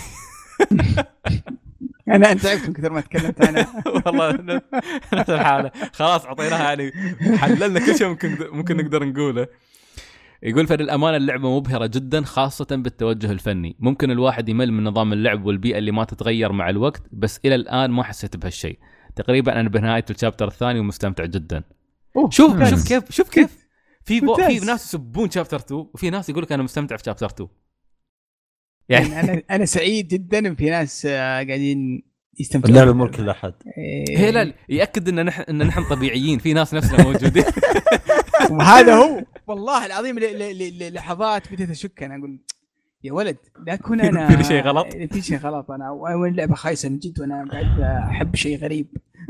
انا انت عرفت كثر ما تكلمت عنها. والله نفس الحاله، خلاص اعطيناها يعني حللنا كل شيء ممكن ممكن نقدر نقوله. يقول فللأمانة اللعبة مبهرة جدا خاصة بالتوجه الفني، ممكن الواحد يمل من نظام اللعب والبيئة اللي ما تتغير مع الوقت، بس إلى الآن ما حسيت بهالشيء. تقريبا أنا بنهاية الشابتر الثاني ومستمتع جدا. شوف ممتاز. شوف كيف شوف كيف في بو... في ناس يسبون شابتر تو وفي ناس يقولك أنا مستمتع في شابتر تو. يعني أنا أنا سعيد جدا في ناس قاعدين يستمتعون. اللعبة ملك لأحد. هي لا يأكد إن نحن إن نحن طبيعيين، في ناس نفسنا موجودين. وهذا هو والله العظيم لحظات بديت اشك، انا اقول يا ولد لا اكون انا في شيء غلط، في شيء غلط، انا وين اللعبه خايسه من جد وانا قاعد احب شيء غريب.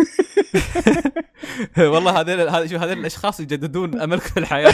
والله هذول هذا شو هذول الاشخاص يجددون املك في الحياه.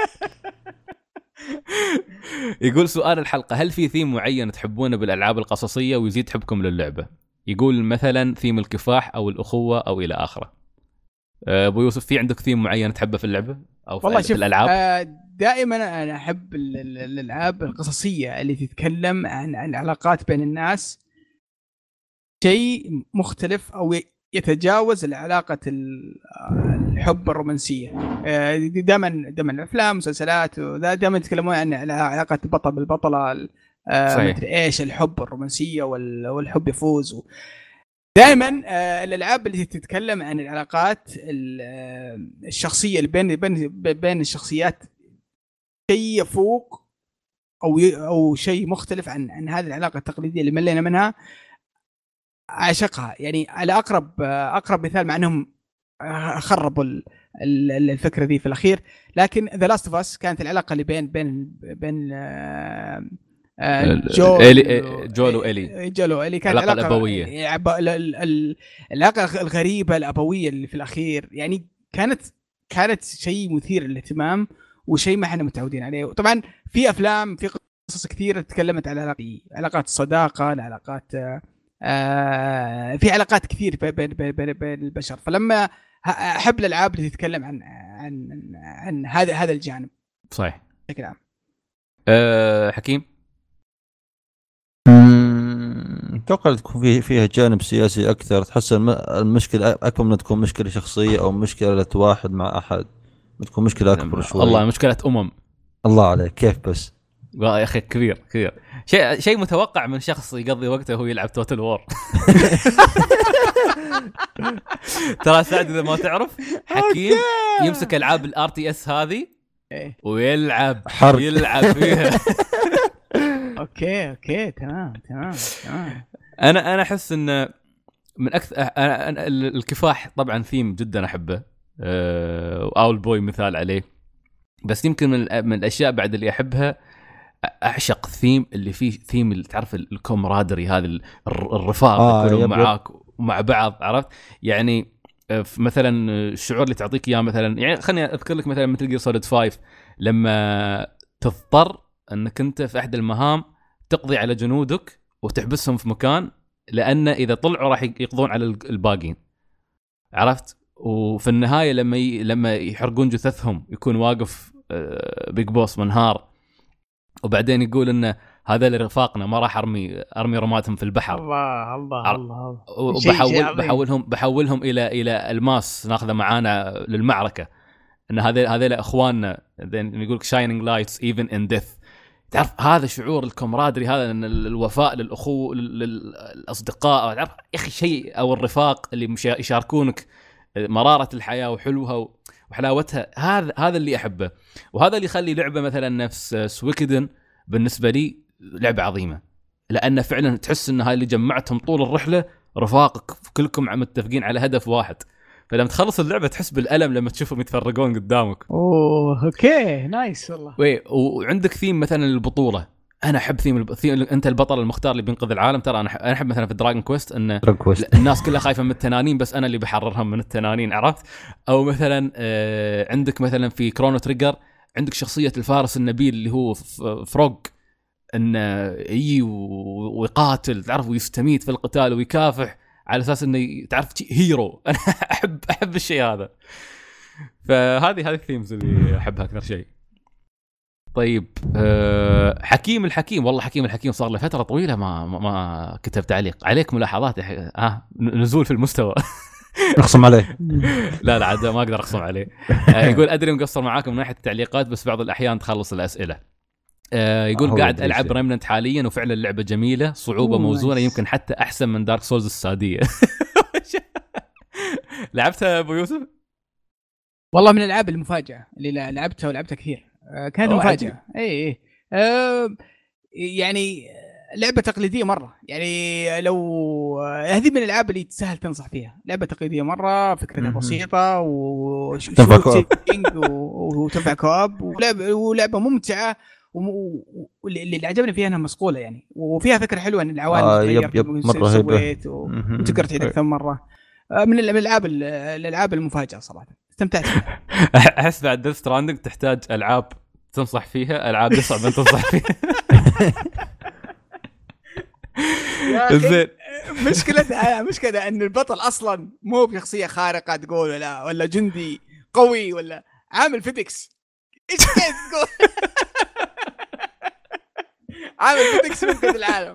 يقول سؤال الحلقه، هل في ثيم معين تحبونه بالالعاب القصصيه ويزيد حبكم للعبه؟ يقول مثلا ثيم الكفاح او الاخوه او الى اخره. ابو يوسف في عندك ثيم معين تحبه في اللعبه او في, والله في الالعاب؟ آه دائما انا احب الالعاب القصصيه اللي تتكلم عن العلاقات بين الناس، شيء مختلف او يتجاوز العلاقه الحب الرومانسيه. آه دائما دائما الافلام مسلسلات دائما يتكلمون عن علاقه البطل بالبطله، آه مدري ايش الحب الرومانسيه والحب يفوز و... دائما آه الالعاب اللي تتكلم عن العلاقات الشخصيه اللي بين بين بين الشخصيات شيء يفوق او او شيء مختلف عن عن هذه العلاقه التقليديه اللي ملينا منها، اعشقها. يعني على اقرب اقرب مثال، مع انهم خربوا الفكره دي في الاخير، لكن ذا لاست اوف اس كانت العلاقه اللي بين بين بين آه جو إلي جول وإلي جول وإلي كانت علاقة الأبوية، العلاقة الغريبة الأبوية اللي في الأخير، يعني كانت كانت شيء مثير للاهتمام وشيء ما احنا متعودين عليه. وطبعا في أفلام في قصص كثيرة تكلمت على علاقات الصداقة، العلاقات آه في علاقات كثير بين بين بين البشر، فلما أحب الألعاب اللي تتكلم عن عن عن هذا هذا الجانب. صحيح بشكل عام. أه حكيم، اتوقع تكون فيه فيها جانب سياسي اكثر، تحس المشكله اكبر من تكون مشكله شخصيه او مشكله واحد مع احد، بتكون مشكله اكبر شوي. الله مشكله امم. الله عليك كيف بس يا اخي كبير كبير، شيء شيء متوقع من شخص يقضي وقته وهو يلعب توتال وور. ترى سعد اذا ما تعرف حكيم يمسك العاب الار تي اس هذه إيه. ويلعب حرق. يلعب فيها. اوكي اوكي تمام تمام تمام. انا انا احس ان من اكثر أنا أنا الكفاح طبعا ثيم جدا احبه، واول بوي مثال عليه، بس يمكن من, من الاشياء بعد اللي احبها اعشق الثيم اللي فيه ثيم اللي تعرف الكومرادري، هذا الرفاق آه يكونوا يب معاك ومع بعض، عرفت يعني مثلا الشعور اللي تعطيك اياه مثلا. يعني خليني اذكر لك مثلا مثل جير سوليد خمسة لما تضطر انك انت في احد المهام تقضي على جنودك وتحبسهم في مكان، لان اذا طلعوا راح يقضون على الباقين، عرفت؟ وفي النهايه لما ي... لما يحرقون جثثهم يكون واقف بيج بوس منهار، وبعدين يقول انه هذا اللي رفاقنا ما راح ارمي ارمي رماتهم في البحر. الله الله عر... الله. وبحول بحولهم بحولهم الى الى الماس ناخذه معانا للمعركه، ان هذا هذول اخواننا، يقول لك شاينينج لايتس ايفن ان ديث. تعرف هذا شعور الكومرادري، هذا ان الوفاء للاخوه للاصدقاء، تعرف يا اخي شيء، او الرفاق اللي يشاركونك مراره الحياه وحلوها وحلاوتها. هذا هذا اللي احبه، وهذا اللي يخلي لعبه مثلا نفس سويكدن بالنسبه لي لعبه عظيمه، لان فعلا تحس ان هاي اللي جمعتهم طول الرحله رفاقك، كلكم عم متفقين على هدف واحد، فلما تخلص اللعبه تحس بالالم لما تشوفهم يتفرقون قدامك. اوه اوكي نايس والله. وي وعندك ثيم مثلا البطوله، انا احب ثيم, الب... ثيم انت البطل المختار اللي بينقذ العالم. ترى انا انا احب مثلا في دراجون كويست ان الناس كلها خايفه من التنانين، بس انا اللي بحررهم من التنانين، عرفت؟ او مثلا آه عندك مثلا في كرونو تريجر عندك شخصيه الفارس النبيل اللي هو فروغ، انه يجي ويقاتل، تعرف، ويستميت في القتال ويكافح على اساس انه تعرف هيرو. انا احب احب الشيء هذا، فهذه هذه الثيمز اللي احبها اكثر شيء. طيب أه حكيم الحكيم، والله حكيم الحكيم صار له فتره طويله ما ما كتب تعليق عليك، ملاحظات اه نزول في المستوى. اخصم عليه. لا لا عاد ما اقدر اخصم عليه. آه يقول ادري مقصر معاكم من ناحيه التعليقات، بس بعض الاحيان تخلص الاسئله. آه يقول قاعد العب ريمننت حاليا، وفعلا اللعبه جميله، صعوبه موزونه، يمكن حتى احسن من دارك سولز الساديه. لعبتها ابو يوسف؟ والله من الالعاب المفاجاه اللي لعبتها ولعبتها كثير، كانت مفاجاه. اي اي أه يعني لعبه تقليديه مره، يعني لو هذه من الالعاب اللي تسهل تنصح فيها، لعبه تقليديه مره، فكرتها بسيطه وشوتينج وتنفع كواب، ولعبه ولعبه ممتعه، واللي عجبني فيها انها مصقوله يعني، وفيها فكره حلوه ان العوالم آه يب يب مره هيبه وتقدر تعيد اكثر مره. من الالعاب الالعاب المفاجاه صراحه استمتعت فيها. احس بعد ديث ستراندنج تحتاج العاب تنصح فيها، العاب يصعب ان تنصح فيها. زين مشكلتها مشكلة ان البطل اصلا مو بشخصيه خارقه تقول، ولا ولا جندي قوي، ولا عامل فيديكس. ايش كيف تقول؟ عامل فيديكس من كل العالم.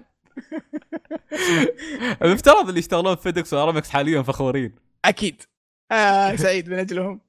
المفترض اللي يشتغلون في فيديكس وارامكس حاليا فخورين اكيد. آه سعيد من اجلهم.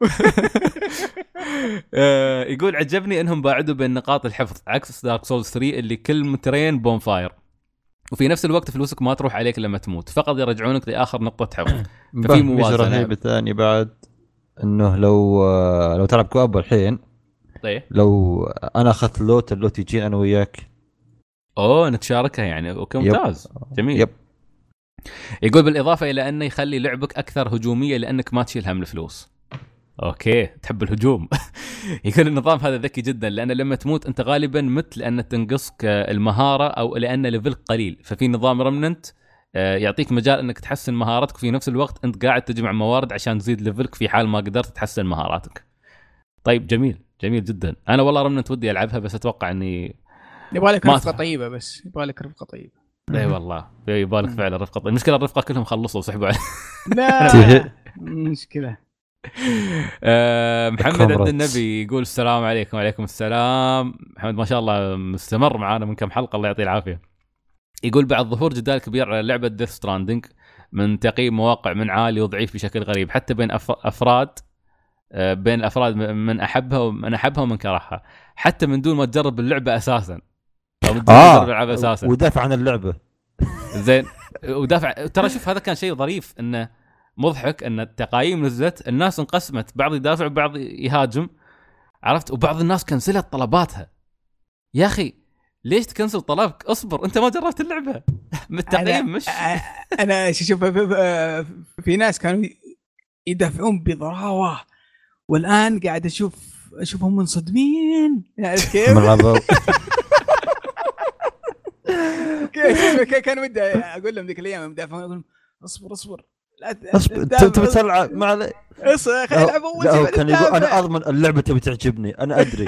آه يقول عجبني انهم باعدوا بين نقاط الحفظ عكس دارك سولز ثري اللي كل مترين بون فاير، وفي نفس الوقت فلوسك ما تروح عليك لما تموت، فقط يرجعونك لاخر نقطه حفظ. ففي موازنه. الثاني بعد انه لو لو تلعب كواب الحين، طيب لو انا اخذت لوت اللوت يجين انا وياك، اوه نتشاركها يعني. اوكي ممتاز جميل. يب. يقول بالاضافه الى انه يخلي لعبك اكثر هجوميه لانك ما تشيل هم الفلوس. اوكي تحب الهجوم. يقول النظام هذا ذكي جدا، لان لما تموت انت غالبا مت لان تنقصك المهاره او لان ليفلك قليل، ففي نظام رمننت يعطيك مجال انك تحسن مهاراتك، وفي نفس الوقت انت قاعد تجمع موارد عشان تزيد ليفلك في حال ما قدرت تحسن مهاراتك. طيب جميل جميل جدا. انا والله رمننت ودي العبها، بس اتوقع اني يبغى لك رفقه طيبه، بس يبغى لك رفقه طيبه. اي والله يبغى لك فعلا رفقه طيبه. المشكله الرفقه كلهم خلصوا وسحبوا عليه. لا مشكله. أه محمد عبد النبي يقول السلام عليكم. وعليكم السلام. محمد ما شاء الله مستمر معنا من كم حلقه، الله يعطيه العافيه. يقول بعد ظهور جدال كبير على لعبه ديث ستراندنج من تقييم مواقع من عالي وضعيف بشكل غريب، حتى بين افراد أه بين الافراد من احبها ومن احبها ومن كرهها، حتى من دون ما تجرب اللعبه اساسا. آه اللعبة أساساً. ودافع عن اللعبة. زين ودافع. ترى شوف هذا كان شيء ظريف، انه مضحك ان التقايم نزلت، الناس انقسمت، بعض يدافع وبعض يهاجم عرفت. وبعض الناس كنسلت طلباتها. يا اخي ليش تكنسل طلبك؟ اصبر انت ما جربت اللعبه. التقييم مش انا شوف في ناس كانوا يدافعون بضراوه والان قاعد اشوف اشوفهم منصدمين. عارف كيف؟ كيف كان ودي اقول لهم ذيك الايام مدافعون اقول اصبر اصبر اصبر انت بتطلع ما عليه اصبر خلينا نلعب اول شيء. كان يقول انا اضمن اللعبه تبي تعجبني انا ادري.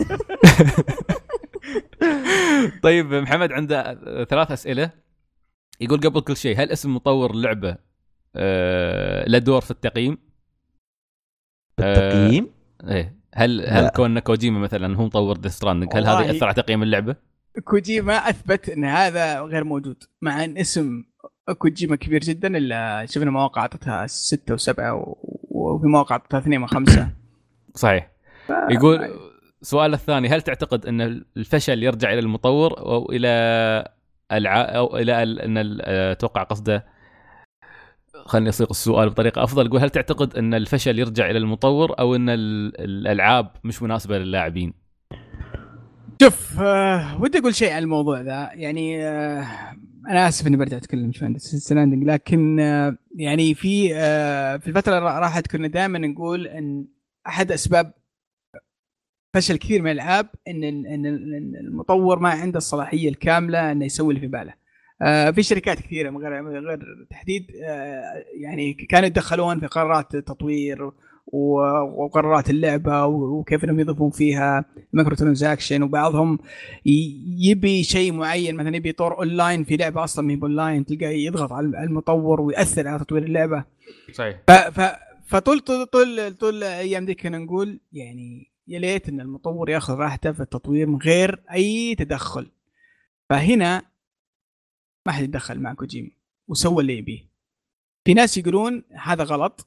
طيب محمد عنده ثلاث اسئله. يقول قبل كل شيء هل اسم مطور اللعبه أه له دور في التقييم؟ التقييم أه ايه هل هل كون كوجيما مثلا هو مطور ديث ستراندنج هل هذا ياثر على تقييم اللعبه؟ كوجيما اثبت ان هذا غير موجود مع ان اسم كوجيما كبير جدا. الا شفنا مواقع اعطتها ستة وسبعة وفي مواقع اعطتها اثنين وخمسة. صحيح. يقول سؤال الثاني هل تعتقد ان الفشل يرجع الى المطور او الى الع... او الى ان اتوقع قصده خلني اصيغ السؤال بطريقه افضل. يقول هل تعتقد ان الفشل يرجع الى المطور او ان الالعاب مش مناسبه للاعبين؟ شوف آه ودي اقول شيء عن الموضوع ذا. يعني آه انا اسف اني برجع اتكلم شوي عن ستراندنج لكن آه يعني في آه في الفتره راحت كنا دائما نقول ان احد اسباب فشل كثير من الالعاب ان ان المطور ما عنده الصلاحيه الكامله انه يسوي اللي في باله. آه في شركات كثيره من غير غير تحديد آه يعني كانوا يتدخلون في قرارات التطوير وقرارات اللعبه وكيف انهم يضيفون فيها مايكرو ترانزاكشن. وبعضهم يبي شيء معين مثلا يبي طور اونلاين في لعبه اصلا ما هي اونلاين تلقى يضغط على المطور ويأثر على تطوير اللعبه. صحيح. ف فطول طول طول طول ايام دي كنا نقول يعني يا ليت ان المطور ياخذ راحته في التطوير من غير اي تدخل. فهنا ما حد يتدخل مع كوجيما وسوى اللي يبيه. في ناس يقولون هذا غلط.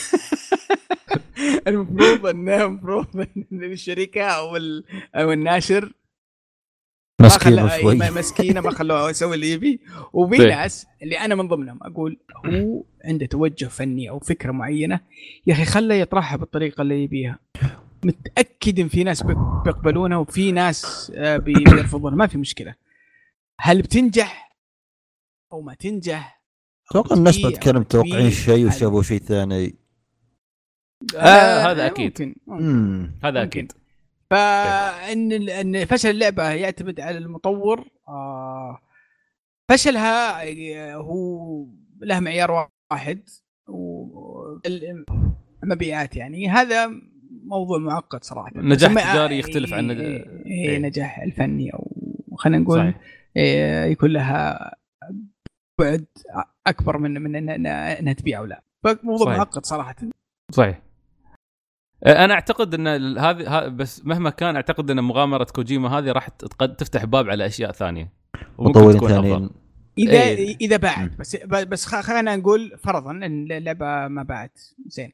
المفروض انه المفروض ان الشركه او او الناشر مسكين شوي مسكينه ما خلوه يسوي اللي يبي. وفي ناس اللي انا من ضمنهم اقول هو عنده توجه فني او فكره معينه يا اخي خله يطرحها بالطريقه اللي يبيها. متاكد ان في ناس بيقبلونها وفي ناس بيرفضونها ما في مشكله. هل بتنجح او ما تنجح؟ اتوقع الناس بتتكلم متوقعين شيء وشافوا شيء ثاني. آه هذا اكيد ممكن. ممكن. هذا ممكن. اكيد. فان ان فشل اللعبه يعتمد على المطور. آه فشلها هو له معيار واحد والمبيعات. يعني هذا موضوع معقد صراحه. النجاح التجاري يختلف عن إيه النجاح الفني او خلينا نقول إيه يكون لها بعد اكبر من من انها تبيع او لا. فموضوع معقد صراحه. صحيح. انا اعتقد ان هذه بس مهما كان اعتقد ان مغامره كوجيما هذه راح تفتح باب على اشياء ثانيه وممكن تكون افضل اذا إيه. اذا باعت. بس بس خلينا نقول فرضا ان اللعبه ما باعت زين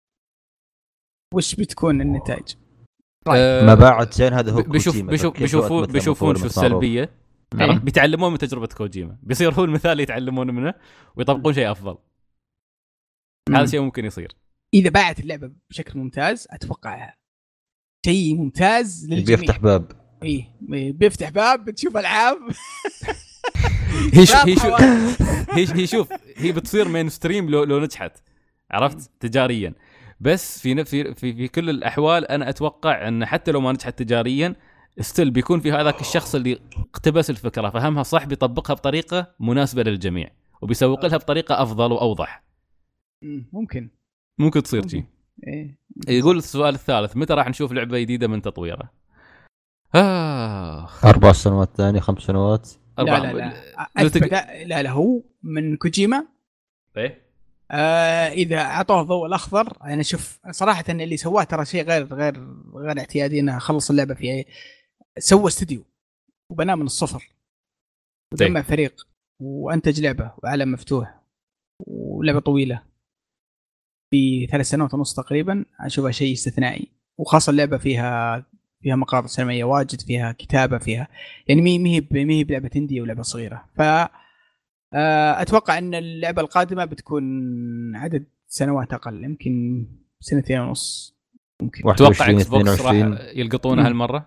وش بتكون النتائج؟ أه ما باعت زين هذا هو بيشوف بيشوف بيشوفون بيشوفون شو السلبيه. إيه؟ بيتعلمون من تجربه كوجيما بيصير هو المثال يتعلمون منه ويطبقون شيء افضل. هذا شيء ممكن يصير اذا باعت اللعبه بشكل ممتاز. اتوقع شيء ممتاز للجميع. بيفتح باب. ايه بيفتح باب بتشوف العاب. هي شوف هي هي شوف هي بتصير مين ستريم لو لو نجحت عرفت تجاريا. بس في في في, في كل الاحوال انا اتوقع ان حتى لو ما نجحت تجاريا ستيل بيكون في هذاك الشخص اللي اقتبس الفكره فهمها صح بيطبقها بطريقه مناسبه للجميع وبيسوق لها بطريقه افضل واوضح. ممكن ممكن تصير شيء. إيه. يقول السؤال الثالث متى راح نشوف لعبه جديده من تطويره؟ آه. أربع سنوات ثانية خمس سنوات. لا لا لا. تق... لا لا هو من كوجيما. إيه. آه إذا أعطوه الضوء الأخضر أنا شوف صراحة إن اللي سواه ترى شيء غير غير غير اعتيادي. إنه خلص اللعبة في إيه سوى استوديو وبناه من الصفر وجمع فريق وأنتج لعبة وعالم مفتوح ولعبة طويلة في ثلاث سنوات ونص تقريبا. أشوفها شيء استثنائي وخاصة اللعبة فيها فيها مقاطع سينمائية واجد فيها كتابة فيها يعني مي مي مي بلعبة هندية ولعبة صغيرة. ف أتوقع أن اللعبة القادمة بتكون عدد سنوات أقل يمكن سنتين ونص ممكن واحد توقع وعشرين اكس بوكس راح اثنين وعشرين. يلقطونها هالمره؟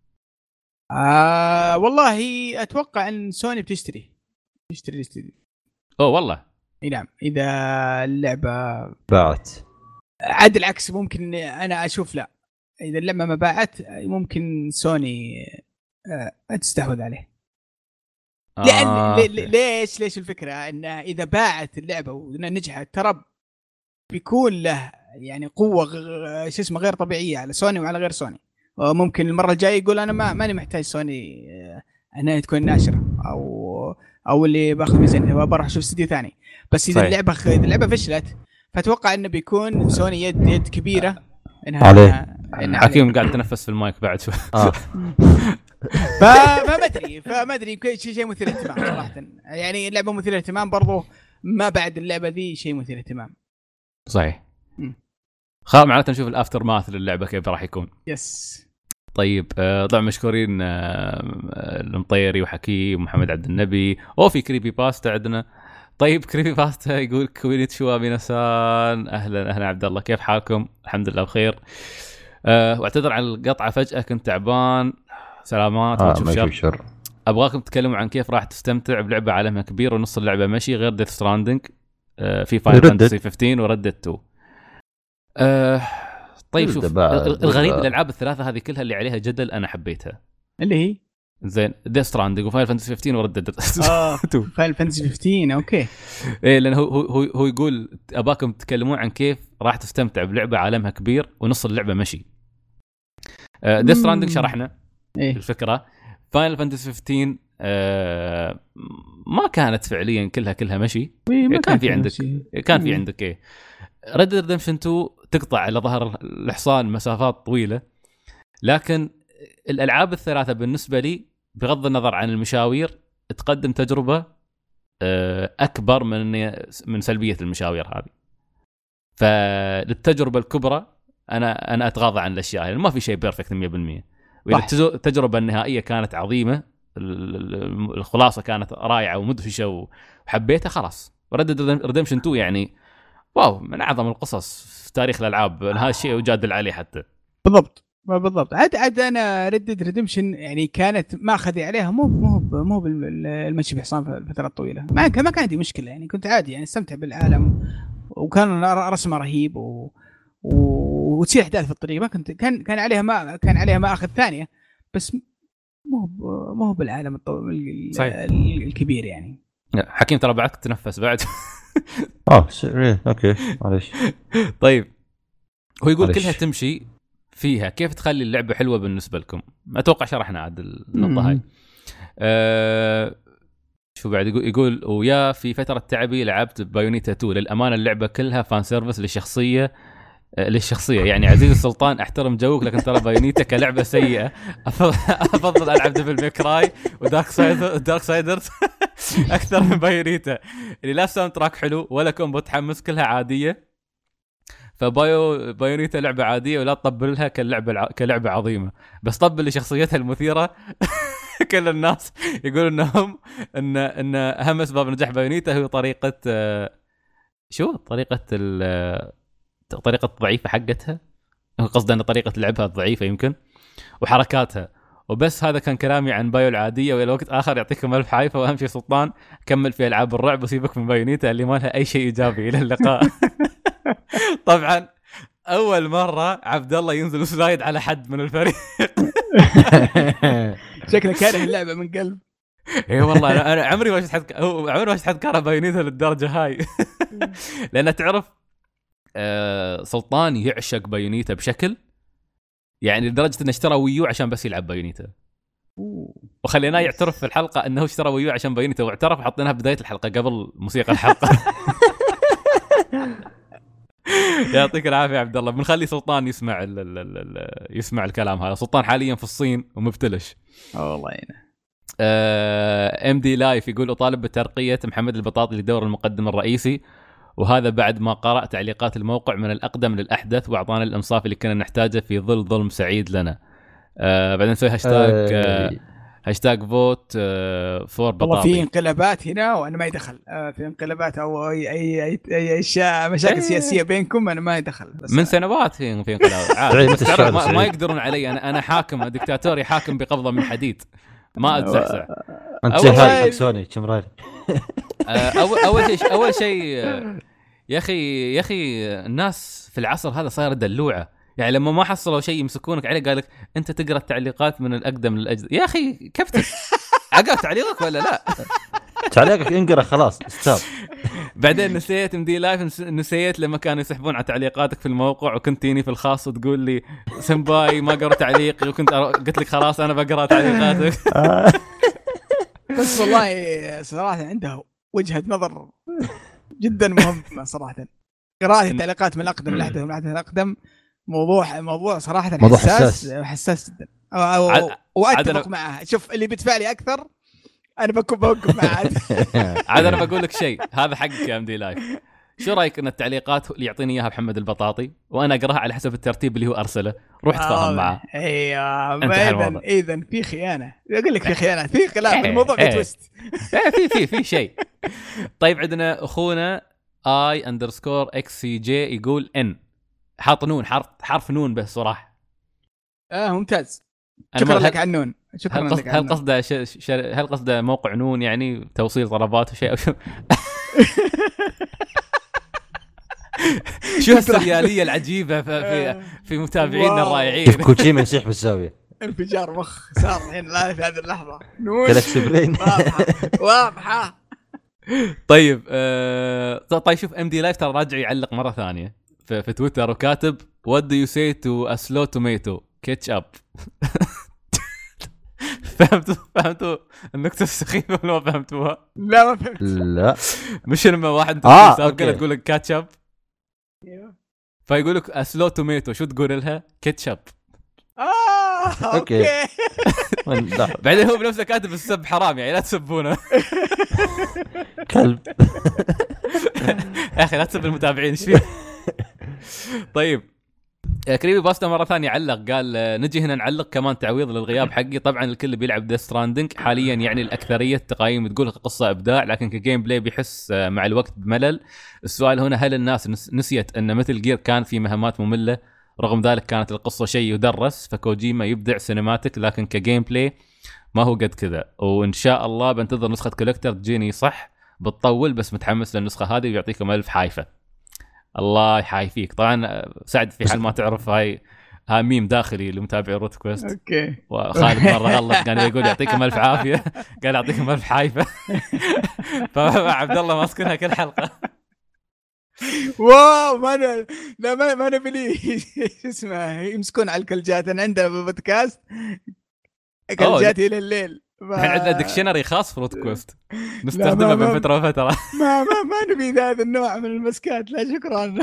آه والله اتوقع ان سوني بتشتري تشتري الاستديو. اوه والله اي نعم، اذا اللعبه باعت. عاد العكس، ممكن انا اشوف لا، اذا اللعبه ما باعت ممكن سوني آه تستحوذ عليه. آه. لان لي- ليش ليش الفكره ان اذا باعت اللعبه ونجحت ترى بيكون له يعني قوه غ- شو اسمه غير طبيعيه على سوني وعلى غير سوني. ممكن المره الجايه يقول انا ما ماني محتاج سوني آه، انها تكون ناشره او او اللي باخذ ميزانيه بروح اشوف استديو ثاني. بس اذا صحيح. اللعبه خ... اذا اللعبه فشلت فاتوقع انه بيكون سوني يد يد كبيره انها عليه. إنها حكيم قاعد تنفس في المايك بعد شوي. اه ف... فما ادري فما ادري يمكن شيء شيء مثير اهتمام صراحه. يعني اللعبه مثير اهتمام برضو، ما بعد اللعبه ذي شيء مثير اهتمام. صحيح. مم. خلاص معناته نشوف الافتر ماث للعبه كيف راح يكون. يس. طيب آه، طبعا مشكورين آه، آه، المطيري وحكيم ومحمد عبد النبي. او في كريبي باستا عندنا. طيب كريبي باستا يقول كوينيت شوامي نسان، اهلا اهلا عبد الله، كيف حالكم؟ الحمد لله بخير. أه واعتذر عن القطعه فجاه، كنت تعبان. سلامات آه ما تشوف ما شر. يشوف شر. ابغاكم تتكلموا عن كيف راح تستمتع بلعبه عالمها كبير ونص اللعبه مشي غير ديث ستراندنج، أه في فاينل فانتسي خمسة عشر وردت اثنين. أه طيب شوف الغريب الالعاب الثلاثه هذه كلها اللي عليها جدل انا حبيتها، اللي هي زين ديث ستراندنج وفاينل فانتسي خمسة عشر وردت اه فاينل فانتسي خمسة عشر. اوكي ايه لانه هو هو هو يقول اباكم تتكلمون عن كيف راح تستمتع بلعبه عالمها كبير ونص اللعبه مشي. ديث ستراندنج شرحنا إيه؟ الفكره. فاينل فانتسي خمسة عشر آه ما كانت فعليا كلها كلها مشي. ما كان في عندك مشي. كان في عندك ايه ريد ديد ريدمشن اثنين تقطع على ظهر الحصان مسافات طويله، لكن الالعاب الثلاثه بالنسبه لي بغض النظر عن المشاوير تقدم تجربه اكبر من من سلبيه المشاوير هذه. فللتجربه الكبرى انا انا اتغاضى عن الاشياء، يعني ما في شيء بيرفكت مية بالمية. واذا التجربه النهائيه كانت عظيمه، الخلاصه كانت رائعه ومدهشه وحبيتها، خلاص. ريد ديد ريدمشن اثنين يعني واو، من اعظم القصص في تاريخ الالعاب، هذا الشيء وجادل عليه حتى. بالضبط بالضبط. عاد عاد انا ريد ديد ريدمشن يعني كانت ماخذي عليها مو مو مو بالمشي بحصان فترات طويله، ما كان ما كان عندي مشكله، يعني كنت عادي يعني استمتع بالعالم، وكان رسمه رهيب و... و... وتصير احداث في الطريق. ما كنت كان كان عليها ما كان عليها ما اخذ ثانيه، بس مو مو بالعالم الطويل الكبير يعني. حكيم ترى بعدك تنفس بعد. اه سري اوكي معلش. طيب هو يقول معلش. كلها تمشي فيها، كيف تخلي اللعبه حلوه بالنسبه لكم؟ اتوقع شرحنا عاد النقطه هاي. أه شو بعد يقول يقول ويا في فتره تعبي لعبت بايونيتا اثنين، للامانه اللعبه كلها فان سيرفيس للشخصيه للشخصيه يعني عزيز السلطان احترم جوك، لكن ترى بايونيتا كلعبه سيئه. افضل العب ديفل ماي كراي ودارك سايدر دارك سايدرز اكثر من بايونيتا اللي لا ساوند تراك حلو ولا كومبو تحمس، كلها عاديه. فبايو بايونيتا لعبه عاديه ولا تطبل لها كلعبه كلعبه عظيمه، بس طبل لشخصيتها المثيره. كل الناس يقولون انهم ان ان اهم اسباب نجاح بايونيتا هي طريقه شو طريقه طريقه ضعيفه حقتها، قصدي ان طريقه لعبها ضعيفه يمكن وحركاتها وبس. هذا كان كلامي عن بايو العاديه، والى وقت اخر يعطيكم الف عافيه. واهم شيء سلطان كمل في العاب الرعب وسيبك من بايونيتا اللي ما لها اي شيء ايجابي. الى اللقاء. طبعا اول مره عبد الله ينزل سلايد على حد من الفريق. شكله كاره اللعبه من قلب. اي والله انا انا عمري ما شفت حد عمري ما شفت حد كاره بايونيتا للدرجه هاي. لان تعرف آه سلطان يعشق بايونيتا بشكل يعني لدرجه انه اشترى ويو عشان بس يلعب بايونيتا، وخليناه يعترف في الحلقه انه اشترى ويو عشان بايونيتا، واعترف وحطيناها بدايه الحلقه قبل موسيقى الحلقه. يعطيك العافيه يا عبد الله. بنخلي سلطان يسمع ال ال ال يسمع الكلام هذا. سلطان حاليا في الصين ومبتلش. اه والله يعني. ام دي لايف يقول اطالب بترقيه محمد البطاطي لدور المقدم الرئيسي، وهذا بعد ما قرأ تعليقات الموقع من الأقدم للأحدث وأعطانا الإنصاف اللي كنا نحتاجه في ظل ظلم سعيد لنا. آه بعدين نسوي هاشتاج آه هاشتاج فوت فور والله بطاطي. في انقلابات هنا وانا ما يدخل آه في انقلابات او اي اي اي, أي اشياء مشاكل إيه. سياسيه بينكم انا ما يدخل بس من سنوات في في انقلاب عادي. بس تعرف ما, ما يقدرون علي انا انا حاكم دكتاتوري حاكم بقبضه من حديد ما اتزحزح. انت زي حالك سوني كمراري. اول اول شيء اول شيء يا اخي يا اخي الناس في العصر هذا صايره دلوعه يعني لما ما حصلوا شيء يمسكونك عليه قالك انت تقرا التعليقات من الاقدم للاجدد. يا اخي كابتن عقب تعليقك ولا لا؟ تعليقك انقرا خلاص استاذ. بعدين نسيت ام دي لايف نسيت لما كانوا يسحبون على تعليقاتك في الموقع وكنت تيني في الخاص وتقول لي سمباي ما قرأ تعليقي وكنت قلت لك خلاص انا بقرا تعليقاتك. بس والله صراحه عنده وجهه نظر جدا مهمه صراحه. قراءه التعليقات من الاقدم للاحدث من الاحدث الاقدم موضوع موضوع صراحه موضوع حساس حساس, حساس جدا. واتفق معها. شوف اللي بيدفع لي اكثر انا بكون بوقف معه. عاد انا بقول لك شيء هذا حقك يا ام دي لايف. شو رايك ان التعليقات اللي يعطيني اياها محمد البطاطي وانا اقراها على حسب الترتيب اللي هو ارسله روح تفاهم معه. ايوه اذا اذا في خيانه اقول لك في خيانه في خلاف الموضوع في تويست في في في شيء. طيب عندنا اخونا اي اندرسكور اكس سي جي يقول ان حاط نون حرف حرف نون بس صراحه. اه ممتاز شكرا لك على النون. شكرا هل لك. هل قصده ش... ش... هل قصده موقع نون يعني توصيل طلبات وشيء او شو؟ شو السرياليه العجيبه في في متابعينا الرائعين. كيف كوتشيما يسيح بالزاويه انفجار مخ صار الحين لا في هذه اللحظه. نون واضحه واضحه. طيب آه... طيب شوف ام دي لايف ترى راجع يعلق مره ثانيه في, في تويتر وكاتب what do you say to a slow tomato ketchup. فهمتوا فهمتوا النكتة السخيفة ولا ما فهمتوها؟ لا ما فهمت. لا مش لما واحد آه سابقا تقول لك كاتشب فيقول لك اسلو توميتو شو تقول لها؟ كاتشب. اه اوكي. بعدين هو بنفسه كاتب السب حرام يعني لا تسبونه. كلب. يا اخي لا تسب المتابعين ايش فيه. طيب كريبي باستا مرة ثانية علق قال نجي هنا نعلق كمان تعويض للغياب حقي. طبعا الكل بيلعب ديث ستراندنج حاليا يعني الأكثرية التقايم تقول قصة إبداع لكن كجيم بلاي بيحس مع الوقت بملل. السؤال هنا هل الناس نسيت أن مثل جير كان في مهمات مملة رغم ذلك كانت القصة شيء يدرس فكوجيما يبدع سينماتيك لكن كجيم بلاي ما هو قد كذا. وإن شاء الله بنتظر نسخة كولكتر تجيني صح بتطول بس متحمس للنسخة هذه ويعطيكم ألف حايفة. الله يحايفيك. طبعا سعد في حال ما تعرف هاي ها ميم داخلي لمتابعي روت كويست. اوكي وخالد مره غلط كان يقول يعطيكم الف عافيه قال يعطيكم الف حايفه. فعبد الله ماسكنها كل حلقه. واو ما أنا لا ما ما نبي لي اسمه يمسكون على الكلجات. انا عندنا بالبودكاست كلجات الى الليل. احنا عندنا ديكشنري خاص في روت كويست نستخدمه من فتره وفتره. ما ما ما نبي هذا النوع من المسكات لا شكرا.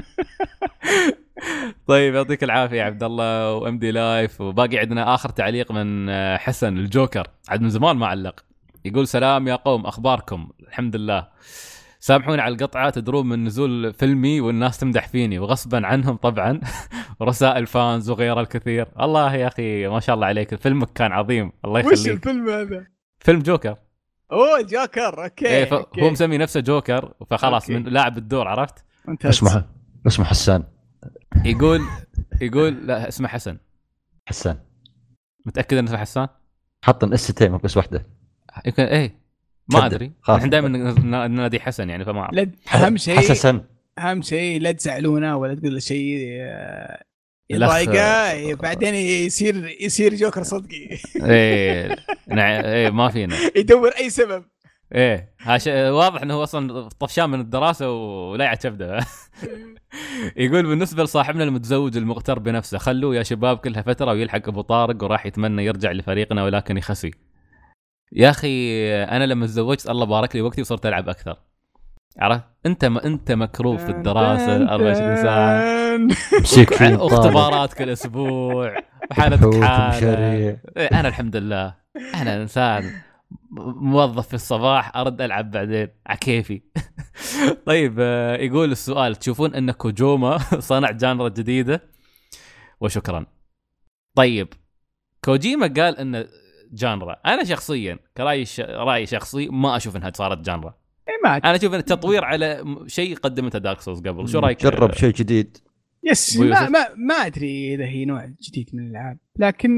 طيب يعطيك العافيه يا عبد الله وام دي لايف. وباقي عندنا اخر تعليق من حسن الجوكر عاد من زمان ما علق. يقول سلام يا قوم اخباركم الحمد لله سامحوني على القطعه تدرون من نزول فيلمي والناس تمدح فيني وغصبا عنهم طبعا ورسائل فانز وغيره الكثير. الله يا اخي ما شاء الله عليك فيلمك كان عظيم الله يخليك. وش الفيلم هذا؟ فيلم جوكر. اوه جوكر اوكي, إيه ف... أوكي. هو مسمي نفسه جوكر فخلاص أوكي. من لاعب الدور عرفت. اسمه اسمه حسان. يقول يقول لا اسمه حسن. حسان متاكد انه حسان؟ حط اس تي بس واحده يمكن ايه ما ادري احنا دائما ننادي حسن يعني فما اعرف. اهم شيء حسن اهم شيء لا تزعلونا ولا تقول شيء يضايقه بعدين يصير يصير جوكر صدقي. ايه ايه ما فينا يدور اي سبب. ايه هاش... واضح انه هو اصلا طفشان من الدراسه ولا يعتبده. يقول بالنسبه لصاحبنا المتزوج المغتر بنفسه خلوه يا شباب كلها فتره ويلحق ابو طارق وراح يتمنى يرجع لفريقنا ولكن يخسي. يا اخي انا لما تزوجت الله بارك لي وقتي وصرت العب اكثر عرفت. انت ما انت مكروف في الدراسه أربعة وعشرين ساعه واختبارات كل اسبوع وحالتك حاله. انا الحمد لله انا انسان موظف في الصباح ارد العب بعدين عكيفي. طيب يقول السؤال تشوفون ان كوجوما صنع جانرا جديده؟ وشكرا. طيب كوجيما قال ان جانرا. انا شخصيا كراي ش... راي شخصي ما اشوف انها صارت جانرا. إيه ما انا اشوف ان تطوير على شيء قدمته دارك سولز قبل. شو رايك؟ جرب شيء جديد. يس ما, ما ما ادري اذا هي نوع جديد من الالعاب، لكن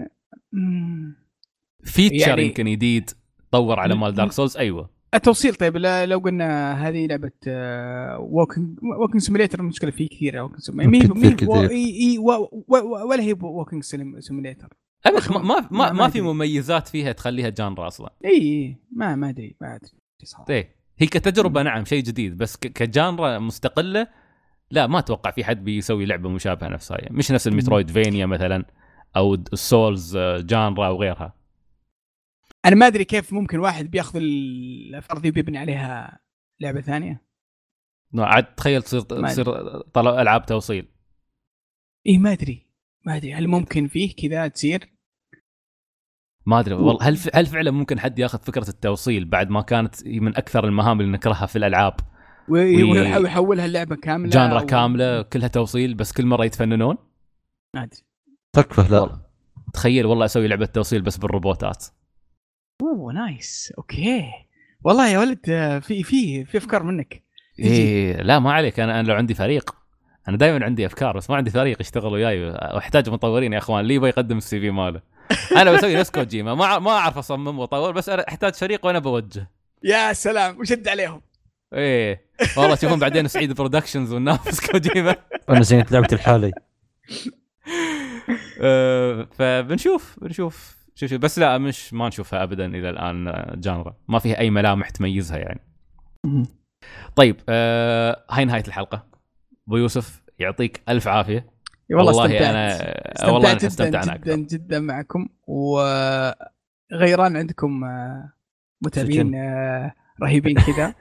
فيتشر يعني يمكن جديد طور على مال دارك سولز. ايوه التوصيل. طيب لو قلنا هذه لعبه ووكينج ووكينج سيميليتر، المشكله فيه كثيره ووكينج سيميليتر ولا هي ووكينج سيميليتر. ما ما ما, ما في مميزات فيها تخليها جانرا اصلا. اي ما ما ادري ما ادري صراحه. ايه هي كتجربه نعم شيء جديد، بس كجانرا مستقله لا ما اتوقع في حد بيسوي لعبه مشابهه نفسها يعني. مش نفس الميترويد فينيا مثلا او السولز جانرا وغيرها. انا ما ادري كيف ممكن واحد بياخذ الافكار دي وبيبني عليها لعبه ثانيه. عاد تخيل تصير تصير طلع العاب توصيل. ايه ما ادري ما ادري هل ممكن فيه كذا تصير؟ ما ادري والله. هل هل فعلا ممكن حد ياخذ فكره التوصيل بعد ما كانت من اكثر المهام اللي نكرهها في الالعاب ويحولها اللعبه كامله جانرا و... كامله كلها توصيل، بس كل مره يتفننون؟ ما ادري تكفى. لا والله. تخيل والله اسوي لعبه توصيل بس بالروبوتات. اوه نايس اوكي والله يا ولد. في في في افكار منك. ايه لا ما عليك. انا انا لو عندي فريق، انا دائما عندي افكار بس ما عندي فريق يشتغل وياي، واحتاج مطورين يا اخوان. ليه بيقدم السي في ماله؟ انا بسوي نفس كوجيما، ما ما اعرف اصمم واطور، بس انا احتاج فريق وانا بوجه. يا سلام وشد عليهم. ايه والله تشوفون بعدين سعيد برودكشنز ونافس كوجيما وانا زينت لعبتي الحالي. أه فبنشوف بنشوف شوف شوف بس لا مش ما نشوفها ابدا الى الان جانرا، ما فيها اي ملامح تميزها يعني. طيب أه هاي نهايه الحلقه. ابو يوسف يعطيك الف عافيه. والله, والله استمتعت. انا استمتعت والله جدا استمتعنا جدا, جدا جدا معكم. وغيران عندكم متابعين رهيبين كذا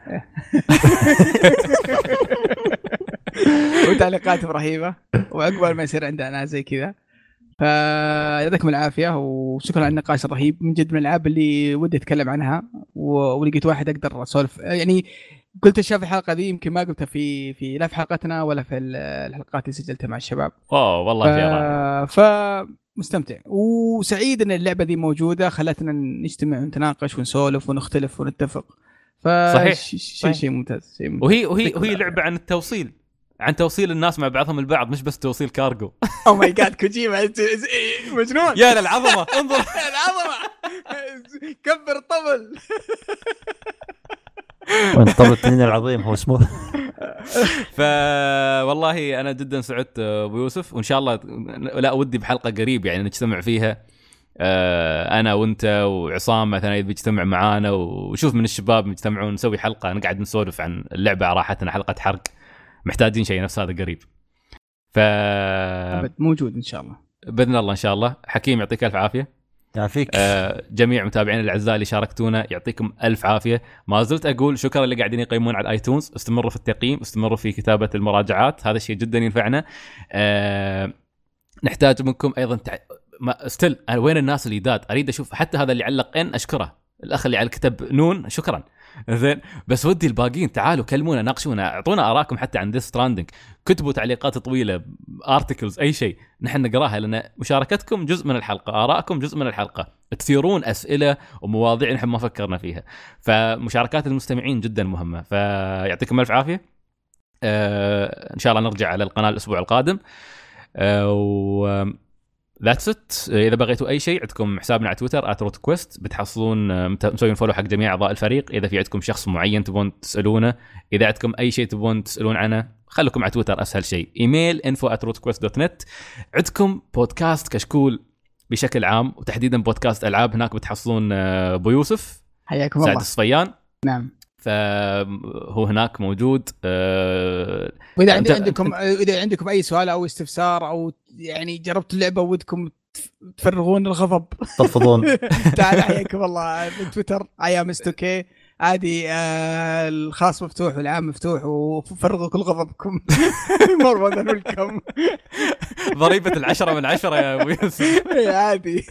وتعليقاتهم رهيبه، وعقبال ما يصير عندنا زي كذا. فيعطيكم العافيه وشكرا على النقاش الرهيب من جد. من الالعاب اللي ودي اتكلم عنها ولقيت واحد اقدر اسولف يعني. قلت الشيء في الحلقه دي يمكن ما قلتها في في لا في حلقتنا ولا في الحلقات اللي سجلتها مع الشباب. اوه والله ف... فمستمتع وسعيد ان اللعبه دي موجوده، خلتنا نجتمع ونتناقش ونسولف ونختلف ونتفق. ف صحيح شيء شيء ممتاز. شيء ممتاز. وهي وهي وهي لعبه عن التوصيل، عن توصيل الناس مع بعضهم البعض، مش بس توصيل كارغو. او ماي جاد كوجيما مجنون. يا للعظمه انظر العظمه كبر الطبل. وين طبل التنين العظيم هو اسمه. فوالله انا جدا سعدت ابو يوسف، وان شاء الله لا ودي بحلقه قريب يعني نجتمع فيها انا وانت وعصام مثلا يبي يجتمع معانا، وشوف من الشباب يجتمعون نسوي حلقه نقعد نسولف عن اللعبه راحتنا، حلقه حرق. محتاجين شيء نفس هذا قريب. ف موجود ان شاء الله باذن الله. ان شاء الله. حكيم يعطيك الف عافيه. يعافيك. آه جميع متابعين الاعزاء اللي شاركتونا يعطيكم الف عافيه. ما زلت اقول شكرا اللي قاعدين يقيمون على الايتونز. استمروا في التقييم، استمروا في كتابه المراجعات، هذا الشيء جدا ينفعنا. آه نحتاج منكم ايضا تع... ما استل وين الناس اللي داد. اريد اشوف حتى هذا اللي علق ان اشكره، الاخ اللي على الكتب نون شكرا زين. بس ودي الباقيين تعالوا كلمونا ناقشونا، اعطونا اراءكم حتى عن ديث ستراندنج، كتبوا تعليقات طويله، ارتكلز، اي شيء نحن نقراها، لان مشاركتكم جزء من الحلقه، ارائكم جزء من الحلقه، تثيرون اسئله ومواضيع نحن ما فكرنا فيها. فمشاركات المستمعين جدا مهمه. فيعطيكم الف عافيه. أه ان شاء الله نرجع على القناه الاسبوع القادم. أه و ذاتس ات. اذا بغيتوا اي شيء عندكم حسابنا على تويتر @روتكويست، بتحصلون مسوين فولو حق جميع اعضاء الفريق. اذا في عندكم شخص معين تبون تسالونه، اذا عندكم اي شيء تبون تسالون عنه، خليكم على تويتر اسهل شيء. ايميل info at rootquest dot net. عندكم بودكاست كشكول بشكل عام، وتحديدا بودكاست العاب، هناك بتحصلون ابو يوسف حياكم الله سعد الصفيان. نعم فهو هناك موجود. أه واذا عند عندكم اذا عندكم اي سؤال او استفسار او يعني جربت اللعبه ودكم تفرغون الغضب تفضلون تعال حياكم الله في تويتر ايام استوكي عادي. آه الخاص مفتوح والعام مفتوح، وفرغوا كل غضبكم. مره ذا ويلكم. ضريبه العشرة من عشرة يا ابو يوسف. عادي.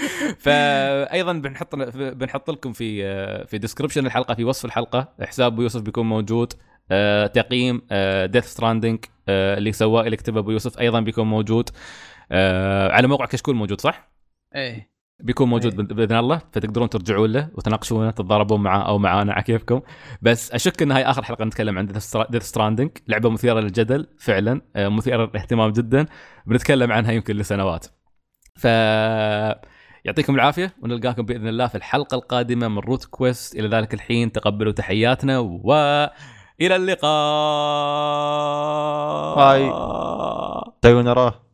فايضا بنحط بنحط لكم في في ديسكربشن الحلقه، في وصف الحلقه، حساب ابو يوسف بيكون موجود. أه تقييم ديث ستراندنج أه اللي سواه اللي كتبه ابو يوسف ايضا بيكون موجود. أه على موقع كشكول موجود صح؟ ايه بيكون موجود أي. باذن الله، فتقدرون ترجعون له وتناقشونه تتضاربون معه او معانا على كيفكم. بس اشك ان هاي اخر حلقه نتكلم عن ديث ستراندنج، لعبه مثيره للجدل فعلا، مثيره للاهتمام جدا، بنتكلم عنها يمكن لسنوات. ف يعطيكم العافيه ونلقاكم باذن الله في الحلقه القادمه من روت كويست. الى ذلك الحين تقبلوا تحياتنا والى اللقاء. باي. طيب نراه.